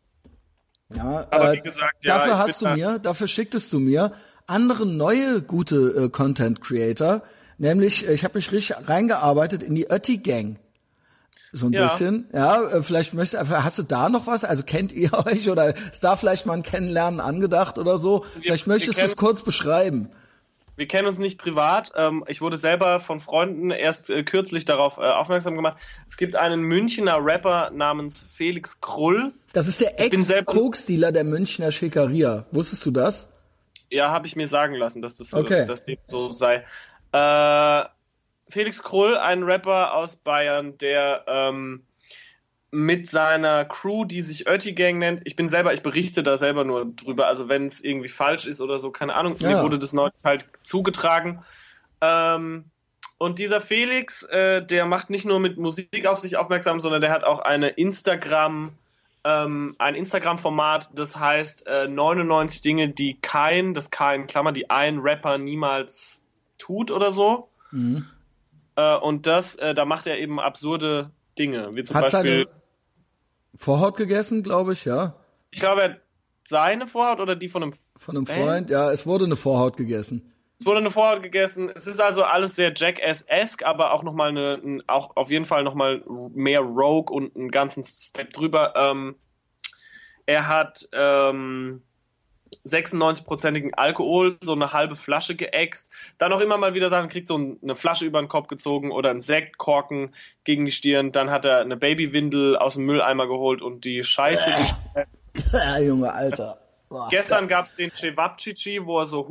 Ja, aber äh, wie gesagt, ja, dafür ich hast du bin da- mir, dafür schicktest du mir andere neue gute äh, Content Creator, nämlich äh, ich habe mich richtig reingearbeitet in die Ötti Gang. So ein Ja. bisschen. Ja, äh, vielleicht möchtest hast du da noch was? Also kennt ihr euch oder ist da vielleicht mal ein Kennenlernen angedacht oder so? vielleicht wir möchtest du es kennen- kurz beschreiben. Wir kennen uns nicht privat. Ähm, ich wurde selber von Freunden erst äh, kürzlich darauf äh, aufmerksam gemacht. Es gibt einen Münchner Rapper namens Felix Krull. Das ist der bin selber- Ex-Koks-Dealer der Münchner Schickeria. Wusstest du das? Ja, habe ich mir sagen lassen, dass das so, Okay. dass dem so sei. Äh, Felix Krull, ein Rapper aus Bayern, der ähm, mit seiner Crew, die sich Ötti Gang nennt, ich bin selber, ich berichte da selber nur drüber, also wenn es irgendwie falsch ist oder so, keine Ahnung, Ja. mir wurde das neulich halt zugetragen. Ähm, und dieser Felix, äh, der macht nicht nur mit Musik auf sich aufmerksam, sondern der hat auch eine Instagram ähm, ein Instagram-Format, das heißt äh, neunundneunzig Dinge, die kein, das K in Klammer, die ein Rapper niemals tut oder so. Mhm. Äh, und das, äh, da macht er eben absurde Dinge, wie zum Hat Beispiel... seine Vorhaut gegessen, glaube ich, ja. Ich glaube, er hat seine Vorhaut oder die von einem Von einem Fan? Freund, ja, es wurde eine Vorhaut gegessen. Es wurde eine Vorhaut gegessen. Es ist also alles sehr Jackass-esque, aber auch nochmal eine, ein, auch auf jeden Fall nochmal mehr Rogue und einen ganzen Step drüber. Ähm, er hat ähm, sechsundneunzig-prozentigen Alkohol, so eine halbe Flasche geäxt. Dann auch immer mal wieder Sachen, kriegt so eine Flasche über den Kopf gezogen oder einen Sektkorken gegen die Stirn. Dann hat er eine Babywindel aus dem Mülleimer geholt und die Scheiße. Ja, Junge, Alter. Boah, Gestern gab es den Cevapcici, wo er so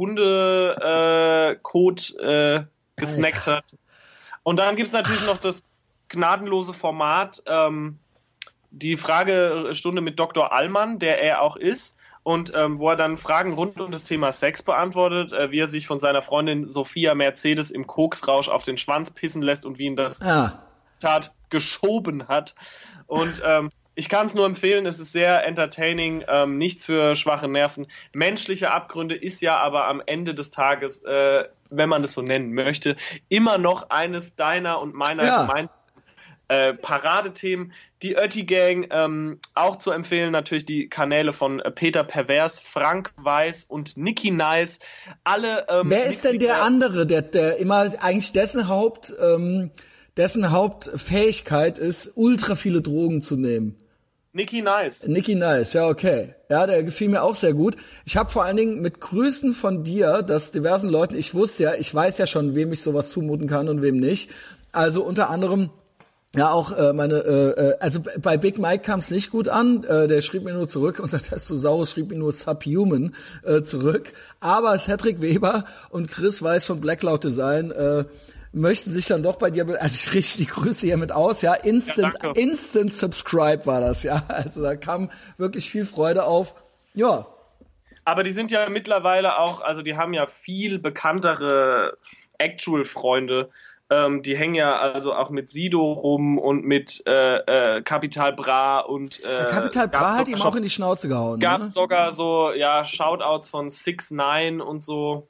Hundekot äh, äh, gesnackt hat. Und dann gibt es natürlich noch das gnadenlose Format, ähm, die Fragestunde mit Doktor Allmann, der er auch ist. Und ähm, wo er dann Fragen rund um das Thema Sex beantwortet, äh, wie er sich von seiner Freundin Sophia Mercedes im Koksrausch auf den Schwanz pissen lässt und wie ihn das Ah. Tat geschoben hat. Und ähm, ich kann es nur empfehlen, es ist sehr entertaining, ähm, nichts für schwache Nerven. Menschliche Abgründe ist ja aber am Ende des Tages, äh, wenn man das so nennen möchte, immer noch eines deiner und meiner Ja. gemeinen äh, Paradethemen. Die Ötti Gang, ähm, auch zu empfehlen, natürlich die Kanäle von äh, Peter Pervers, Frank Weiß und Nicky Nice. Alle. Ähm, Wer ist denn der andere, der, der immer eigentlich dessen Haupt, ähm, dessen Hauptfähigkeit ist, ultra viele Drogen zu nehmen? Nicky Nice. Nicky Nice, ja, okay. Ja, der gefiel mir auch sehr gut. Ich habe vor allen Dingen mit Grüßen von dir, dass diversen Leuten, ich wusste ja, ich weiß ja schon, wem ich sowas zumuten kann und wem nicht. Also unter anderem ja auch äh, meine, äh, also bei Big Mike kam es nicht gut an, äh, der schrieb mir nur zurück, unser Testosaurus schrieb mir nur Subhuman äh, zurück, aber Cedric Weber und Chris Weiß von Black Cloud Design äh, möchten sich dann doch bei dir, also ich richte die Grüße hiermit aus, ja, instant, Ja, danke. instant subscribe war das, ja, also da kam wirklich viel Freude auf, ja. Aber die sind ja mittlerweile auch, also die haben ja viel bekanntere Actual-Freunde. Ähm, die hängen ja also auch mit Sido rum und mit äh, äh, Capital Bra und äh, Capital Bra hat ihm auch in die Schnauze gehauen. Gab ne? sogar so, ja, Shoutouts von six nine und so.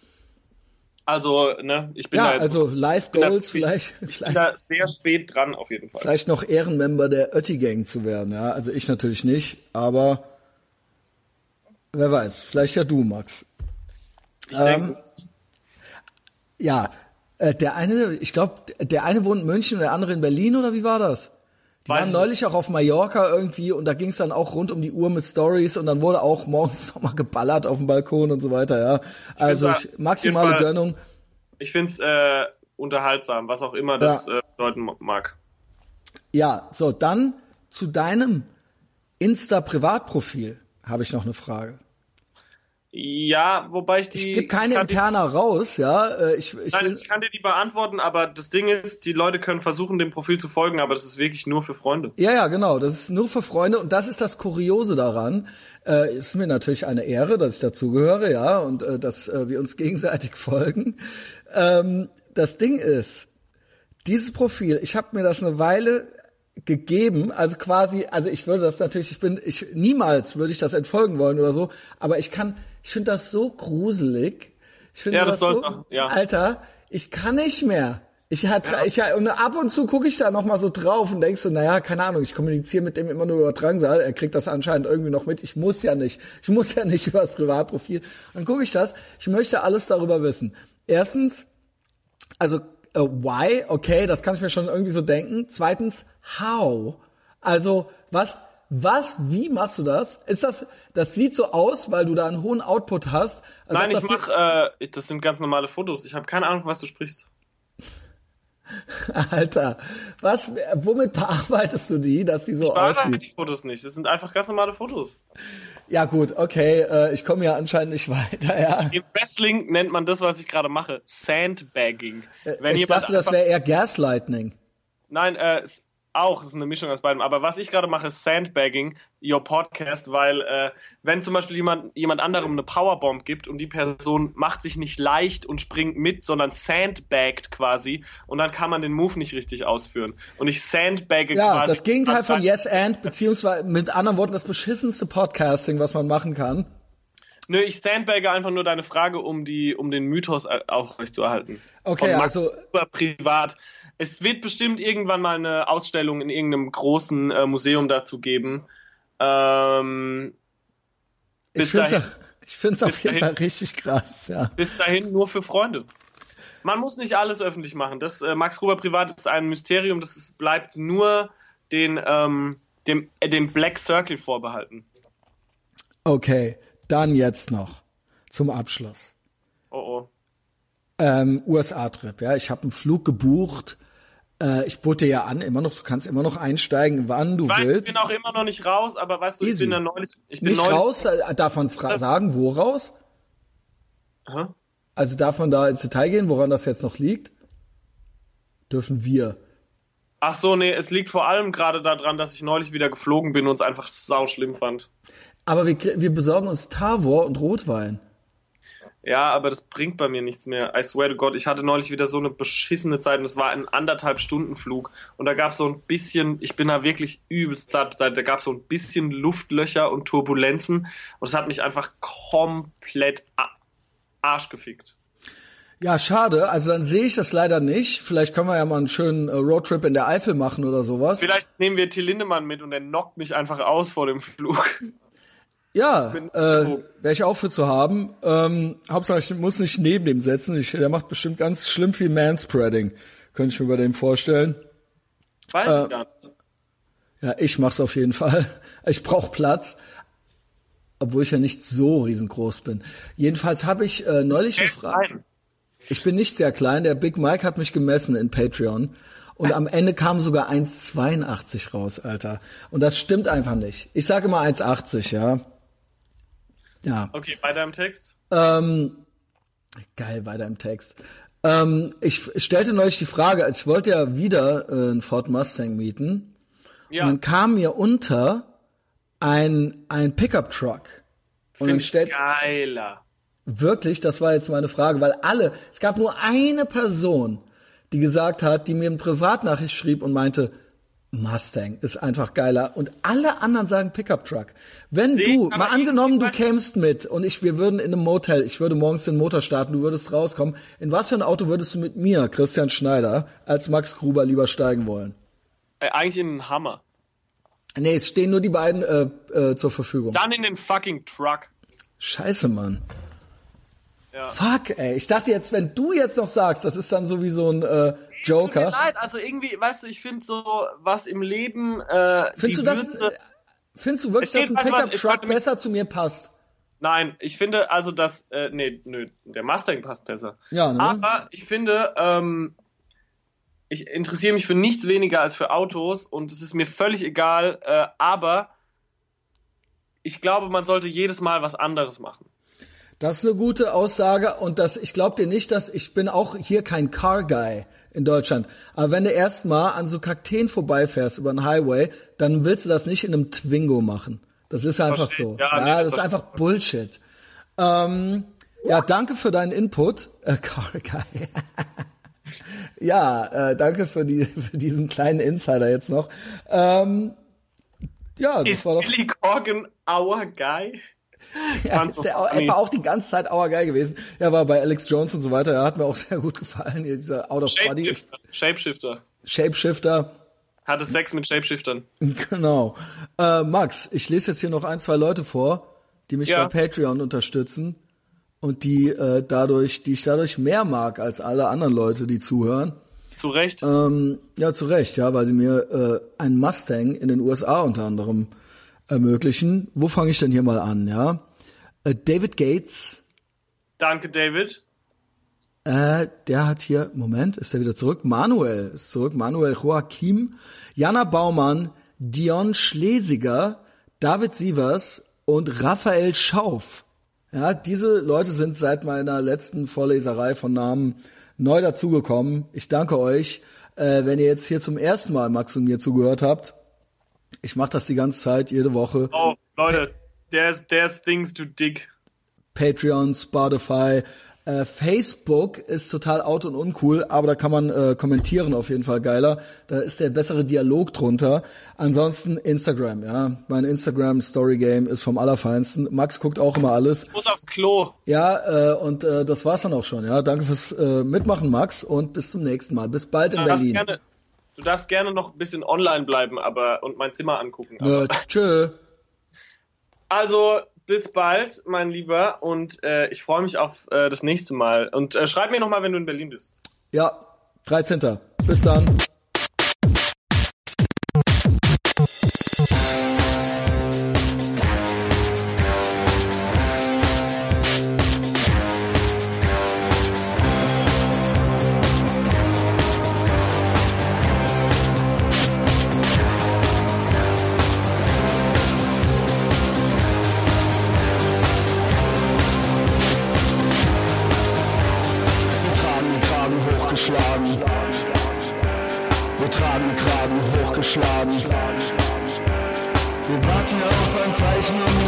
Also, ne, ich bin Ja, da jetzt also Live bin da- Goals ich vielleicht, bin vielleicht, da sehr spät dran auf jeden Fall. vielleicht noch Ehrenmember der Ötti Gang zu werden, ja. Also ich natürlich nicht, aber wer weiß, vielleicht ja du, Max. Ich ähm, denke, Ja, äh, der eine, ich glaube, der eine wohnt in München und der andere in Berlin, oder wie war das? Die Weiß waren ich neulich auch auf Mallorca irgendwie und da ging es dann auch rund um die Uhr mit Stories und dann wurde auch morgens nochmal geballert auf dem Balkon und so weiter, ja. Also find's ich, maximale auf jeden Fall- Gönnung. ich find's äh, unterhaltsam, was auch immer das Ja. äh, bedeuten mag. Ja, so, dann zu deinem Insta-Privatprofil habe ich noch eine Frage. Ja, wobei ich die... Ich gebe keine ich kann die- Interna raus, ja. äh, Ich, ich Nein, will, ich kann dir die beantworten, aber das Ding ist, die Leute können versuchen, dem Profil zu folgen, aber das ist wirklich nur für Freunde. ja, ja, genau. Das ist nur für Freunde und das ist das Kuriose daran. Äh, ist mir natürlich eine Ehre, dass ich dazugehöre, ja, und äh, dass äh, wir uns gegenseitig folgen. Ähm, das Ding ist, dieses Profil, ich habe mir das eine Weile gegeben, also quasi, also ich würde das natürlich, ich bin, ich niemals würde ich das entfolgen wollen oder so, aber ich kann, ich finde das so gruselig. Ich finde Ja, das, das so, soll's auch, ja. Alter, ich kann nicht mehr. Ich hatte, Ja. ich und ab und zu gucke ich da noch mal so drauf und denk so, naja, keine Ahnung, ich kommuniziere mit dem immer nur über Drangsal. Er kriegt das anscheinend irgendwie noch mit. Ich muss ja nicht. Ich muss ja nicht über das Privatprofil. Dann gucke ich das. Ich möchte alles darüber wissen. Erstens, also äh, why? Okay, das kann ich mir schon irgendwie so denken. Zweitens, how? Also was? Was? Wie machst du das? Ist das? Das sieht so aus, weil du da einen hohen Output hast. Also Nein, ob ich das mach, äh, das sind ganz normale Fotos. Ich habe keine Ahnung, was du sprichst. Alter, was? Womit bearbeitest du die, dass die so Ich bearbeite aussieht? die Fotos nicht. Das sind einfach ganz normale Fotos. Ja gut, okay, äh, ich komme ja anscheinend nicht weiter, ja. Im Wrestling nennt man das, was ich gerade mache, Sandbagging. Wenn ich jemand dachte, das einfach- wäre eher Gaslighting. Nein, äh, Auch, es ist eine Mischung aus beidem. Aber was ich gerade mache, ist Sandbagging, your Podcast, weil äh, wenn zum Beispiel jemand jemand anderem eine Powerbomb gibt und die Person macht sich nicht leicht und springt mit, sondern sandbaggt quasi und dann kann man den Move nicht richtig ausführen. Und ich sandbagge ja, quasi. Ja, das Gegenteil von Yes and, beziehungsweise mit anderen Worten das beschissenste Podcasting, was man machen kann. Nö, ich sandbagge einfach nur deine Frage, um die um den Mythos aufrechtzuerhalten. Okay, also privat. Es wird bestimmt irgendwann mal eine Ausstellung in irgendeinem großen äh, Museum dazu geben. Ähm, ich finde es ich find's auf jeden dahin, Fall richtig krass. Ja. Bis dahin nur für Freunde. Man muss nicht alles öffentlich machen. Das äh, Max Gruber privat ist ein Mysterium. Das ist, bleibt nur den ähm, dem äh, dem Black Circle vorbehalten. Okay, dann jetzt noch zum Abschluss. Oh oh. Ähm, U S A-Trip, ja. Ich habe einen Flug gebucht. Äh, ich bot dir ja an, immer noch, du kannst immer noch einsteigen, wann du ich weiß, willst. Ich bin auch immer noch nicht raus, aber weißt du, Easy. ich bin da neulich. Ich bin nicht neulich, raus, äh, darf man fra- sagen, wo raus? Hä? Also darf man da ins Detail gehen, woran das jetzt noch liegt? Dürfen wir. Ach so, nee, es liegt vor allem gerade daran, dass ich neulich wieder geflogen bin und es einfach sau schlimm fand. Aber wir, wir besorgen uns Tavor und Rotwein. Ja, aber das bringt bei mir nichts mehr. I swear to God, ich hatte neulich wieder so eine beschissene Zeit und es war ein anderthalb Stunden Flug und da gab es so ein bisschen, ich bin da wirklich übelst satt, da gab es so ein bisschen Luftlöcher und Turbulenzen und es hat mich einfach komplett Arsch gefickt. Ja, schade. Also dann sehe ich das leider nicht. Vielleicht können wir ja mal einen schönen Roadtrip in der Eifel machen oder sowas. Vielleicht nehmen wir Till Lindemann mit und er knockt mich einfach aus vor dem Flug. Ja, äh, wäre ich auch für zu haben. Ähm, Hauptsache, ich muss nicht neben dem sitzen. Ich, der macht bestimmt ganz schlimm viel Manspreading. Könnte ich mir bei dem vorstellen. Weiß äh, ich gar nicht. Ja, ich mach's auf jeden Fall. Ich brauche Platz. Obwohl ich ja nicht so riesengroß bin. Jedenfalls habe ich äh, neulich gefragt. Ich bin nicht sehr klein. Der Big Mike hat mich gemessen in Patreon. Und am Ende kam sogar eins Komma zweiundachtzig raus, Alter. Und das stimmt einfach nicht. Ich sage immer eins Komma achtzig, ja. Ja. Okay, weiter im Text. Ähm, geil, weiter im Text. Ähm, ich stellte neulich die Frage, als ich wollte ja wieder äh, einen Ford Mustang mieten. Ja. Und dann kam mir unter ein, ein Pickup-Truck. Und dann stellt geiler. Wirklich, das war jetzt meine Frage, weil alle, es gab nur eine Person, die gesagt hat, die mir eine Privatnachricht schrieb und meinte, Mustang ist einfach geiler. Und alle anderen sagen Pickup-Truck. Wenn Seh, du, mal angenommen, du was... kämst mit und ich, wir würden in einem Motel, ich würde morgens den Motor starten, du würdest rauskommen. In was für ein Auto würdest du mit mir, Christian Schneider, als Max Gruber lieber steigen wollen? Äh, eigentlich in einen Hammer. Nee, es stehen nur die beiden äh, äh, zur Verfügung. Dann in den fucking Truck. Scheiße, Mann. Ja. Fuck, ey. Ich dachte jetzt, wenn du jetzt noch sagst, das ist dann so wie so ein äh, Joker. Tut mir leid, also irgendwie, weißt du, ich finde so, was im Leben äh, Findest du das, Würze, findest du wirklich, dass ein Pickup-Truck besser zu mir passt? Nein, ich finde also, dass, äh, nee, nö, der Mustang passt besser. Ja, ne? Aber ich finde, ähm, ich interessiere mich für nichts weniger als für Autos und es ist mir völlig egal, äh, aber ich glaube, man sollte jedes Mal was anderes machen. Das ist eine gute Aussage und das, ich glaube dir nicht, dass ich bin auch hier kein Car Guy in Deutschland. Aber wenn du erstmal an so Kakteen vorbeifährst über den Highway, dann willst du das nicht in einem Twingo machen. Das ist einfach Verstehe. so. Ja, Ja, nee, das, das ist einfach Bullshit. Ähm, ja, danke für deinen Input, äh, Car Guy. ja, äh, danke für, die, für diesen kleinen Insider jetzt noch. Ähm, ja, das ist war doch. Billy Corgan our guy? Ja, ist der auch, er war auch die ganze Zeit our guy gewesen. Er war bei Alex Jones und so weiter. Er hat mir auch sehr gut gefallen. Hier, dieser Out of Body. Shapeshifter. Shapeshifter. Shapeshifter. Hatte Sex mit Shapeshiftern. Genau. Äh, Max, ich lese jetzt hier noch ein, zwei Leute vor, die mich Ja. bei Patreon unterstützen und die äh, dadurch, die ich dadurch mehr mag als alle anderen Leute, die zuhören. Zu Recht. Ähm, ja, zu Recht, ja, weil sie mir äh, einen Mustang in den U S A unter anderem ermöglichen. Wo fange ich denn hier mal an, ja? Äh, David Gates, Danke, David. äh, der hat hier, Moment, ist der wieder zurück? Manuel ist zurück, Manuel Joachim, Jana Baumann, Dion Schlesiger, David Sievers und Raphael Schauf. Ja, diese Leute sind seit meiner letzten Vorleserei von Namen neu dazugekommen. Ich danke euch, äh, wenn ihr jetzt hier zum ersten Mal Max und mir zugehört habt. Ich mache das die ganze Zeit, jede Woche. Oh, Leute, there's, there's things to dig. Patreon, Spotify, äh, Facebook ist total out und uncool, aber da kann man äh, kommentieren auf jeden Fall geiler. Da ist der bessere Dialog drunter. Ansonsten Instagram, ja. Mein Instagram-Story-Game ist vom Allerfeinsten. Max guckt auch immer alles. Ich muss aufs Klo. Ja, äh, und äh, das war's dann auch schon, ja. Danke fürs äh, Mitmachen, Max, und bis zum nächsten Mal. Bis bald in Du darfst Berlin. gerne, du darfst gerne noch ein bisschen online bleiben, aber und mein Zimmer angucken. Äh, Aber. tschö. Also, bis bald, mein Lieber, und äh, ich freue mich auf äh, das nächste Mal. Und äh, schreib mir nochmal, wenn du in Berlin bist. Ja, dreizehnten Bis dann. Wir tragen den Kragen hochgeschlagen. Wir warten auf ein Zeichen.